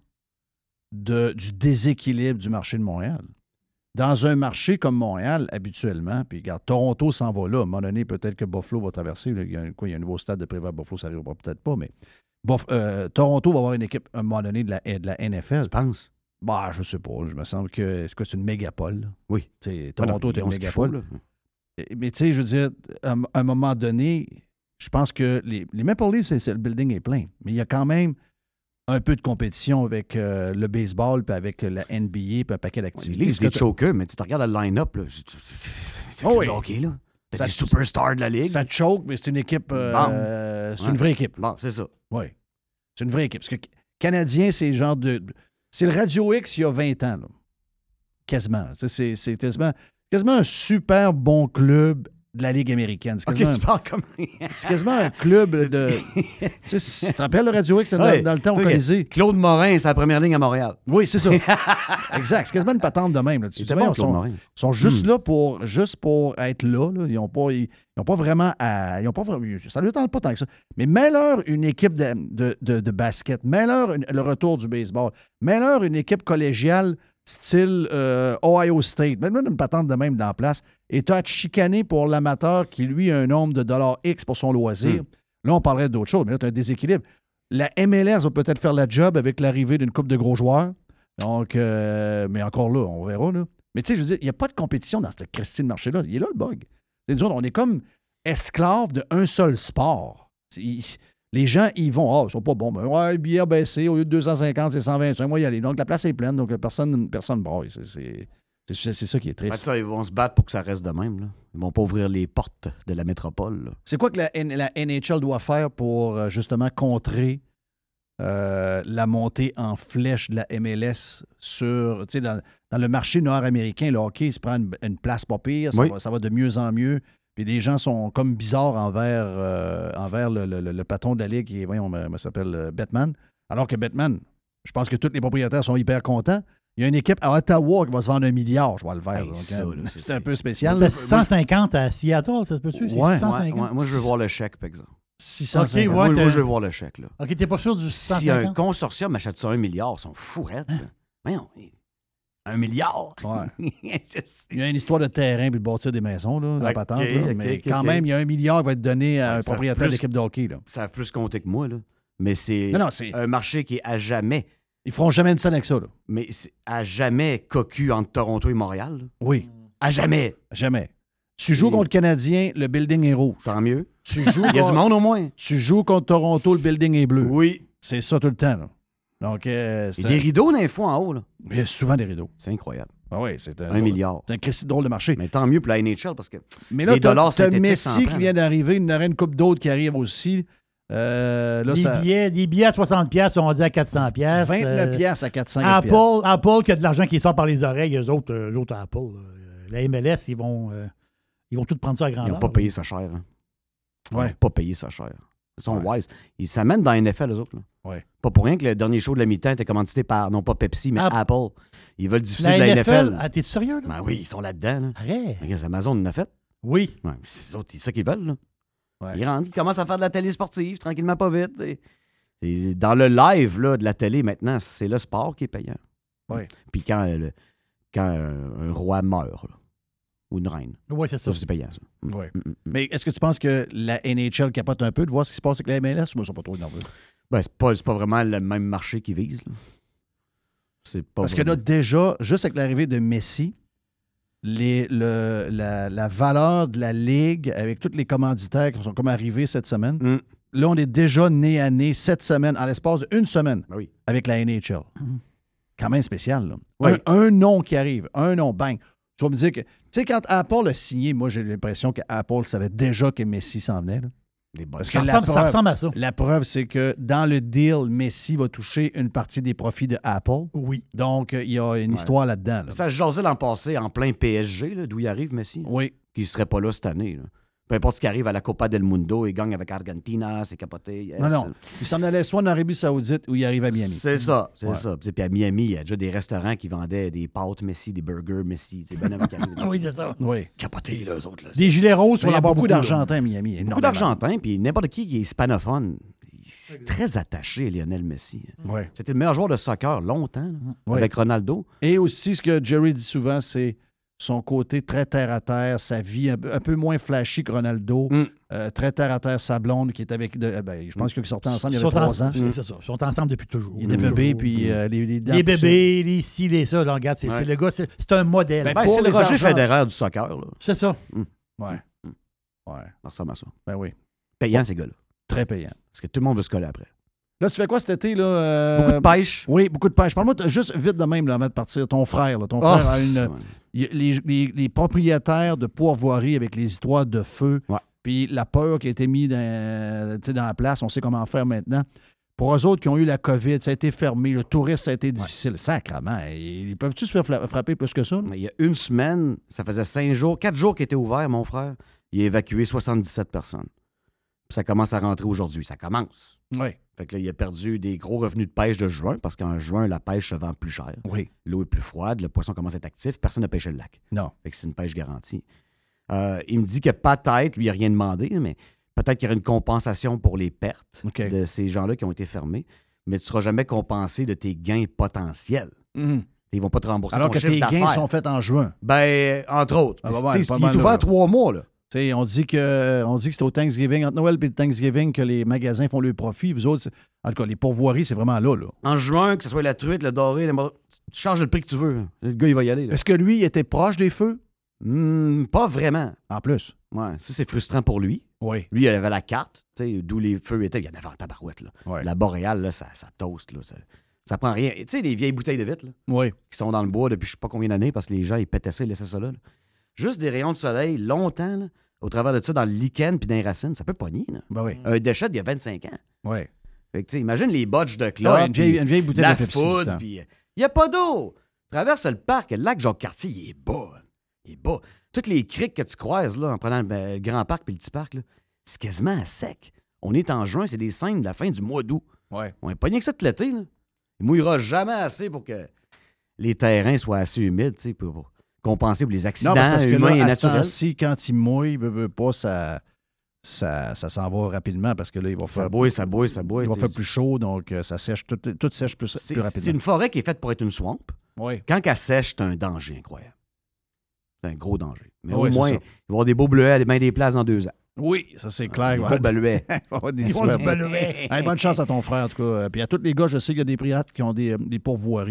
du déséquilibre du marché de Montréal. Dans un marché comme Montréal, habituellement, puis regarde, Toronto s'en va là. À un moment donné, peut-être que Buffalo va traverser. Il y a un nouveau stade de Prévert. Buffalo, ça n'arrivera peut-être pas, mais Toronto va avoir une équipe à un moment donné de la NFL. Tu penses? Bah, je sais pas. Je me semble que. Est-ce que c'est une mégapole? Là? Oui. Toronto est une mégapole. Mais tu sais, je veux dire, à un moment donné, je pense que les Maple Leafs, le building est plein. Mais il y a quand même un peu de compétition avec le baseball, puis avec la NBA, puis un paquet d'activités. Les Leafs, des chokers, mais tu te regardes le line-up, là. Oui. OK, là. T'as des superstars de la Ligue. Ça choke, mais c'est une équipe. C'est une vraie équipe. Bon, c'est ça. Oui. C'est une vraie équipe. Parce que Canadien, c'est le genre de. C'est le Radio X il y a 20 ans, là. Quasiment. C'est quasiment un super bon club de la Ligue américaine. OK, tu parles comme... C'est quasiment un club de... Tu te rappelles le Radio X dans le temps au Colisée? Claude Morin, c'est la première ligne à Montréal. Oui, c'est ça. Exact. C'est quasiment une patente de même. Là. Ils sont juste là pour être là. Ils n'ont pas vraiment à... Ça ne leur tente pas tant que ça. Mais mets-leur une équipe de basket. Mets-leur le retour du baseball. Mets-leur une équipe collégiale style Ohio State. Mets-leur une patente de même dans la place. Et tu as à te chicaner pour l'amateur qui, lui, a un nombre de dollars X pour son loisir. Là, on parlerait d'autre chose, mais là, tu as un déséquilibre. La MLS va peut-être faire la job avec l'arrivée d'une couple de gros joueurs. Donc, mais encore là, on verra. Là. Mais tu sais, je veux dire, il n'y a pas de compétition dans cette Christine marché-là. Il est là, le bug. Nous autres, on est comme esclaves d'un seul sport. Les gens, ils vont, ils sont pas bons. Ben, ouais, le billet a baissé. Au lieu de 250, c'est 125. Moi, y aller. Donc, la place est pleine. Donc, personne braille. C'est ça qui est triste. Ils vont se battre pour que ça reste de même. Là. Ils vont pas ouvrir les portes de la métropole. Là. C'est quoi que la NHL doit faire pour justement contrer la montée en flèche de la MLS sur, dans le marché nord-américain? Le hockey se prend une place pas pire. Ça va de mieux en mieux. Puis les gens sont comme bizarres envers le patron de la Ligue qui est, voyons, s'appelle Bettman. Alors que Bettman, je pense que tous les propriétaires sont hyper contents. Il y a une équipe à Ottawa qui va se vendre 1 milliard, je vois le vert. C'est un peu spécial. C'était 150 à Seattle, ça se peut-tu? C'est 150? Moi, je veux voir le chèque, par exemple. 650. Moi, je veux voir le chèque. Là. OK, t'es pas sûr du 150? Si un consortium achète ça 1 milliard, ils sont fourrettes. Voyons, 1 milliard? Ouais. Il y a une histoire de terrain puis de bâtir des maisons, là, la patente. Là, mais quand même, il y a 1 milliard qui va être donné à un propriétaire d'équipe de hockey. Là. Ça a plus compté que moi, là. Mais c'est un marché qui est à jamais... Ils feront jamais une scène avec ça, là. Mais c'est à jamais cocu entre Toronto et Montréal. Là. Oui. À jamais. Jamais. Tu joues contre le Canadien, le building est rouge. Tant mieux. Tu joues Il y a du monde au moins. Tu joues contre Toronto, le building est bleu. Oui. C'est ça tout le temps. Là. Donc, c'est des rideaux dans les fois en haut. Là. Il y a souvent des rideaux. C'est incroyable. Ah oui, c'est 1 milliard. C'est un Christy drôle de marché. Mais tant mieux pour la NHL parce que mais là, les dollars t'as synthétiques Messi qui vient d'arriver, il y en aurait une couple d'autres qui arrivent aussi. Là, des billets à 60$, sont rendus à 400$. 29$ à 400$. Apple qui a de l'argent qui sort par les oreilles, eux autres Apple. La MLS, ils vont tout prendre ça à grandeur. Ils n'ont pas payé ça cher. Hein. Ils n'ont pas payé ça cher. Ils sont wise. Ils s'amènent dans la NFL, eux autres. Là. Ouais. Pas pour rien que le dernier show de la mi-temps était commandité par, non pas Pepsi, mais Apple. Ils veulent diffuser de la NFL. Ah, t'es-tu sérieux? Là? Ben oui, ils sont là-dedans. Là. Arrête. Regarde, Amazon en a fait. Oui. Ouais, c'est eux autres, c'est ça qu'ils veulent. Là. Ouais. Ils rentrent, ils commencent à faire de la télé sportive, tranquillement, pas vite. Et dans le live là, de la télé, maintenant, c'est le sport qui est payant. Ouais. Puis quand un roi meurt, là, ou une reine. Oui, c'est ça. C'est payant, ça. Ouais. Mais est-ce que tu penses que la NHL capote un peu de voir ce qui se passe avec la MLS ou moi, ils sont pas trop nerveux? Ben, c'est pas vraiment le même marché qu'ils visent. Là. C'est pas Parce vraiment... que là, déjà, juste avec l'arrivée de Messi, la valeur de la Ligue, avec tous les commanditaires qui sont comme arrivés cette semaine, là, on est déjà nez à nez cette semaine, en l'espace d'une semaine, avec la NHL. Quand même spécial, là. Oui. Un nom qui arrive, un nom, bang. Tu vas me dire que... Tu sais, quand Apple a signé, moi, j'ai l'impression qu'Apple savait déjà que Messi s'en venait, là. Parce que ça ressemble à ça. La preuve, c'est que dans le deal, Messi va toucher une partie des profits de Apple. Oui. Donc, il y a une histoire là-dedans. Là. Ça se jasait l'an passé en plein PSG, là, d'où il arrive, Messi. Oui. Qui ne serait pas là cette année. Là. Peu importe ce qui arrive à la Copa del Mundo, il gagne avec Argentina, c'est capoté. Yes. Non. Il s'en allait soit en Arabie Saoudite ou il arrive à Miami. C'est ça, c'est ça. Puis à Miami, il y a déjà des restaurants qui vendaient des pâtes Messi, des burgers Messi. C'est bien avant qu'il arrive. Oui, c'est ça. Oui. Capoté, là, eux autres. Là. Des gilets roses sur il y la a barre beaucoup d'Argentins à Miami. Beaucoup d'Argentins, puis n'importe qui est hispanophone. C'est très attaché à Lionel Messi. Ouais. C'était le meilleur joueur de soccer longtemps, là, avec Ronaldo. Et aussi, ce que Jerry dit souvent, c'est son côté très terre-à-terre, sa vie un peu moins flashy que Ronaldo, très terre-à-terre, sa blonde qui est avec... je pense qu'ils sortaient ensemble il y avait 3 ans. C'est ça. Ils sont ensemble depuis toujours. Il était bébé, puis les bébés, les ci, les ça. Là, regarde, c'est le gars, c'est un modèle. C'est le Roger Federer du soccer. Là. C'est ça. Ouais. Ça ressemble à ça. Ben oui. Payant, ces gars-là. Très payant. Parce que tout le monde veut se coller après. Là, tu fais quoi cet été? Là, Beaucoup de pêche. Oui, beaucoup de pêche. Parle-moi juste vite de même là, avant de partir. Ton frère a une... Les propriétaires de pourvoiries avec les histoires de feu, puis la peur qui a été mise dans la place, on sait comment faire maintenant. Pour eux autres qui ont eu la COVID, ça a été fermé, le tourisme, ça a été difficile. Sacrement. Ils peuvent-tu se faire frapper plus que ça? Il y a une semaine, ça faisait 4 jours qu'il était ouvert, mon frère. Il a évacué 77 personnes. Puis ça commence à rentrer aujourd'hui. Ça commence. Oui. Fait que là, il a perdu des gros revenus de pêche de juin parce qu'en juin, la pêche se vend plus cher. Oui. L'eau est plus froide, le poisson commence à être actif. Personne n'a pêché le lac. Non. Fait que c'est une pêche garantie. Il me dit que peut-être, lui, il n'a rien demandé, mais peut-être qu'il y aurait une compensation pour les pertes de ces gens-là qui ont été fermés, mais tu ne seras jamais compensé de tes gains potentiels. Ils ne vont pas te rembourser alors ton que chiffre tes gains d'affaires. sont faits en juin. Ben, entre autres. Il est ouvert 3 mois, là. T'sais, on dit que c'est au Thanksgiving, entre Noël et Thanksgiving, que les magasins font le profit. Vous autres, en tout cas, les pourvoiries, c'est vraiment là. En juin, que ce soit la truite, le doré, tu charges le prix que tu veux. Le gars, il va y aller. Là. Est-ce que lui, il était proche des feux? Pas vraiment. En plus? Ouais, ça, c'est frustrant pour lui. Oui. Lui, il avait la carte, d'où les feux étaient. Il y en avait en tabarouette. Là. Ouais. La boréale, là, ça toast. Là, ça prend rien. Tu sais, les vieilles bouteilles de vitre, là, qui sont dans le bois depuis je sais pas combien d'années parce que les gens, ils pétaient ça, ils laissaient ça là. Juste des rayons de soleil, longtemps, là, au travers de ça, dans le lichen puis dans les racines, ça peut pogner. Là. Ben oui. Un déchet d'il y a 25 ans. Oui. Fait que, imagine les botches de clopes. Ouais, une vieille bouteille la de Pepsi. foudre, puis il n'y a pas d'eau. Traverse le parc, le lac Jacques-Cartier, il est bas. Il est bas. Toutes les criques que tu croises là, en prenant le grand parc puis le petit parc, là, c'est quasiment à sec. On est en juin, c'est des scènes de la fin du mois d'août. Ouais. On n'est pas rien que ça de l'été. Là. Il mouillera jamais assez pour que les terrains soient assez humides pour compenser pour les accidents parce que humains là, et à naturels. Si quand il mouille, veut pas, ça s'en va rapidement parce que là, il va faire... Ça bouille. Il va faire plus chaud, donc ça sèche. Tout sèche plus rapidement. C'est une forêt qui est faite pour être une swamp. Oui. Quand elle sèche, c'est un danger incroyable. C'est un gros danger. Mais oui, au moins, il va y avoir des beaux bleuets à bien des places dans 2 ans. Oui, ça c'est clair. Des beaux bleuets. Bonne chance à ton frère, en tout cas. Puis à tous les gars, je sais qu'il y a des pirates qui ont des pourvoiries.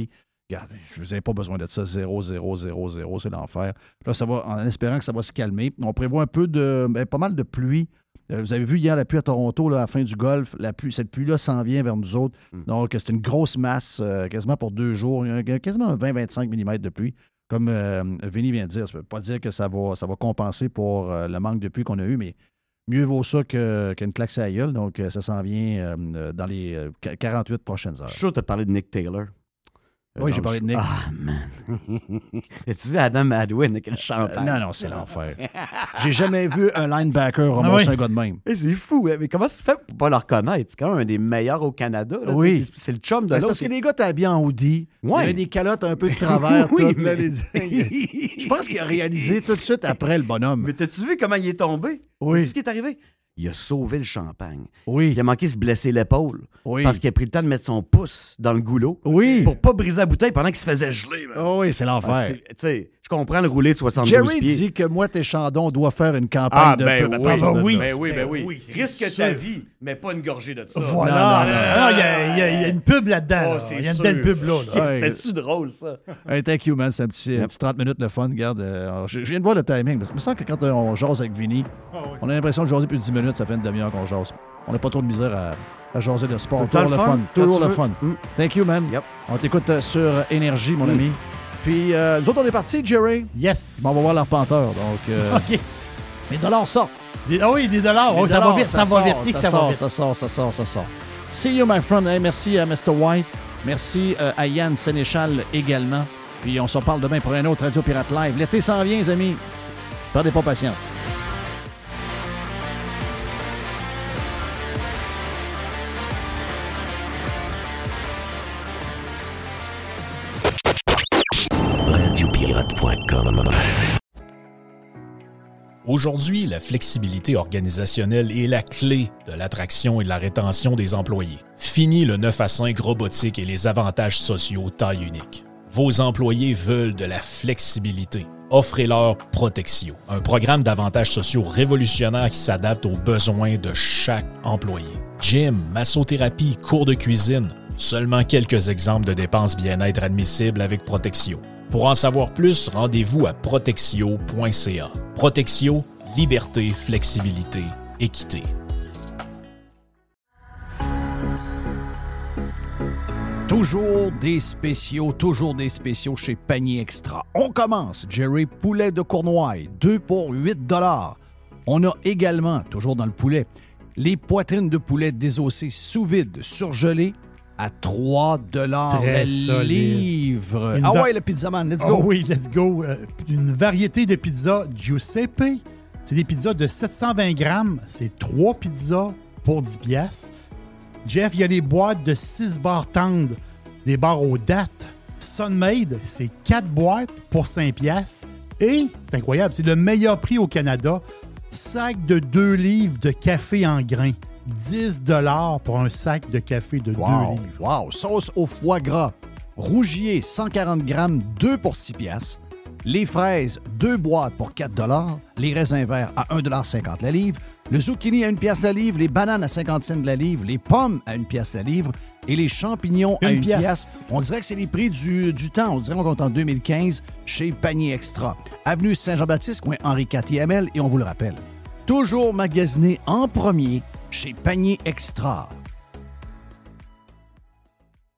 Regardez, vous n'avez pas besoin de ça. 0, 0, 0, 0, c'est l'enfer. Là, ça va, en espérant que ça va se calmer. On prévoit un peu pas mal de pluie. Vous avez vu hier la pluie à Toronto, là, à la fin du golfe. Cette pluie-là s'en vient vers nous autres. Donc, c'est une grosse masse, quasiment pour 2 jours. Il y a quasiment 20-25 mm de pluie. Comme Vinny vient de dire, ça ne veut pas dire que ça va compenser pour le manque de pluie qu'on a eu, mais mieux vaut ça qu'une claque sur la gueule. Donc, ça s'en vient dans les 48 prochaines heures. Je suis sûr que tu as parlé de Nick Taylor. Oui, j'ai parlé de Nick. Ah, man. As-tu vu Adam Hadwin avec le champagne? Non, c'est l'enfer. J'ai jamais vu un linebacker ramasser un gars de même. C'est fou, mais comment ça se fait pour pas le reconnaître? C'est quand même un des meilleurs au Canada. Là. Oui. C'est le chum de C'est l'autre. parce que les gars t'habillent en hoodie. Ouais. Il y a des calottes un peu de travers. Oui, toutes, là, Je pense qu'il a réalisé tout de suite après le bonhomme. Mais t'as-tu vu comment il est tombé? Oui. T'as-tu ce qui est arrivé? Il a sauvé le champagne. Oui. Il a manqué de se blesser l'épaule. Oui. Parce qu'il a pris le temps de mettre son pouce dans le goulot. Oui. Pour pas briser la bouteille pendant qu'il se faisait geler. Oh oui, c'est l'enfer. Tu sais, je comprends le roulé de 72 Jerry pieds. dit que moi, tes Chandon doit faire une campagne de pub. Oui. Risque ta vie, mais pas une gorgée de ça. Voilà. Il y a une pub là-dedans. Oh, Il y a une belle pub là. C'était-tu drôle, ça? Hey, thank you, man. C'est un petit 30 minutes de fun. Regarde, je viens de voir le timing. Parce que il me semble que quand on jase avec Vinny, on a l'impression de jaser plus de 10 minutes. Ça fait une demi-heure qu'on jase. On n'a pas trop de misère à jaser de sport. Toujours le fun. Toujours le fun. Thank you, man. Yep. On t'écoute sur Énergie, mon ami. Puis, nous autres, on est partis, Jerry. Yes. On va voir l'Arpenteur. Donc, OK. Les dollars sortent. Ah oui, des dollars. Les ça dollars, va vite, ça va vite. Ça sort. See you, my friend. Hey, merci à Mr. White. Merci à Yann Sénéchal également. Puis, on se reparle demain pour un autre Radio Pirate Live. L'été s'en vient, les amis. Perdez pas patience. Radiopirate.com. Aujourd'hui, la flexibilité organisationnelle est la clé de l'attraction et de la rétention des employés. Fini le 9 à 5 robotique et les avantages sociaux taille unique. Vos employés veulent de la flexibilité. Offrez-leur Protexio, un programme d'avantages sociaux révolutionnaire qui s'adapte aux besoins de chaque employé. Gym, massothérapie, cours de cuisine, seulement quelques exemples de dépenses bien-être admissibles avec Protexio. Pour en savoir plus, rendez-vous à protexio.ca. Protexio, liberté, flexibilité, équité. Toujours des spéciaux chez Panier Extra. On commence, Jerry, poulet de Cournoye, 2 pour 8 $. On a également, toujours dans le poulet, les poitrines de poulet désossées sous vide, surgelées, à 3 $ le livre. Ouais, le pizzaman, let's go. Oh oui, let's go. Une variété de pizzas Giuseppe. C'est des pizzas de 720 grammes. C'est 3 pizzas pour 10 $. Jeff, il y a les boîtes de 6 barres tendres, des barres aux dattes. Sunmade, c'est 4 boîtes pour 5 $. Et, c'est incroyable, c'est le meilleur prix au Canada. Sac de 2 livres de café en grains. 10 $ pour un sac de café de 2 livres. Wow! Sauce au foie gras. Rougier, 140 grammes, 2 pour 6 $. Les fraises, 2 boîtes pour 4 $. Les raisins verts à 1,50 $ la livre. Le zucchini à 1 pièce la livre. Les bananes à 50 cents la livre. Les pommes à 1 pièce la livre. Et les champignons à 1 pièce. On dirait que c'est les prix du temps. On dirait qu'on compte en 2015 chez Panier Extra. Avenue Saint-Jean-Baptiste, coin Henri IV et on vous le rappelle. Toujours magasiné en premier chez Panier Extra.